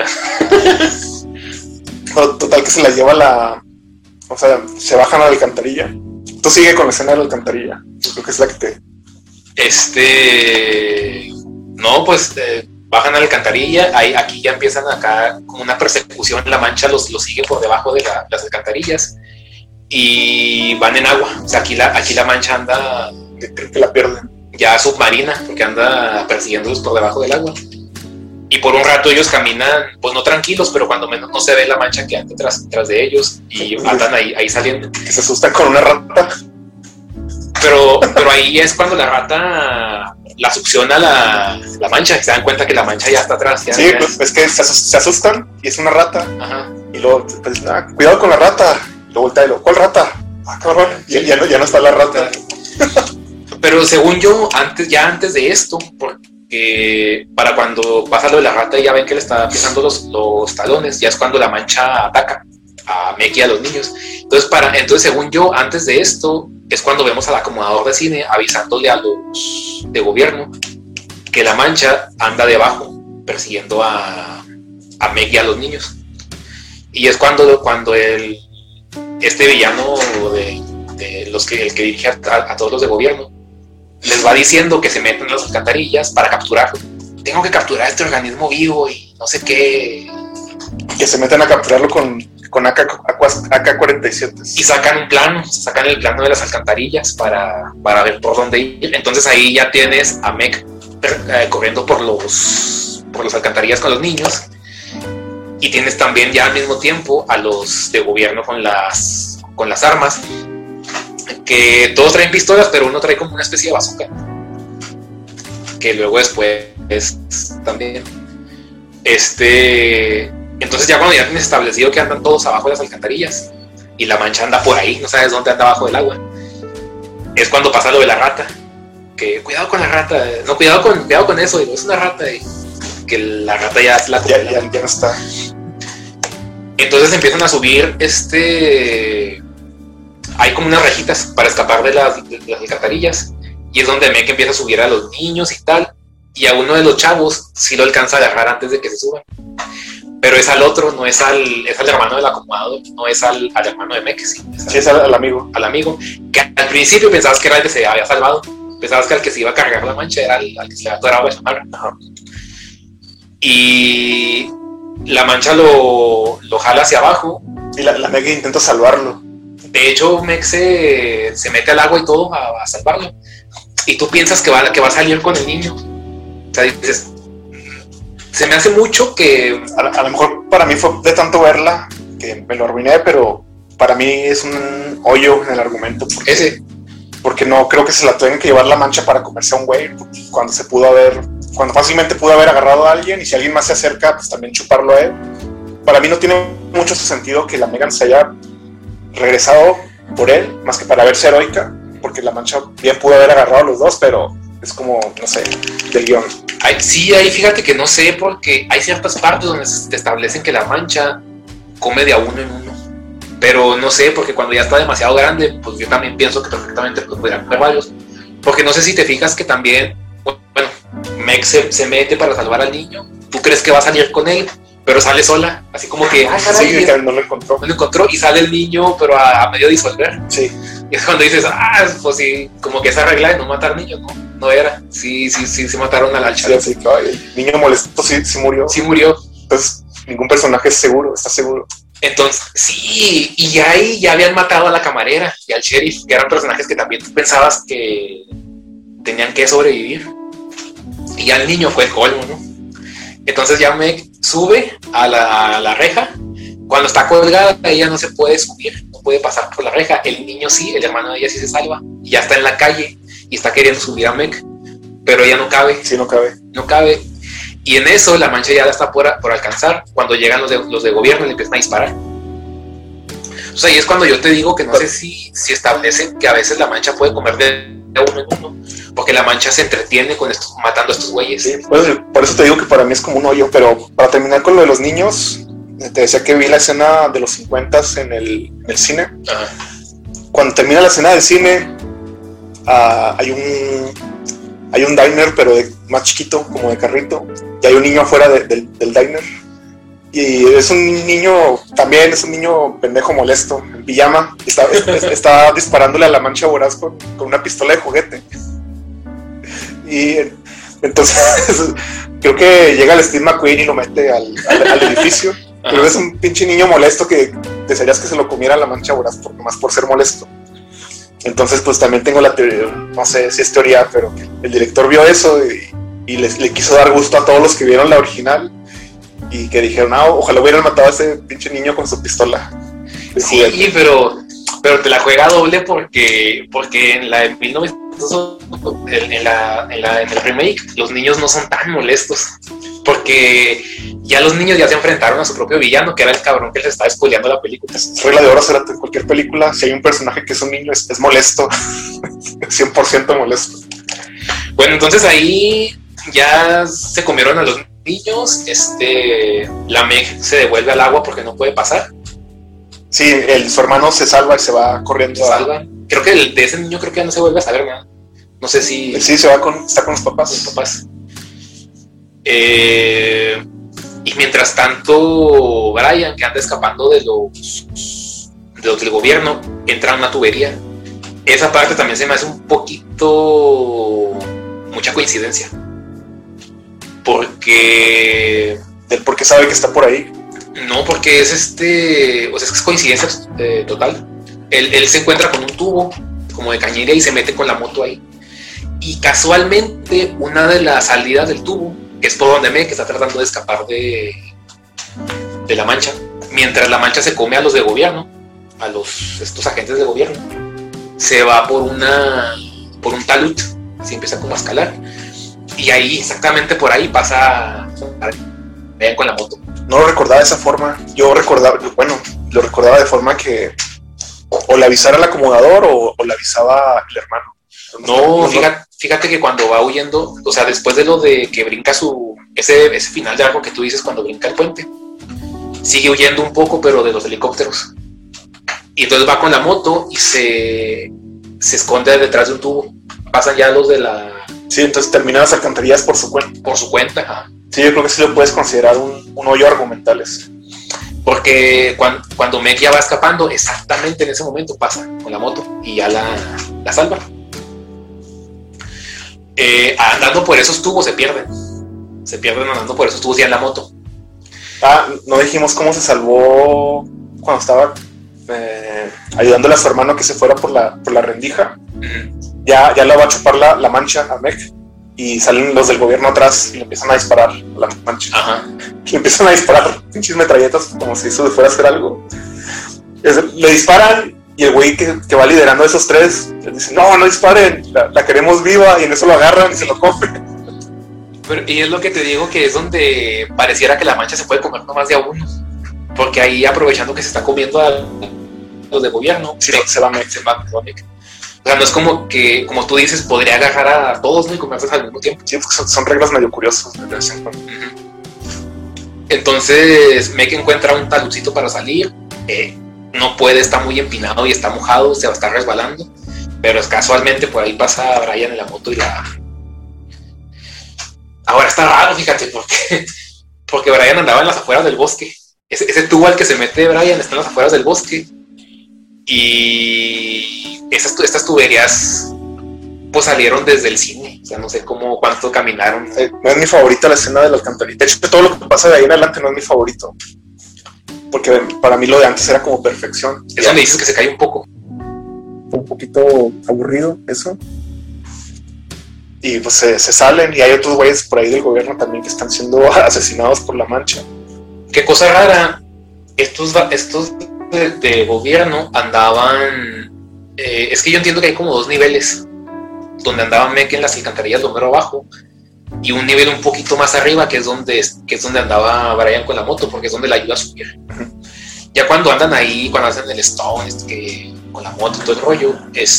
Total que se la lleva o sea, se bajan a la alcantarilla. Tú sigue con la escena de la alcantarilla. Yo creo que es la que bajan a la alcantarilla. Aquí ya empiezan acá como una persecución. La mancha los sigue por debajo de las alcantarillas y van en agua. O sea, aquí la mancha anda, creo que la pierden, ya submarina, porque anda persiguiéndolos por debajo del agua. Y por un rato ellos caminan, pues no tranquilos, pero cuando menos no se ve la mancha que anda tras de ellos y andan ahí saliendo. Que se asustan con una rata. Pero ahí es cuando la rata la succiona la mancha y se dan cuenta que la mancha ya está atrás. Sí, pues es que se asustan y es una rata. Ajá. Y luego, pues, cuidado con la rata. Y luego voltea y luego, ¿cuál rata? Cabrón. Y ya no está la rata. Pero según yo, antes de esto, porque para cuando pasa lo de la rata y ya ven que le está pisando los talones, ya es cuando la mancha ataca a Meg y a los niños. Entonces, según yo, antes de esto, es cuando vemos al acomodador de cine avisándole a los de gobierno que la mancha anda debajo persiguiendo a Meg y a los niños. Y es cuando este villano de los el que dirige a todos los de gobierno les va diciendo que se meten en las alcantarillas para capturarlo. Tengo que capturar este organismo vivo y no sé qué. Que se meten a capturarlo con AK-47. Y sacan el plano de las alcantarillas para ver por dónde ir. Entonces ahí ya tienes a Meg corriendo por las alcantarillas con los niños. Y tienes también ya al mismo tiempo a los de gobierno con las armas. Que todos traen pistolas, pero uno trae como una especie de bazooka. Que luego después también. Entonces ya cuando ya tienes establecido que andan todos abajo de las alcantarillas y la mancha anda por ahí, no sabes dónde anda abajo del agua, es cuando pasa lo de la rata. Que cuidado con la rata, no, cuidado con eso, digo, es una rata, y que la rata ya la ya no está. Entonces empiezan a subir hay como unas rejitas para escapar de las alcantarillas, y es donde Meg empieza a subir a los niños y tal, y a uno de los chavos sí lo alcanza a agarrar antes de que se suban, pero es al otro, no es es al hermano del acomodador, no es al hermano de Meg, sí es al amigo. Al amigo, que al principio pensabas que era el que se había salvado, pensabas que al que se iba a cargar la mancha era al que se le había atorado la chamarra. Y la mancha lo jala hacia abajo. Y la Meg intenta salvarlo. De hecho, Meg se mete al agua y todo a salvarlo. Y tú piensas que va a salir con el niño. O sea, dices, se me hace mucho que... A lo mejor para mí fue de tanto verla que me lo arruiné, pero para mí es un hoyo en el argumento. Porque no creo que se la tengan que llevar la mancha para comerse a un güey, cuando fácilmente pudo haber agarrado a alguien, y si alguien más se acerca, pues también chuparlo a él. Para mí no tiene mucho sentido que la Megan se haya regresado por él, más que para verse heroica, porque la mancha bien pudo haber agarrado a los dos, pero es como, no sé, del guión. Sí, ahí fíjate que no sé, porque hay ciertas partes donde te establecen que la mancha come de a uno en uno. Pero no sé, porque cuando ya está demasiado grande, pues yo también pienso que perfectamente podrían comer varios. Porque no sé si te fijas que también, bueno, Meg se mete para salvar al niño. Tú crees que va a salir con él, pero sale sola. Así como que, sí, no lo encontró. No lo encontró, y sale el niño, pero a medio disolver. Sí. Y es cuando dices, pues sí, como que esa regla de no matar niños, no era. Sí, mataron al chavo. Sí, el niño molesto sí murió. Sí murió. Entonces, ningún personaje es seguro, está seguro. Entonces, sí, y ahí ya habían matado a la camarera y al sheriff, que eran personajes que también tú pensabas que tenían que sobrevivir. Y ya el niño fue el colmo, ¿no? Entonces ya Meg sube a la reja. Cuando está colgada, ella no se puede subir, no puede pasar por la reja. El niño sí, el hermano de ella sí se salva. Y ya está en la calle y está queriendo subir a Meg, pero ella no cabe. Sí, no cabe. No cabe. Y en eso la mancha ya la está por alcanzar. Cuando llegan los de gobierno, le empiezan a disparar. O sea, y es cuando yo te digo que no sé si establecen que a veces la mancha puede comer de uno en uno, porque la mancha se entretiene matando a estos güeyes. Sí, pues, por eso te digo que para mí es como un hoyo. Pero para terminar con lo de los niños, te decía que vi la escena de los 50 en el cine. Ajá. Cuando termina la escena del cine, hay un diner, pero más chiquito, como de carrito, y hay un niño afuera del diner, y es un niño pendejo molesto, en pijama, y está disparándole a la mancha voraz con una pistola de juguete. Y entonces creo que llega el Steve McQueen y lo mete al edificio. Pero es un pinche niño molesto que desearías que se lo comiera la mancha voraz nomás por ser molesto. Entonces, pues también tengo la teoría, no sé si es teoría, pero el director vio eso y le quiso dar gusto a todos los que vieron la original y que dijeron, ojalá hubieran matado a ese pinche niño con su pistola. Sí, pero te la juega doble porque en la de 1900, en el remake, los niños no son tan molestos. Porque ya los niños ya se enfrentaron a su propio villano, que era el cabrón que les estaba spoileando la película. Es regla de oro, en cualquier película, si hay un personaje que es un niño, es molesto. 100% molesto. Bueno, entonces ahí ya se comieron a los niños. La Meg se devuelve al agua porque no puede pasar. Sí, su hermano se salva y se va corriendo. Se salva. Creo que de ese niño creo que ya no se vuelve a saber nada. No sé si... Sí, está con los papás. Y mientras tanto, Brian, que anda escapando de los del gobierno, entra a una tubería. Esa parte también se me hace un poquito mucha coincidencia, porque sabe que está por ahí. No, porque es o sea, es que es coincidencia total. Él se encuentra con un tubo como de cañería y se mete con la moto ahí, y casualmente una de las salidas del tubo, que es por donde Meg está tratando de escapar de la mancha, mientras la mancha se come a los de gobierno, a estos agentes de gobierno, se va por un talud, se empieza como a escalar, y ahí exactamente por ahí pasa con la moto. no lo recordaba de esa forma. Yo recordaba, bueno, lo recordaba de forma que o le avisara al acomodador o le avisaba el hermano. No, fíjate que cuando va huyendo, o sea, después de lo de que brinca ese final de algo que tú dices cuando brinca el puente, sigue huyendo un poco, pero de los helicópteros. Y entonces va con la moto y se esconde detrás de un tubo. Pasan ya los de la... Sí, entonces termina las alcantarillas por su cuenta. Por su cuenta, ajá. Sí, yo creo que sí lo puedes considerar un hoyo argumental ese. Porque cuando Meg ya va escapando, exactamente en ese momento pasa con la moto y ya la salva. Andando por esos tubos se pierden andando por esos tubos ya en la moto. No dijimos cómo se salvó cuando estaba ayudándole a su hermano que se fuera por la rendija. Uh-huh. Ya la va a chupar la mancha a Meg y salen los del gobierno atrás y le empiezan a disparar a la mancha. Ajá. Y empiezan a disparar pinches metralletas como si eso fuera a hacer algo. Le disparan y el güey que va liderando a esos tres les dice, no disparen, la queremos viva, y en eso lo agarran y se lo comen. Y es lo que te digo, que es donde pareciera que la mancha se puede comer nomás de a uno, porque ahí aprovechando que se está comiendo a los de gobierno, sí, se va Meg. O sea, no es como que, como tú dices, podría agarrar a todos, ¿no? Y comerlos al mismo tiempo. Sí, porque son reglas medio curiosas de vez en cuando. Entonces Meg encuentra un talucito para salir, no puede, está muy empinado y está mojado, se va a estar resbalando, pero casualmente por ahí pasa Brian en la moto y la... Ahora está raro, fíjate, porque Brian andaba en las afueras del bosque. Ese tubo al que se mete Brian está en las afueras del bosque, y estas tuberías pues salieron desde el cine, o sea, no sé cuánto caminaron. No es mi favorita la escena de la alcantarilla. De hecho, todo lo que pasa de ahí en adelante no es mi favorito, porque para mí lo de antes era como perfección. Es donde dices que se cae un poco. Un poquito aburrido eso. Y pues se salen, y hay otros güeyes por ahí del gobierno también que están siendo asesinados por la mancha. Qué cosa rara, estos de gobierno andaban... es que yo entiendo que hay como dos niveles, donde andaba Meg en las alcantarillas lo mero abajo, y un nivel un poquito más arriba, que es donde andaba Brian con la moto, porque es donde la ayuda a subir. Uh-huh. Ya cuando andan ahí, cuando hacen el stone, con la moto y todo el rollo,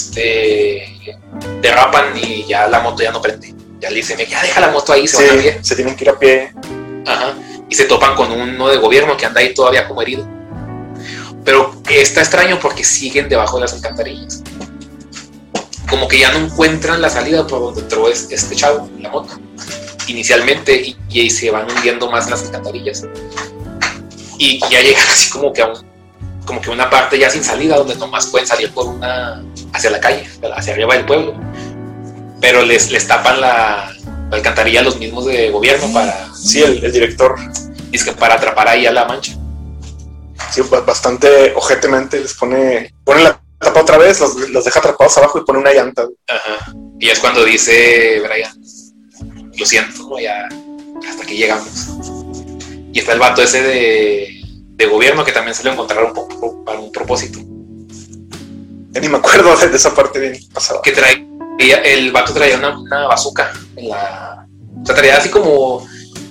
derrapan y ya la moto ya no prende. Ya le dicen, ya deja la moto ahí, se van a pie. Se tienen que ir a pie. Ajá. Y se topan con uno de gobierno que anda ahí todavía como herido. Pero está extraño porque siguen debajo de las alcantarillas. Como que ya no encuentran la salida por donde entró este chavo, la moto, inicialmente, y se van hundiendo más en las alcantarillas. Y ya llegan así como que una parte ya sin salida, donde nomás pueden salir hacia la calle, hacia arriba del pueblo. Pero les tapan la alcantarilla a los mismos de gobierno para... Sí, el director. Dice que para atrapar ahí a la mancha. Sí, bastante ojetemente les pone la tapa otra vez, los deja atrapados abajo y pone una llanta. Ajá. Y es cuando dice Brian, lo siento, ¿no? Ya hasta aquí llegamos. Y está el vato ese de gobierno que también se lo encontraron para un propósito. Ya ni me acuerdo de esa parte bien pasada. Que el vato traía una bazooka en la... O sea, traía así como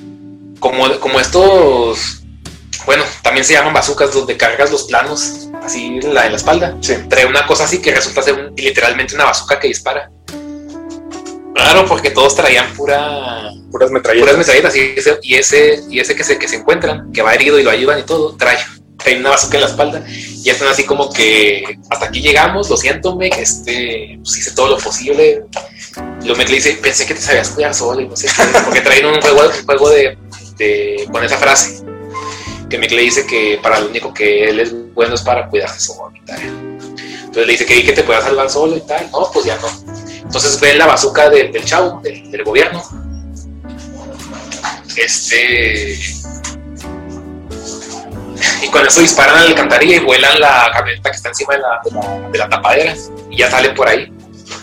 estos... Bueno, también se llaman bazookas, donde cargas los planos así en la espalda. Sí. Trae una cosa así que resulta ser literalmente una bazooka que dispara. Claro, porque todos traían puras metralletas. Y ese que se encuentran, que va herido y lo ayudan y todo, trae una bazooka en la espalda. Y están así como que hasta aquí llegamos, lo siento, Meg, pues hice todo lo posible. Lo Meg le dice, pensé que te sabías cuidar solo y no sé qué, porque traen un juego de con esa frase. Que Meg le dice que para lo único que él es bueno es para cuidarse solo y tal. Entonces le dice que te pueda salvar solo y tal. No, pues ya no. Entonces ven la bazooka del chavo, del gobierno. Y con eso disparan a la alcantarilla y vuelan la camioneta que está encima de la tapadera. Y ya salen por ahí.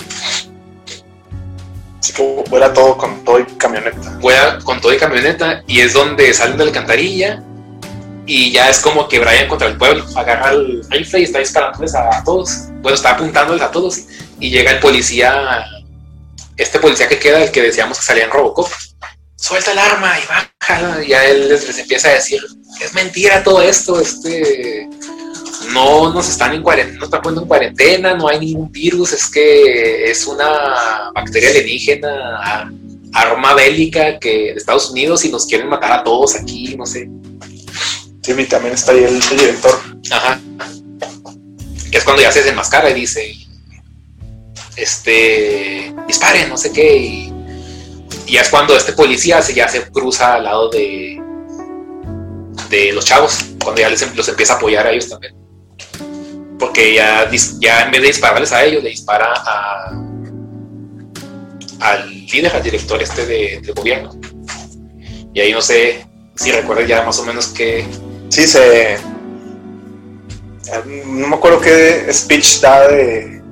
Así que vuela todo con todo y camioneta. Vuela con todo y camioneta. Y es donde salen de la alcantarilla. Y ya es como que Brian contra el pueblo agarra el rifle y está disparándoles a todos. Bueno, está apuntándoles a todos. Y llega el policía, este policía que queda, el que decíamos que salía en Robocop. suelta el arma y baja. Y ya él les empieza a decir, es mentira todo esto, no nos están en cuarentena, no están poniendo en cuarentena, no hay ningún virus, es que es una bacteria alienígena, arma bélica de Estados Unidos y nos quieren matar a todos aquí, no sé. Sí, y también está ahí el director. Ajá. Es cuando ya se desenmascara y dice, disparen, no sé qué, y ya es cuando este policía ya se cruza al lado de los chavos, cuando ya los empieza a apoyar a ellos también. Porque ya en vez de dispararles a ellos, le dispara al líder, al director del gobierno. Y ahí no sé si recuerdas ya más o menos que... Sí, no me acuerdo qué speech da de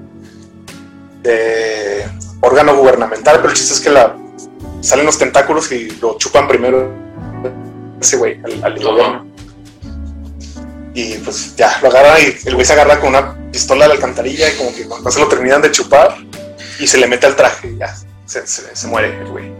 órgano gubernamental, pero el chiste es que salen los tentáculos y lo chupan primero ese güey, al gobierno. Y pues ya, lo agarra y el güey se agarra con una pistola de la alcantarilla y como que cuando se lo terminan de chupar y se le mete al traje y ya, se muere el güey.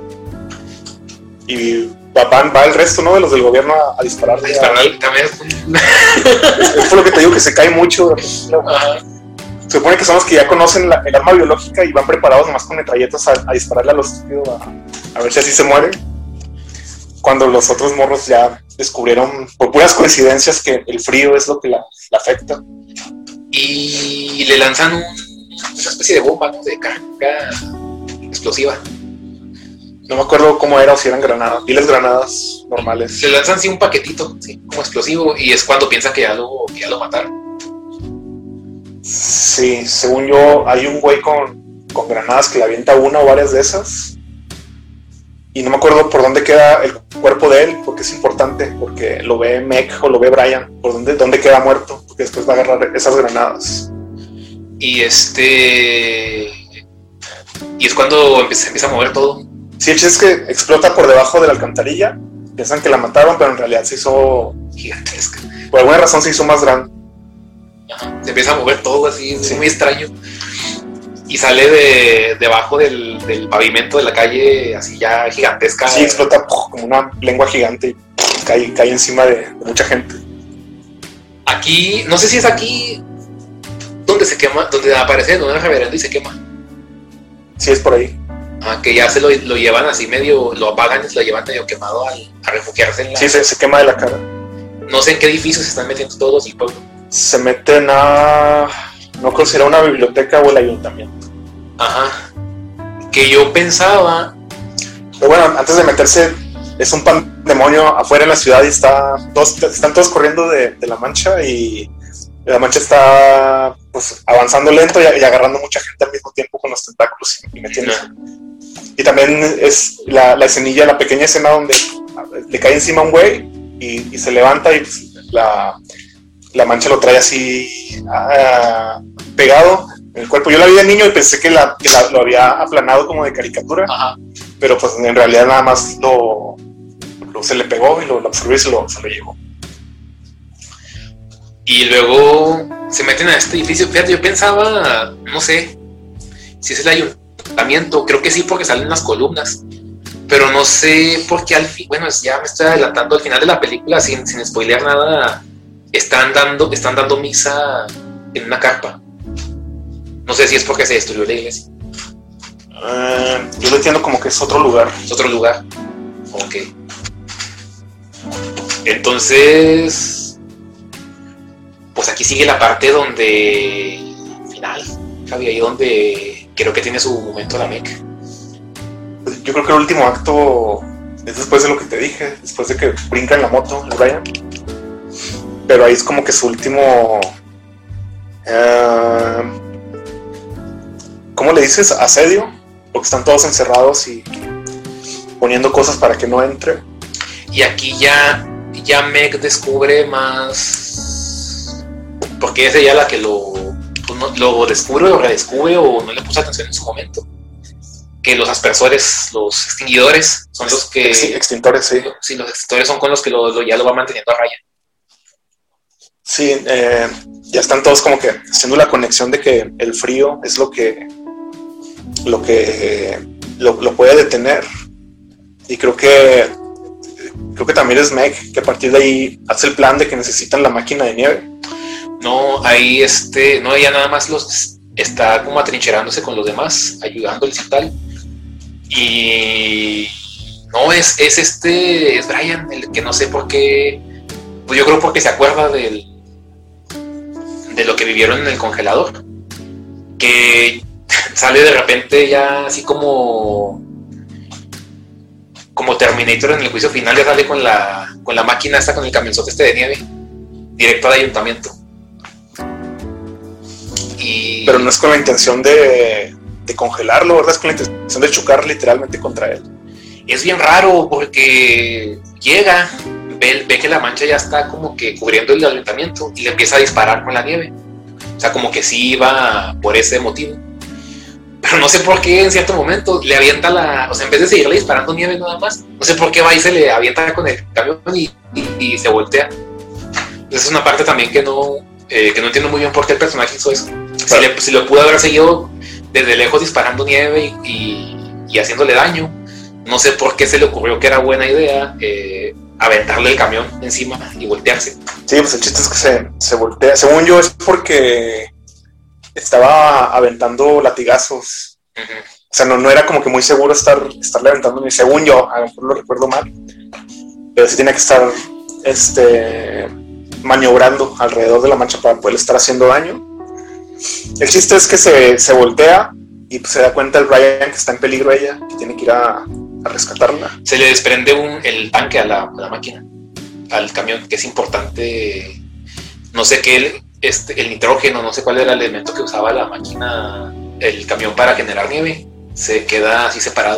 Y va el resto, ¿no? De los del gobierno a dispararle. A dispararle también. Es por lo que te digo, que se cae mucho. Se supone que son los que ya conocen el arma biológica y van preparados nomás con metralletas a dispararle a los estúpidos a ver si así se muere. Cuando los otros morros ya descubrieron, por puras coincidencias, que el frío es lo que la afecta. Y le lanzan una especie de bomba, ¿no? De carga explosiva. No me acuerdo cómo era o si eran granadas, pilas granadas normales. Le lanzan sí un paquetito, sí, como explosivo, y es cuando piensan que ya lo mataron. Sí, según yo, hay un güey con granadas que le avienta una o varias de esas. Y no me acuerdo por dónde queda el cuerpo de él, porque es importante, porque lo ve Meg o lo ve Brian, por dónde queda muerto, porque después va a agarrar esas granadas. Y es cuando se empieza a mover todo. Sí, el chiste es que explota por debajo de la alcantarilla, piensan que la mataron, pero en realidad se hizo gigantesca. Por alguna razón se hizo más grande. Ajá. Se empieza a mover todo así, sí. Muy extraño. Y sale debajo del pavimento de la calle, así ya gigantesca. Sí, explota como una lengua gigante y cae encima de mucha gente. Aquí, no sé si es aquí donde se quema, donde aparece el reverendo y se quema. Sí, es por ahí. Que ya se lo llevan así medio, lo apagan y se lo llevan medio quemado a refugiarse en la... Sí, se quema de la cara. No sé en qué edificio se están metiendo todos y pueblo. Se meten no creo si era una biblioteca o el ayuntamiento. Ajá. Que yo pensaba... Pero bueno, antes de meterse, es un pandemonio afuera en la ciudad y están todos corriendo de la mancha y la mancha está pues avanzando lento y agarrando mucha gente al mismo tiempo con los tentáculos y metiéndose. Y también es la escenilla, la pequeña escena donde le cae encima un güey y se levanta y pues, la mancha lo trae así pegado en el cuerpo. Yo la vi de niño y pensé que lo había aplanado como de caricatura. Ajá. Pero pues en realidad nada más se le pegó y lo absorbió y se lo llevó. Y luego se meten a este edificio. Fíjate, yo pensaba, no sé si es el ayuntamiento, creo que sí porque salen las columnas, pero no sé por qué bueno, ya me estoy adelantando al final de la película sin spoilear nada. Están dando misa en una carpa. No sé si es porque se destruyó la iglesia. Yo lo entiendo como que es otro lugar. Es otro lugar. Ok. Entonces, pues aquí sigue la parte donde final, Javi, ahí donde creo que tiene su momento la Meg. Yo creo que el último acto es después de lo que te dije, después de que brinca en la moto el Brian. Pero ahí es como que su último... ¿cómo le dices? Asedio, porque están todos encerrados y poniendo cosas para que no entre. Y aquí ya Meg descubre más, porque es ella la que lo descubre o redescubre o no le puso atención en su momento, que los aspersores, los extinguidores son los que... Extintores, sí. Sí, los extintores son con los que ya lo va manteniendo a raya. Sí, ya están todos como que haciendo la conexión de que el frío es lo que lo puede detener. Y creo que también es Meg, que a partir de ahí hace el plan de que necesitan la máquina de nieve. No, ahí no, ella nada más está como atrincherándose con los demás, ayudándoles y tal. Y no, es Brian, el que no sé por qué, pues yo creo porque se acuerda de lo que vivieron en el congelador, que sale de repente ya así como Terminator en el juicio final, ya sale con la máquina esta, con el camionzote de nieve, directo al ayuntamiento. Pero no es con la intención de congelarlo, ¿verdad? Es con la intención de chocar literalmente contra él. Es bien raro porque llega, ve que la mancha ya está como que cubriendo el ayuntamiento y le empieza a disparar con la nieve. O sea, como que sí iba por ese motivo. Pero no sé por qué en cierto momento le avienta o sea, en vez de seguirle disparando nieve nada más, no sé por qué va y se le avienta con el camión y se voltea. Esa es una parte también que no entiendo muy bien por qué el personaje hizo eso. Si lo pudo haber seguido desde lejos disparando nieve y haciéndole daño, no sé por qué se le ocurrió que era buena idea aventarle el camión encima y voltearse. Sí, pues el chiste es que se voltea. Según yo, es porque estaba aventando latigazos. Uh-huh. O sea, no era como que muy seguro estarle aventando, ni según yo, a lo mejor lo recuerdo mal, pero sí tiene que estar maniobrando alrededor de la mancha para poder estar haciendo daño. El chiste es que se voltea y pues se da cuenta el Brian que está en peligro ella, que tiene que ir a rescatarla. Se le desprende el tanque a la máquina, al camión, que es importante. No sé qué, el nitrógeno, no sé cuál era el elemento que usaba la máquina, el camión, para generar nieve. Se queda así separado.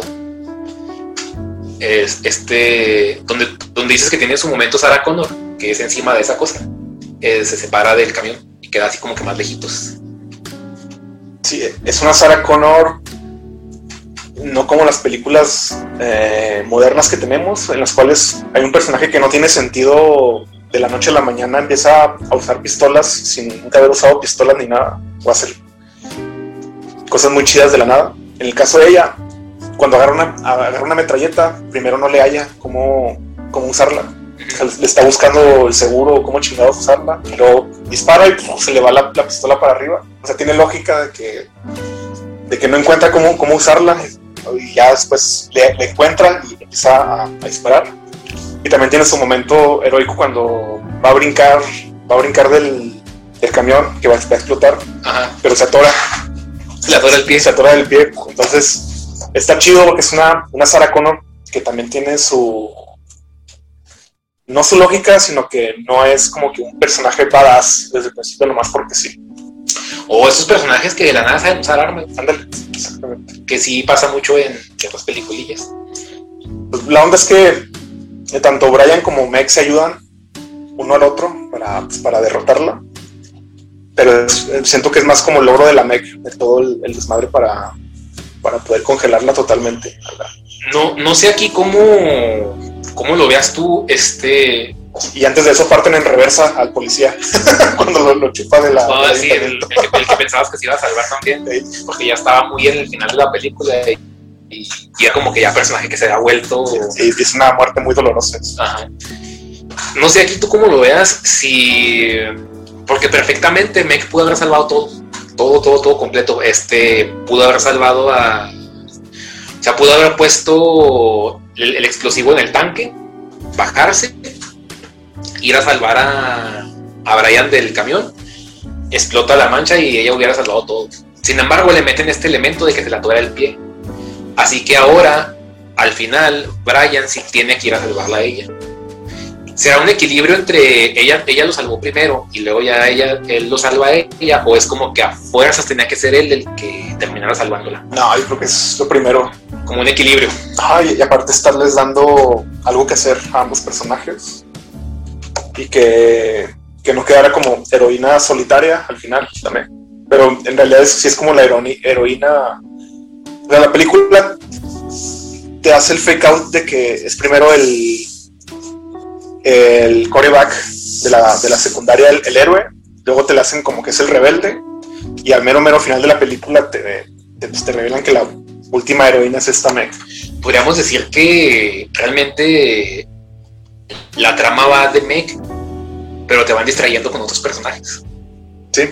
Donde dices que tiene su momento Sarah Connor, que es encima de esa cosa, se separa del camión y queda así como que más lejitos. Sí, es una Sarah Connor no como las películas modernas que tenemos, en las cuales hay un personaje que no tiene sentido, de la noche a la mañana empieza a usar pistolas sin nunca haber usado pistolas ni nada, o hacer cosas muy chidas de la nada. En el caso de ella, cuando agarra una metralleta, primero no le halla cómo usarla. O sea, le está buscando el seguro, cómo chingados usarla, y luego dispara y se le va la pistola para arriba. O sea, tiene lógica de que no encuentra cómo usarla, y ya después le encuentra y empieza a disparar. Y también tiene su momento heroico cuando va a brincar del camión que va a explotar. Ajá. Pero se atora. Se atora el pie. Se atora del pie. Entonces está chido porque es una Sarah Connor que también tiene no su lógica, sino que no es como que un personaje badass desde el principio nomás porque sí. O esos personajes que de la nada saben usar armas. Ándale, exactamente. Que sí pasa mucho en ciertas peliculillas. Pues la onda es que tanto Brian como Meg se ayudan uno al otro para derrotarla. Pero siento que es más como el logro de la Meg, de todo el desmadre para poder congelarla totalmente. No sé aquí cómo lo veas tú, Y antes de eso parten en reversa al policía cuando lo chupa de la... Oh, sí, el que pensabas que se iba a salvar también, sí. Porque ya estaba muy en el final de la película y era como que ya personaje que se había vuelto... Sí, es una muerte muy dolorosa. Ajá. No sé aquí tú cómo lo veas, porque perfectamente Meg pudo haber salvado todo completo. Pudo haber salvado o sea, pudo haber puesto el explosivo en el tanque, bajarse, ir a salvar a Brian del camión, explota la mancha y ella hubiera salvado todo. Sin embargo, le meten este elemento de que se la atora el pie. Así que ahora, al final, Brian sí tiene que ir a salvarla a ella. ¿Será un equilibrio entre ella lo salvó primero y luego ya él lo salva a ella? ¿O es como que a fuerzas tenía que ser él el que terminara salvándola? No, yo creo que es lo primero. Como un equilibrio. Y aparte estarles dando algo que hacer a ambos personajes. Y que no quedara como heroína solitaria al final también. Pero en realidad sí es como la heroína. O sea, la película te hace el fake out de que es primero el quarterback de la secundaria, el héroe. Luego te le hacen como que es el rebelde. Y al mero final de la película te revelan que la última heroína es esta Meg. podríamos decir que realmente la trama va de Meg, pero te van distrayendo con otros personajes. Sí.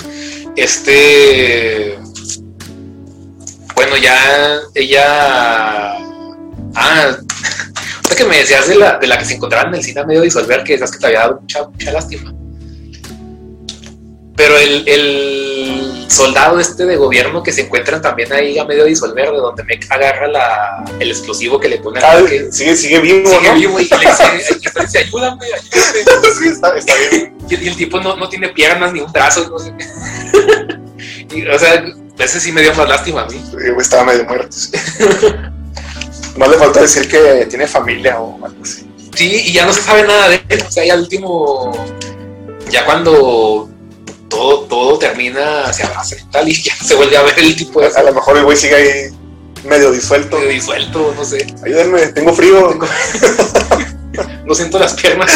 Bueno, ya ella... ahorita que me decías de la que se encontraba en el cine a medio disolver, que decías que te había dado mucha lástima. Pero el soldado de gobierno que se encuentran también ahí a medio disolver, de donde Meg agarra el explosivo que le pone al tanque. Sigue vivo, sigue ¿no? vivo y le dice, ayúdame. Sí, está bien. Y el tipo no tiene piernas ni un brazo, no sé. O sea, ese sí me dio más lástima a mí. Estaba medio muerto. Sí. Más le falta decir que tiene familia o algo así. Sí, y ya no se sabe nada de él. O sea, ya al último, ya cuando todo termina, se abrazan y tal, y ya se vuelve a ver el tipo. A lo mejor el güey sigue ahí medio disuelto. No sé. Ayúdenme, tengo frío. No siento las piernas.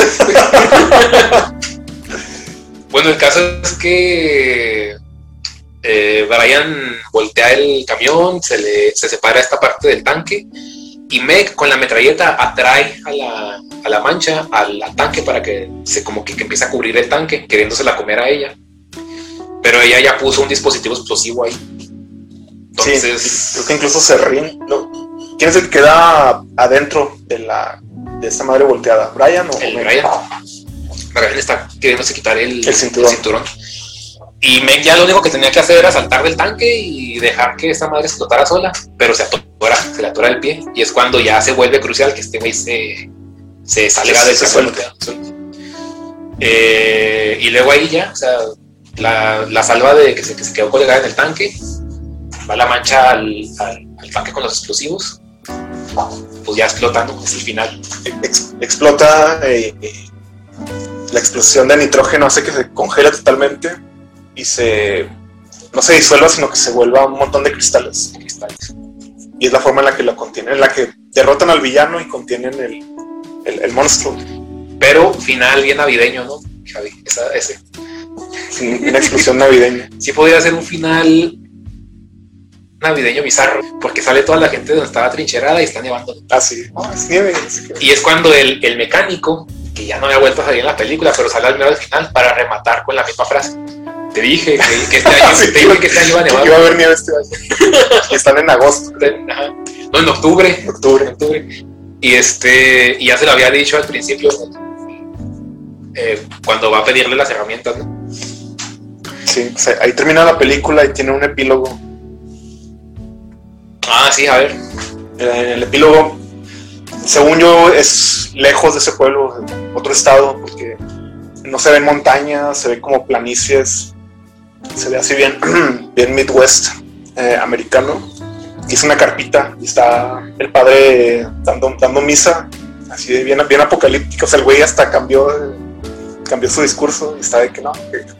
Bueno, el caso es que Brian voltea el camión, se separa esta parte del tanque, y Meg con la metralleta atrae a la mancha al tanque para que que empiece a cubrir el tanque, queriéndosela comer a ella. Pero ella ya puso un dispositivo explosivo ahí. Entonces, sí, creo que incluso se ríen. ¿Quién es el que queda adentro de esta madre volteada? ¿Brian o el Meg? Brian está queriéndose quitar el cinturón. Y Meg ya lo único que tenía que hacer era saltar del tanque y dejar que esa madre explotara sola, pero se le atora el pie, y es cuando ya se vuelve crucial que este güey se salga de ese suelo. Y luego ahí ya, o sea, la salva de que se quedó colgada en el tanque, va la mancha al tanque con los explosivos, pues ya explotando, es el final. Explota, la explosión de nitrógeno hace que se congela totalmente y no se disuelva, sino que se vuelva un montón de cristales. Y es la forma en la que lo contienen, en la que derrotan al villano y contienen el monstruo. Pero final bien navideño, ¿no, Javi? Ese. Una explosión navideña. Sí podría ser un final navideño bizarro, porque sale toda la gente de donde estaba trincherada y está nevando. Ah, sí. Es nieve. Y es cuando el mecánico, que ya no había vuelto a salir en la película, pero sale al medio del final para rematar con la misma frase. Te dije que este año, sí, te dije que este año iba a nevar. Iba a haber nieve este año. Y están en agosto. Ajá. No, en octubre. Y ya se lo había dicho al principio, cuando va a pedirle las herramientas, ¿no? Sí, o sea, ahí termina la película y tiene un epílogo. Sí, a ver. En el epílogo, según yo, es lejos de ese pueblo, de otro estado, porque no se ven montañas, se ve como planicies, se ve así bien Midwest americano, y es una carpita y está el padre dando misa, así de bien apocalíptico. O sea, el güey hasta cambió su discurso y está de que no,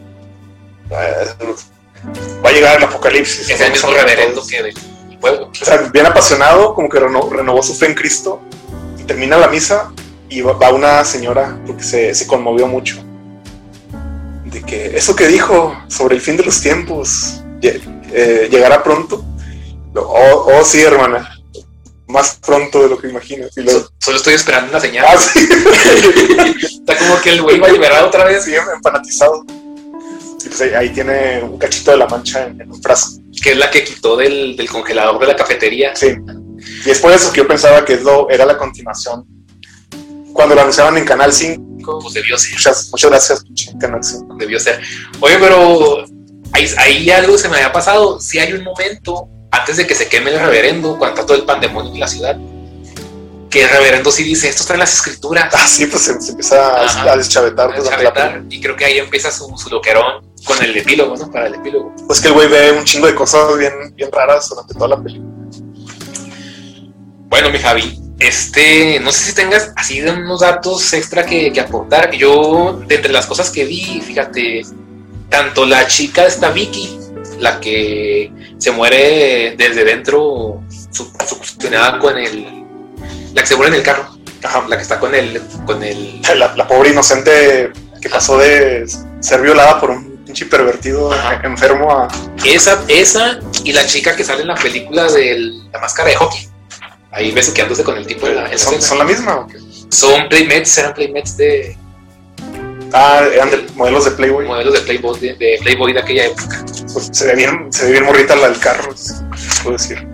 va a llegar el apocalipsis. Es el mismo reverendo que del pueblo. O sea, bien apasionado, como que renovó su fe en Cristo, y termina la misa y va una señora porque se conmovió mucho de que eso que dijo sobre el fin de los tiempos llegará pronto. Sí, hermana, más pronto de lo que imaginas. Solo estoy esperando una señal. Sí. Está como que el güey va a liberar otra vez. Sí, fanatizado. Y pues ahí tiene un cachito de la mancha en un frasco, que es la que quitó del congelador de la cafetería. Sí. Y es por eso que yo pensaba que era la continuación. Cuando lo anunciaban en Canal 5, pues debió ser. Muchas gracias, Canal 5. Debió ser. Oye, pero ahí algo se me había pasado. Sí hay un momento, antes de que se queme el reverendo, cuando está todo el pandemonio en la ciudad, que el reverendo sí dice, esto está en las escrituras. Sí, pues se empieza a deschavetar. Y creo que ahí empieza su loquerón con el epílogo, ¿no? Para el epílogo. Pues que el güey ve un chingo de cosas bien raras durante toda la película. Bueno, mi Javi, no sé si tengas así de unos datos extra que aportar. Yo, de entre las cosas que vi, fíjate, tanto la chica esta Vicky, la que se muere desde dentro, succionada con la que se muere en el carro. Ajá. La que está con el la pobre inocente que pasó de ser violada por un pinche pervertido enfermo a... Esa y la chica que sale en la película de la máscara de hockey. ahí besuqueándose con el tipo en la ¿Son la misma o qué? Son playmates, eran playmates de... Eran modelos de Playboy. Modelos de Playboy de aquella época. Pues se ve bien morrita la del carro, puedo decir.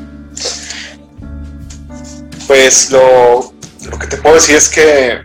Pues lo que te puedo decir es que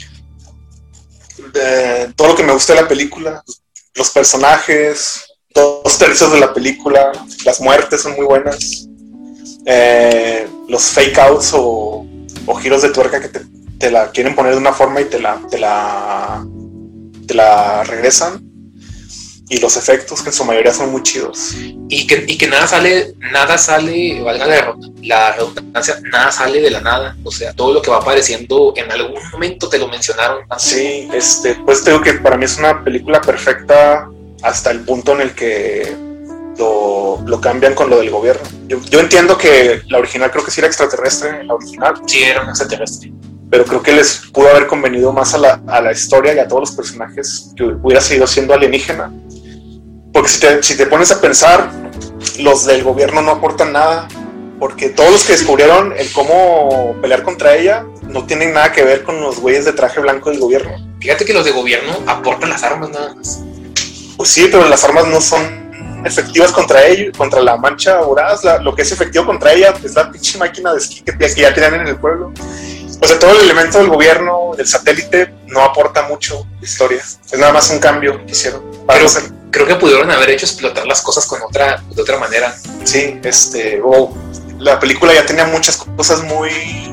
todo lo que me gusta de la película, los personajes, 2/3 de la película, las muertes son muy buenas, los fake outs o giros de tuerca que te la quieren poner de una forma y te la regresan, y los efectos que en su mayoría son muy chidos, y que nada sale, valga la redundancia, nada sale de la nada. O sea, todo lo que va apareciendo en algún momento te lo mencionaron. Sí, pues te digo que para mí es una película perfecta hasta el punto en el que lo cambian con lo del gobierno. Yo entiendo que la original creo que sí era extraterrestre, la original. Sí, era un extraterrestre. Pero creo que les pudo haber convenido más a la historia y a todos los personajes que hubiera seguido siendo alienígena. Porque si te pones a pensar, los del gobierno no aportan nada, porque todos los que descubrieron el cómo pelear contra ella no tienen nada que ver con los güeyes de traje blanco del gobierno. Fíjate que los de gobierno aportan las armas nada más. Pues sí, pero las armas no son efectivas contra ellos, contra la mancha voraz. Lo que es efectivo contra ella es la pinche máquina de esquí que ya tienen en el pueblo. O sea, todo el elemento del gobierno, del satélite, no aporta mucho historia. Es nada más un cambio que hicieron. Creo que pudieron haber hecho explotar las cosas de otra manera. Sí, la película ya tenía muchas cosas muy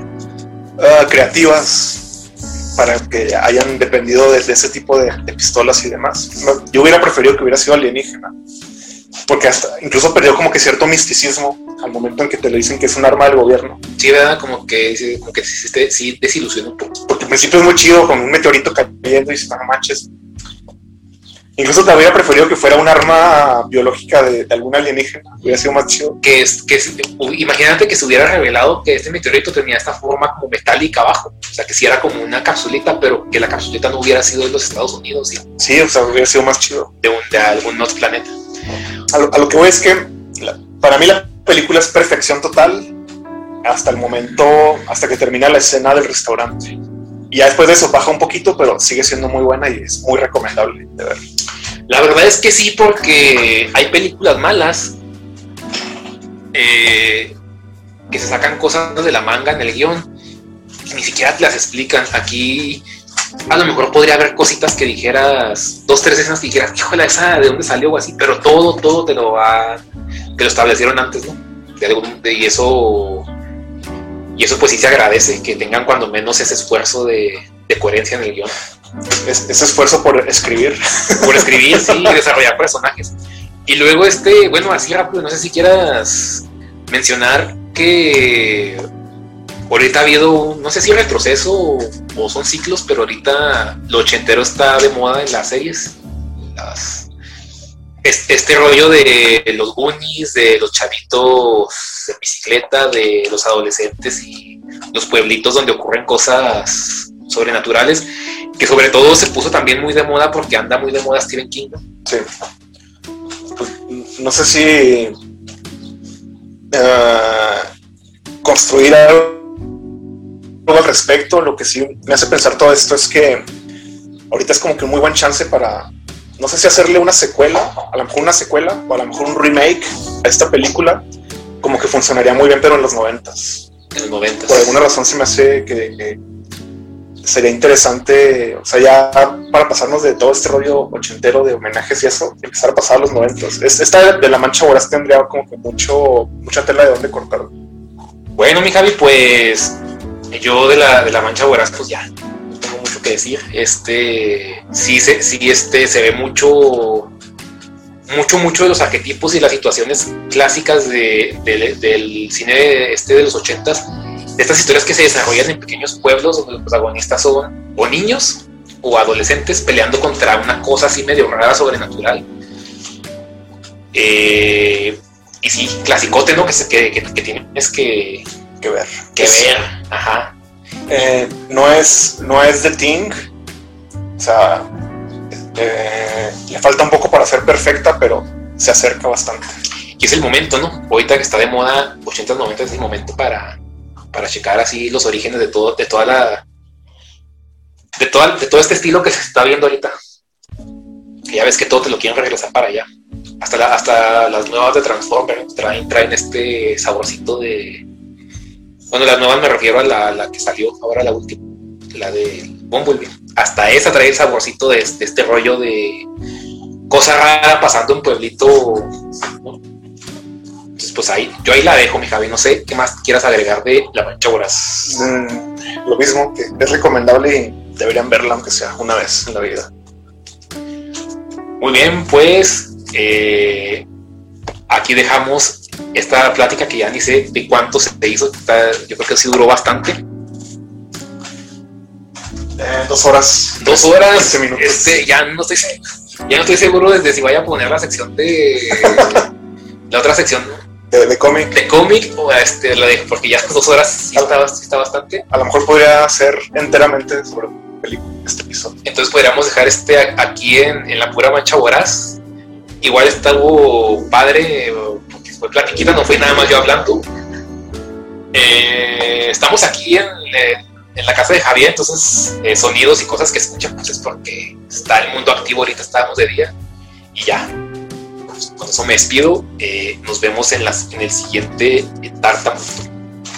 creativas para que hayan dependido de ese tipo de pistolas y demás. Yo hubiera preferido que hubiera sido alienígena, porque hasta incluso perdió como que cierto misticismo al momento en que te le dicen que es un arma del gobierno. Sí, ¿verdad? Como que sí desilusiona un poco. Porque al principio es muy chido con un meteorito cayendo y dices, no manches. Incluso te habría preferido que fuera un arma biológica de algún alienígena. Hubiera sido más chido. Imagínate que se hubiera revelado que este meteorito tenía esta forma como metálica abajo. O sea, que sí era como una capsulita, pero que la capsulita no hubiera sido de los Estados Unidos. Sí, o sea, hubiera sido más chido. De algún otro planeta. A lo que voy es que para mí la película es perfección total hasta el momento, hasta que termina la escena del restaurante. Y ya después de eso baja un poquito, pero sigue siendo muy buena y es muy recomendable de ver. La verdad es que sí, porque hay películas malas que se sacan cosas de la manga en el guión y ni siquiera te las explican. Aquí a lo mejor podría haber cositas que dijeras, 2-3 escenas que dijeras, híjole, esa de dónde salió o así, pero todo te lo establecieron antes, ¿no? Y eso pues sí se agradece, que tengan cuando menos ese esfuerzo de coherencia en el guión. Ese esfuerzo por escribir. Por escribir, sí, y desarrollar personajes. Y luego bueno, así rápido, no sé si quieras mencionar que ahorita ha habido, no sé si retroceso o son ciclos, pero ahorita lo ochentero está de moda en las series. Este rollo de los Goonies, de los chavitos en bicicleta, de los adolescentes y los pueblitos donde ocurren cosas sobrenaturales, que sobre todo se puso también muy de moda porque anda muy de moda Stephen King, ¿no? Sí. Pues, no sé si construir algo al respecto. Lo que sí me hace pensar todo esto es que ahorita es como que un muy buen chance para, no sé si hacerle una secuela, a lo mejor una secuela o a lo mejor un remake a esta película, como que funcionaría muy bien, pero en los 90s. En los 90s. Por alguna razón se me hace que sería interesante, o sea, ya para pasarnos de todo este rollo ochentero de homenajes y eso, empezar a pasar a los 90s. Esta de La Mancha Voraz tendría como que mucha tela de dónde cortar. Bueno, mi Javi, pues yo de la Mancha Voraz, pues ya no tengo mucho que decir. Se ve mucho de los arquetipos y las situaciones clásicas del cine de los 80s, de estas historias que se desarrollan en pequeños pueblos donde los protagonistas son o niños o adolescentes peleando contra una cosa así medio rara, sobrenatural. Y sí, clasicote, ¿no? Que tienes que ver. Ajá. No es The Thing, o sea, le falta un poco para ser perfecta, pero se acerca bastante. Y es el momento, ¿no? Ahorita que está de moda 80s, 90s, es el momento para para checar así los orígenes de todo, de todo este estilo que se está viendo ahorita. Que ya ves que todo te lo quieren regresar para allá. Hasta las nuevas de Transformers traen este saborcito de... Bueno, las nuevas me refiero a la que salió ahora, la última, la de Bumblebee. Hasta esa trae el saborcito de este rollo de cosa rara pasando en pueblito, ¿no? Entonces, pues yo ahí la dejo, mi Javi. No sé qué más quieras agregar de La Mancha Voraz. Lo mismo, que es recomendable y deberían verla aunque sea una vez en la vida. Muy bien, pues aquí dejamos esta plática que ya ni sé de cuánto se hizo. Yo creo que sí duró bastante. 2 horas. 2 horas. 15 minutos. Ya no estoy seguro desde si vaya a poner la sección de la otra sección de cómic. De cómic o la dejo porque ya 2 horas sí está bastante. A lo mejor podría ser enteramente sobre película este episodio. Entonces podríamos dejar aquí en la pura Mancha Voraz. Igual está algo padre porque fue platiquita, no fue nada más yo hablando. Estamos aquí en la casa de Javier, entonces sonidos y cosas que escuchan pues es porque está el mundo activo, ahorita estábamos de día y ya. Pues, con eso me despido. Nos vemos en el siguiente Tartamundo.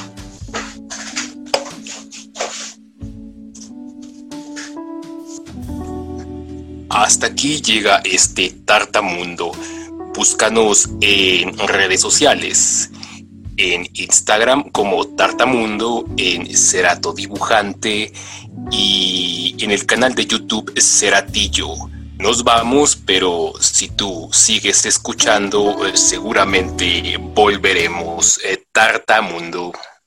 Hasta aquí llega este Tartamundo. Búscanos en redes sociales. En Instagram como Tartamundo, en Cerato Dibujante y en el canal de YouTube Ceratillo. Nos vamos, pero si tú sigues escuchando, seguramente volveremos. Tartamundo.